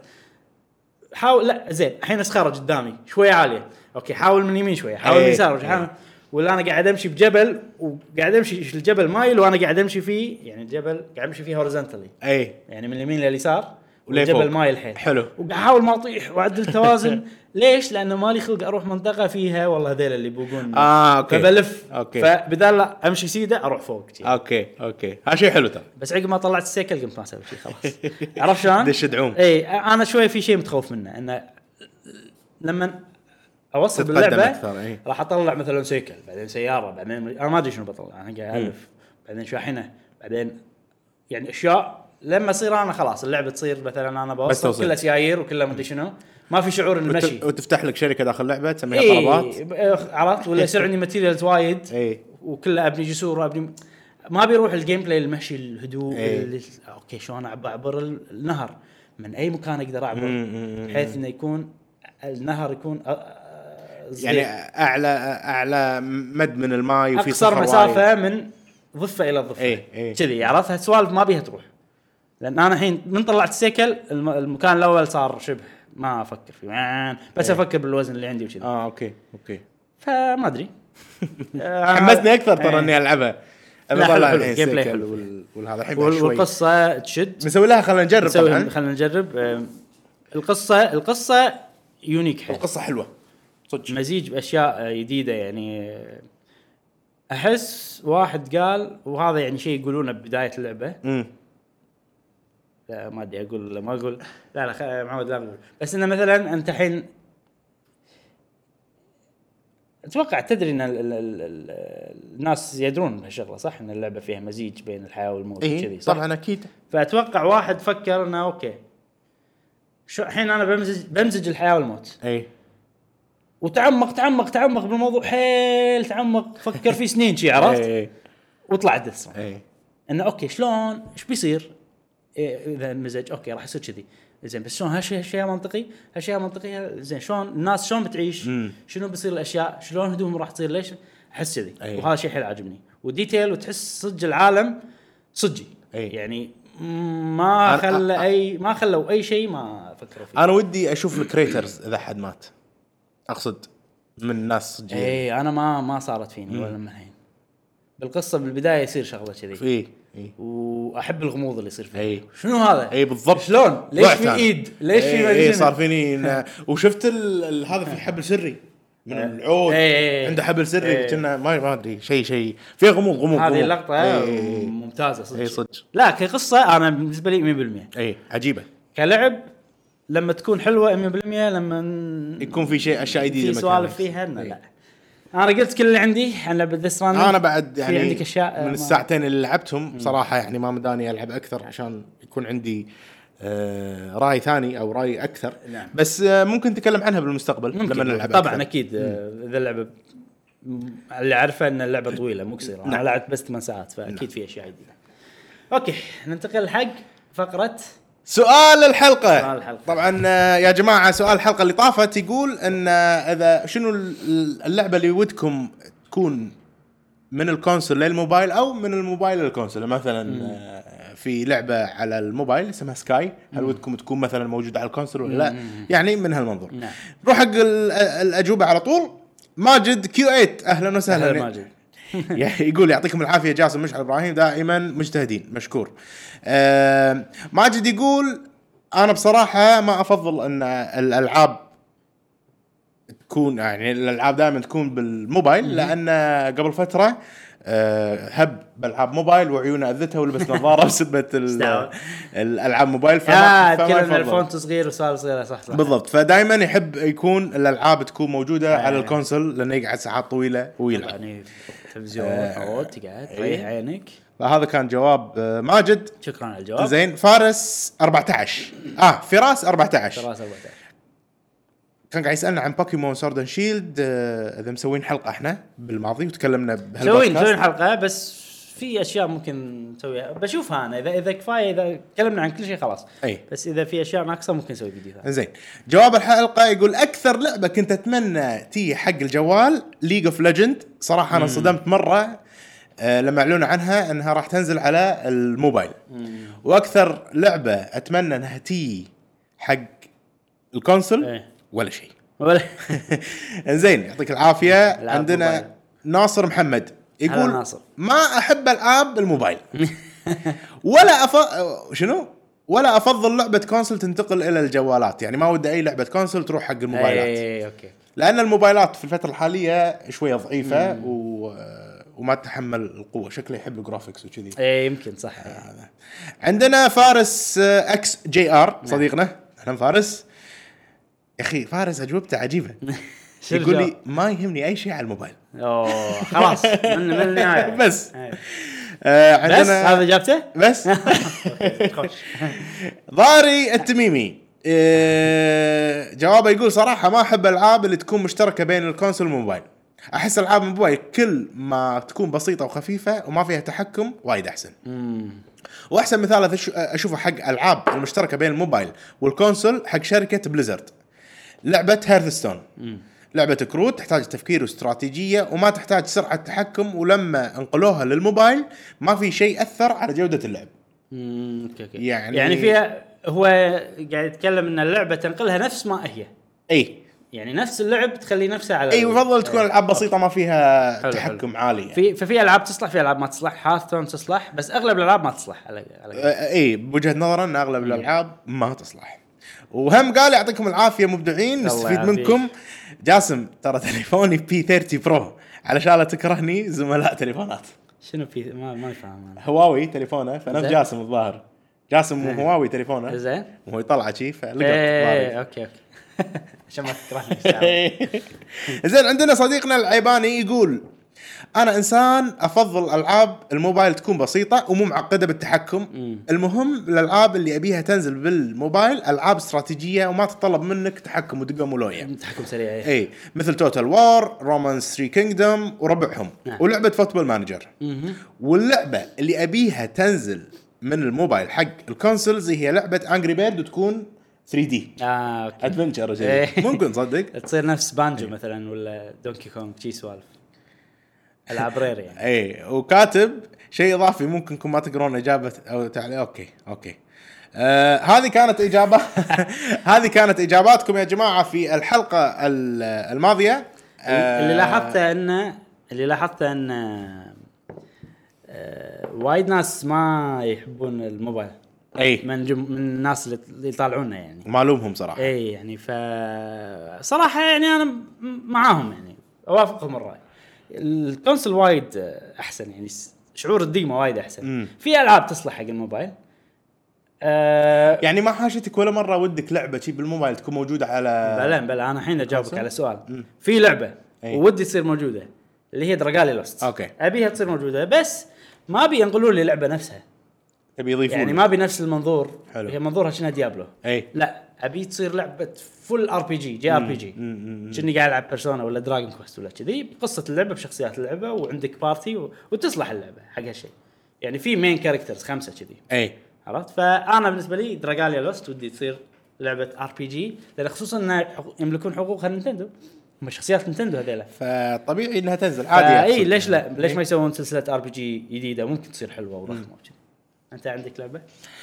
[SPEAKER 1] لا زين الحين اسخره قدامي شويه عاليه اوكي حاول من يمين شويه حاول من يسار ولا انا قاعد امشي بجبل وقاعد امشي الجبل مايل وانا قاعد امشي فيه يعني الجبل قاعد امشي فيه هوريزونتالي يعني من اليمين لليسار والجبل مايل حيل
[SPEAKER 2] حلو
[SPEAKER 1] وقاعد احاول ما اطيح واعدل التوازن ليش لانه مالي خلق اروح منطقه فيها والله هذول اللي بوقون
[SPEAKER 2] اوكي
[SPEAKER 1] فبلف فبدال لا امشي سيده اروح فوق
[SPEAKER 2] اوكي هذا شيء حلو ترى
[SPEAKER 1] بس عقب ما طلعت السيكل قمت ما اسوي شيء خلاص عرفت شلون
[SPEAKER 2] دش دعوم
[SPEAKER 1] انا شويه في شيء متخوف منه انه لما اوصل باللعبه راح اطلع مثلا سيكل بعدين سياره بعدين انا ما ادري شنو بطلع انا قاعد الف بعدين شاحنه بعدين يعني اشياء لما يصير انا خلاص اللعبه تصير مثلا انا بوصل كلها سيايير وكلها ما ادري شنو ما في شعور ان المشي
[SPEAKER 2] وتفتح لك شركه داخل اللعبه تسميها طلبات
[SPEAKER 1] عرفت ولا يصير عندي ماتيريالز وايد وكلها ابني جسور وابني ما بيروح الجيم بلاي المشي الهدوء
[SPEAKER 2] إيه.
[SPEAKER 1] اوكي شلون اعبر النهر من اي مكان اقدر اعبر بحيث انه يكون النهر يكون
[SPEAKER 2] يعني اعلى مد من الماء وفي
[SPEAKER 1] اقصر مسافه من ضفه الى ضفه
[SPEAKER 2] إيه.
[SPEAKER 1] كذي. عرفت هالسوالف ما بيها تروح، لان انا الحين من طلعت السيكل المكان الاول صار شبه ما افكر فيه بس افكر بالوزن اللي عندي وكذي.
[SPEAKER 2] اوكي
[SPEAKER 1] فما ادري
[SPEAKER 2] حمسني اكثر ترى اني العبها.
[SPEAKER 1] لا،
[SPEAKER 2] طلع
[SPEAKER 1] حلو،
[SPEAKER 2] الحين
[SPEAKER 1] جيم بلاي
[SPEAKER 2] سيكل
[SPEAKER 1] حلو.
[SPEAKER 2] والهذا الحين بعد شوي
[SPEAKER 1] والقصه تشد.
[SPEAKER 2] نسوي لها خلينا نجرب طبعا.
[SPEAKER 1] خلينا نجرب. القصه يونيك حلو.
[SPEAKER 2] القصه حلوه صدق،
[SPEAKER 1] مزيج باشياء جديده يعني. احس واحد قال وهذا يعني شيء يقولونه ببدايه اللعبه. لا ما ادري اقول ما اقول لا محمد لا أقول. بس انه مثلا انت الحين اتوقع تدري ان الناس يدرون بهالشغله صح، ان اللعبه فيها مزيج بين الحياه والموت كذي صح.
[SPEAKER 2] طبعا اكيد.
[SPEAKER 1] فاتوقع واحد فكر انه اوكي شو الحين انا بمزج الحياه والموت وتعمق بالموضوع حيل تعمق، فكر فيه سنين شي عرفت. وطلع دس انه اوكي شلون ايش بيصير اذا المزج اوكي راح يصير كذي زين. بس شلون هالشيء منطقي زين. شلون الناس شلون بتعيش شنو بيصير الاشياء شلون هدوم راح تصير ليش احس كذي. وهذا شيء حيل عاجبني وديتيل وتحس صدق العالم صدقي يعني ما خلوا اي شيء ما فكروا فيه.
[SPEAKER 2] انا ودي اشوف الكريترز اذا حد مات اقصد من الناس صدقين.
[SPEAKER 1] انا ما صارت فيني ولا من الحين بالقصه بالبدايه يصير شغله كذي واحب الغموض اللي يصير فيه. شنو هذا
[SPEAKER 2] بالضبط
[SPEAKER 1] شلون ليش في ايد ليش في
[SPEAKER 2] صار فيني وشفت هذا في حبل سري من العود عنده حبل سري كنا ما ادري شيء فيه غموض
[SPEAKER 1] هذه اللقطه ممتازه صدق. لا كقصه انا بالنسبه لي 100%
[SPEAKER 2] عجيبه.
[SPEAKER 1] كلعب لما تكون حلوه 100% لما
[SPEAKER 2] يكون في شيء اشياء جديده
[SPEAKER 1] في سوالف فيها لا انا قلت كل اللي عندي عن لعبه ذا ستراندنج.
[SPEAKER 2] انا بعد يعني
[SPEAKER 1] عندك اشياء
[SPEAKER 2] من الساعتين اللي لعبتهم بصراحه يعني ما مداني العب اكثر عشان يكون عندي راي ثاني او راي اكثر.
[SPEAKER 1] نعم.
[SPEAKER 2] بس ممكن نتكلم عنها بالمستقبل لما نلعب
[SPEAKER 1] طبعا
[SPEAKER 2] أكثر.
[SPEAKER 1] اكيد. ذا اللعبه اللي عارفه ان اللعبه طويله مو قصيره. انا لعبت بس 8 ساعات فاكيد في اشياء جديده. اوكي ننتقل حق فقره
[SPEAKER 2] سؤال الحلقة. طبعا يا جماعة سؤال الحلقة اللي طافت يقول ان اذا شنو اللعبة اللي ودكم تكون من الكونسول للموبايل او من الموبايل للكونسول. مثلا في لعبة على الموبايل اسمها سكاي، هل ودكم تكون مثلا موجودة على الكونسول ولا لا؟ يعني من هالمنظور. نروح حق الأجوبة على طول. ماجد Q8 اهلا وسهلا ماجد. يقول يعطيكم العافية جاسم مشعل إبراهيم دائما مجتهدين مشكور. ماجد يقول أنا بصراحة ما أفضل أن الألعاب تكون يعني الألعاب دائما تكون بالموبايل، لأن قبل فترة هب بالألعاب موبايل وعيونه أذتها ولبس نظارة بسبة الألعاب موبايل.
[SPEAKER 1] فما الفونت صغير وصار صغير صح
[SPEAKER 2] بالضبط. فدائما يحب يكون الألعاب تكون موجودة على الكونسول لأنه يقعد ساعات طويلة ويلعب
[SPEAKER 1] يعني تلفزيون أو تقعد تريح عينك.
[SPEAKER 2] فهذا كان جواب ماجد.
[SPEAKER 1] شكرا على الجواب.
[SPEAKER 2] زين فارس 14 فراس 14 كان قاعد يسألنا عن بوكيمون سورد اند شيلد. اذا مسوين حلقة احنا بالماضي وتكلمنا
[SPEAKER 1] بهالبودكاست. مسوين حلقة بس في اشياء ممكن نسويها بشوفها انا اذا كفايه اذا تكلمنا عن كل شيء خلاص. بس اذا في اشياء ناقصه ممكن نسوي فيديو ثاني.
[SPEAKER 2] زين جواب الحلقة يقول اكثر لعبة كنت اتمنى تي حق الجوال ليج اوف ليجند. صراحة انا صدمت مرة لما اعلنوا عنها انها راح تنزل على الموبايل. واكثر لعبة اتمنى انها تي حق الكونسول ولا شيء زين يعطيك العافية. عندنا ناصر محمد يقول ناصر. ما احب العاب الموبايل ولا افضل لعبة كونسول تنتقل الى الجوالات. يعني ما ودي اي لعبة كونسول تروح حق الموبايلات.
[SPEAKER 1] اوكي.
[SPEAKER 2] لان الموبايلات في الفترة الحالية شوية ضعيفة وما تتحمل القوة. شكله يحب الجرافيكس وكذي.
[SPEAKER 1] يمكن صح.
[SPEAKER 2] عندنا فارس اكس جي ار صديقنا. اهلا فارس. يا اخي فارس اجوبته عجيبه. يقول لي ما يهمني اي شيء على الموبايل.
[SPEAKER 1] خلاص من النهايه
[SPEAKER 2] بس
[SPEAKER 1] عندنا بس هذا اجابته
[SPEAKER 2] بس ضاري التميمي جوابه يقول صراحه ما احب الالعاب اللي تكون مشتركه بين الكونسول والموبايل. احس العاب الموبايل كل ما تكون بسيطه وخفيفه وما فيها تحكم وايد احسن. واحسن مثال اشوفه حق العاب المشتركه بين الموبايل والكونسول حق شركه بليزرد، لعبه هيرثستون. لعبه كروت تحتاج تفكير واستراتيجيه وما تحتاج سرعه تحكم، ولما انقلوها للموبايل ما في شيء اثر على جوده اللعب.
[SPEAKER 1] اوكي.
[SPEAKER 2] يعني
[SPEAKER 1] فيها هو قاعد يتكلم ان اللعبه تنقلها نفس ما هي،
[SPEAKER 2] اي
[SPEAKER 1] يعني نفس اللعب تخلي نفسها على
[SPEAKER 2] اي يفضل تكون العاب بسيطه ما فيها
[SPEAKER 1] حلو
[SPEAKER 2] تحكم عالي يعني.
[SPEAKER 1] ففي العاب تصلح، في العاب ما تصلح. هاثتون تصلح، بس اغلب الالعاب ما تصلح على
[SPEAKER 2] اي بوجهه نظرنا ان اغلب الالعاب ما تصلح. وهم قال يعطيكم العافيه مبدعين، نستفيد منكم. جاسم ترى تليفوني بي 30 برو، علشان لا تكرهني زملاء تليفونات.
[SPEAKER 1] شنو في ما يفهم انا.
[SPEAKER 2] هواوي تليفونه، فنفس جاسم الظاهر. جاسم هواوي تليفونه
[SPEAKER 1] زين،
[SPEAKER 2] وهو يطلع شيء فلقط.
[SPEAKER 1] اوكي عشان ما تكرهني.
[SPEAKER 2] زين، عندنا صديقنا العيباني يقول انا انسان افضل العاب الموبايل تكون بسيطه ومو معقده بالتحكم. المهم الالعاب اللي ابيها تنزل بالموبايل العاب استراتيجيه وما تتطلب منك تحكم ودقم ولويه.
[SPEAKER 1] تحكم سريع
[SPEAKER 2] اي مثل توتال وار، رومانس 3 كينجدوم وربعهم. ولعبه فوتبول مانجر. واللعبه اللي ابيها تنزل من الموبايل حق الكونسولز هي لعبه انجري بيرد وتكون 3D
[SPEAKER 1] اوكي
[SPEAKER 2] ادفنتشر شيء ممكن تصدق
[SPEAKER 1] تصير نفس بانجو مثلا ولا دونكي كونغ شي سوالف العاب رير يعني.
[SPEAKER 2] اي وكاتب شيء اضافي ممكن ما تقرون اجابه او اوكي هذه كانت اجابه هذه كانت اجاباتكم يا جماعه في الحلقه الماضيه.
[SPEAKER 1] اللي لاحظته ان وايد ناس ما يحبون الموبايل.
[SPEAKER 2] اي
[SPEAKER 1] من الناس اللي يطالعونا يعني
[SPEAKER 2] معلومهم صراحه.
[SPEAKER 1] اي يعني صراحه يعني انا معاهم يعني اوافقهم الراي. الكونسول وايد احسن يعني شعور الدقمه وايد احسن. في العاب تصلح حق الموبايل
[SPEAKER 2] يعني ما حاشتك ولا مره ودك لعبه شي بالموبايل تكون موجوده على
[SPEAKER 1] بلا انا الحين اجاوبك على سؤال. في لعبه ودي تصير موجوده اللي هي دراغالي لوست.
[SPEAKER 2] اوكي
[SPEAKER 1] ابيها تصير موجوده بس ما ابي ينقلون لي اللعبه نفسها.
[SPEAKER 2] تبي يضيفون
[SPEAKER 1] يعني ما ابي نفس المنظور.
[SPEAKER 2] حلو.
[SPEAKER 1] هي منظورها شنو ديابلو. لا ابي تصير لعبه فل ار بي جي ار بي جي شنو قاعد العب بيرسونا ولا دراجون كويست ولا كذي قصه اللعبه بشخصيات اللعبه وعندك بارتي وتصلح اللعبه حق هالشيء. يعني في مين كاركترز 5 كذي عرفت. فانا بالنسبه لي دراغاليا لوست ودي تصير لعبه ار بي جي لان خصوصا ان يملكون حقوقها نينتندو، هم شخصيات نينتندو هذيلا،
[SPEAKER 2] فطبيعي انها تنزل عادي.
[SPEAKER 1] اي ليش لا ليش ما يسوون سلسله ار بي جي جديده ممكن تصير حلوه وضخمه وكذي. انت عندك لعبه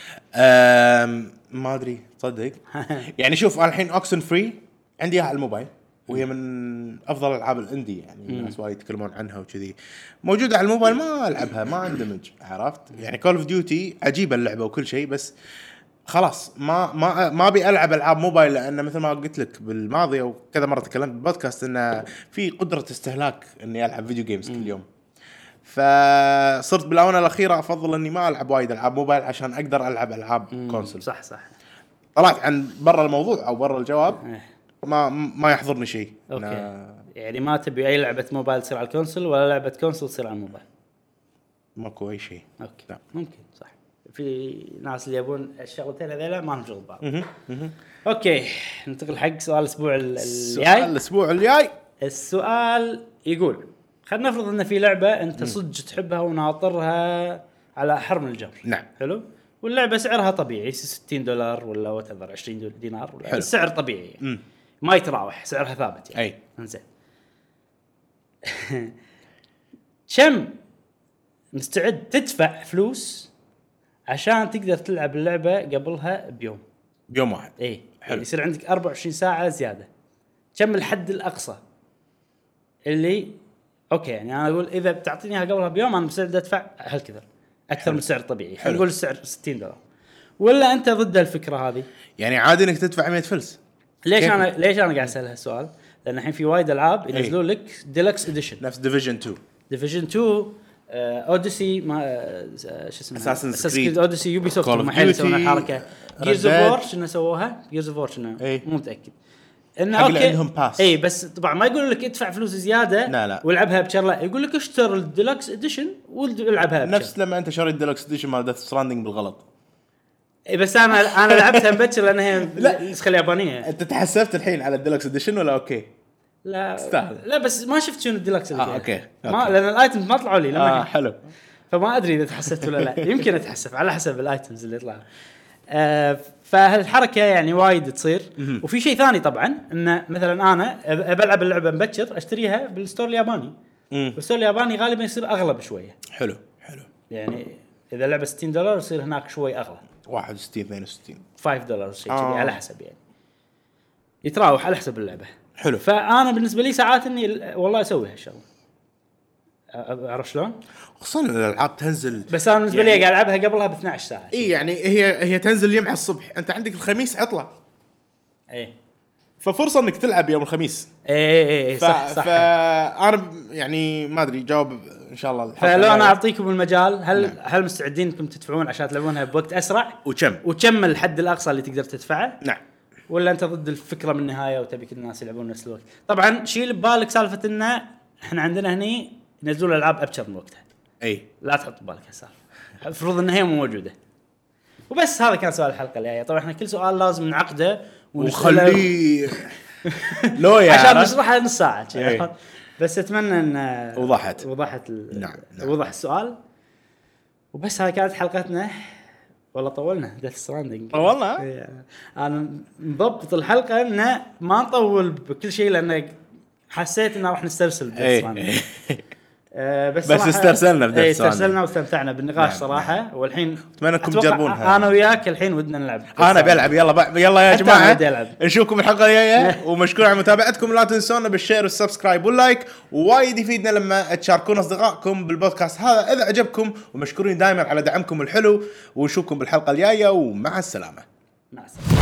[SPEAKER 2] ما ادري تصدق يعني شوف انا الحين اوكسن فري عندي اياها على الموبايل وهي من افضل العاب الاندي يعني الناس وايد يتكلمون عنها وكذي. موجوده على الموبايل ما العبها ما اندمج عرفت. يعني كول اوف ديوتي عجيبه اللعبه وكل شيء بس خلاص ما ابي العب العاب موبايل لان مثل ما قلت لك بالماضي وكذا مره تكلمت بالبودكاست انه في قدره استهلاك اني العب فيديو جيمز كل يوم. فصرت بالاونه الاخيره افضل اني ما العب وايد العاب موبايل عشان اقدر العب العاب كونسول.
[SPEAKER 1] صح
[SPEAKER 2] طلعت عن برا الموضوع او برا الجواب. ما يحضرني شيء.
[SPEAKER 1] اوكي يعني ما تبي اي لعبه موبايل تصير على الكونسول ولا لعبه كونسول تصير على الموبايل.
[SPEAKER 2] ماكو اي شيء.
[SPEAKER 1] اوكي لا. ممكن صح في ناس اللي يبون الشغلتين هذيلا ما لهم شغل بعض. اوكي ننتقل حق سؤال الاسبوع الجاي.
[SPEAKER 2] الاسبوع الجاي
[SPEAKER 1] السؤال يقول خلينا نفرض ان في لعبه انت صدق تحبها وناطرها على حرم الجمر.
[SPEAKER 2] نعم
[SPEAKER 1] حلو. واللعبه سعرها طبيعي $60 ولا وتذر $20 ولا السعر طبيعي يعني. ما يتراوح سعرها ثابت يعني.
[SPEAKER 2] اي
[SPEAKER 1] انزين كم مستعد تدفع فلوس عشان تقدر تلعب اللعبه قبلها بيوم واحد. اي يعني يصير عندك 24 ساعه زياده. كم الحد الاقصى اللي اوكي يعني انا اقول اذا بتعطيني اياها قبلها بيوم انا مستعد ادفع هالكثر اكثر من السعر الطبيعي. نقول السعر $60 ولا انت ضد الفكره هذه؟
[SPEAKER 2] يعني عادي انك تدفع 100 فلس.
[SPEAKER 1] ليش انا قاعد اسال هالسؤال؟ لان الحين في وايد العاب ينزلون لك ديلكس اديشن
[SPEAKER 2] نفس ديفيجن
[SPEAKER 1] 2 اوديسي ما شو اسمه
[SPEAKER 2] اساسن كريد
[SPEAKER 1] اوديسي يوبي سوفت محل يسوون الحركه. جيرز اوف وور شنو سووها جيرز اوف وور شنو مو متاكد انه اوكي
[SPEAKER 2] عندهم باس.
[SPEAKER 1] اي بس طبعا ما يقول لك ادفع فلوس زياده
[SPEAKER 2] لا.
[SPEAKER 1] والعبها بشر. لا يقول لك اشتر الديلكس اديشن والعبها
[SPEAKER 2] نفس بشر. لما انت شريت الديلكس اديشن مال ديث ستراندنج بالغلط.
[SPEAKER 1] اي بس انا لعبتها مبكر لان هي نسخه اليابانيه.
[SPEAKER 2] انت تحسبت الحين على الديلكس اديشن ولا اوكي؟
[SPEAKER 1] لا
[SPEAKER 2] تستاهل.
[SPEAKER 1] لا بس ما شفت شنو الديلكس اللي فيها.
[SPEAKER 2] أوكي.
[SPEAKER 1] ما لان الايتمز ما طلعوا لي لما
[SPEAKER 2] حلو.
[SPEAKER 1] فما ادري اذا تحسفت ولا لا. يمكن اتحسف على حسب الايتمز اللي يطلعوا. فهالحركه يعني وايد تصير. وفي شيء ثاني طبعا انه مثلا انا بلعب اللعبه مبكر اشتريها بالستور الياباني. بالستور الياباني غالبا يصير اغلى بشويه.
[SPEAKER 2] حلو
[SPEAKER 1] يعني اذا لعبه $60 يصير هناك شوي اغلى
[SPEAKER 2] 61 62
[SPEAKER 1] $5 شيء كذي على حسب يعني يتراوح على حسب اللعبه.
[SPEAKER 2] حلو.
[SPEAKER 1] فانا بالنسبه لي ساعات اني والله اسوي هالشغله. اعرف شلون
[SPEAKER 2] خصوصا الالعاب تنزل
[SPEAKER 1] بس انا بالنسبه لي قاعد العبها قبلها ب 12 ساعه.
[SPEAKER 2] اي يعني هي تنزل يوم على الصبح انت عندك الخميس عطله
[SPEAKER 1] ايه
[SPEAKER 2] ففرصه انك تلعب يوم الخميس.
[SPEAKER 1] ايه صح
[SPEAKER 2] فانا يعني ما ادري جاوب ان شاء الله.
[SPEAKER 1] فلو انا اعطيكم المجال هل مستعدين انكم تدفعون عشان تلعبونها بوقت اسرع وكم الحد الاقصى اللي تقدر تدفعه؟
[SPEAKER 2] نعم.
[SPEAKER 1] ولا انت ضد الفكره من النهايه وتبي كل الناس يلعبون نفس الوقت؟ طبعا شيل ببالك سالفه ان احنا عندنا هني ينزلون الالعاب ابشر من وقتها.
[SPEAKER 2] اي
[SPEAKER 1] لا تحط ببالك هالسالفه. افرض ان هي مو موجوده. وبس هذا كان سؤال الحلقه الجايه. طبعا احنا كل سؤال لازم نعقده
[SPEAKER 2] ونخليه لو يعني
[SPEAKER 1] عشان نشرحه نص ساعه. بس اتمنى ان
[SPEAKER 2] وضحت
[SPEAKER 1] نعم. وضح السؤال. وبس هذه كانت حلقتنا. والله طولنا ديث ستراندينج
[SPEAKER 2] والله
[SPEAKER 1] انا مضبط الحلقه ان ما نطول بكل شيء لان حسيت ان راح نسترسل بديث ستراندينج. بس
[SPEAKER 2] استرسلنا
[SPEAKER 1] استرسلنا واستمتعنا بالنقاش صراحه. والحين
[SPEAKER 2] اتمنى انكم تجربونها.
[SPEAKER 1] انا وياك الحين ودنا نلعب.
[SPEAKER 2] انا بلعب يلا يا جماعه نشوفكم الحلقه الجايه. ومشكور على متابعتكم. لا تنسونا بالشير والسبسكرايب واللايك وايد يفيدنا لما تشاركون اصدقائكم بالبودكاست هذا اذا عجبكم. ومشكورين دائما على دعمكم الحلو ونشوفكم بالحلقه الجايه ومع السلامه.
[SPEAKER 1] مع السلامه.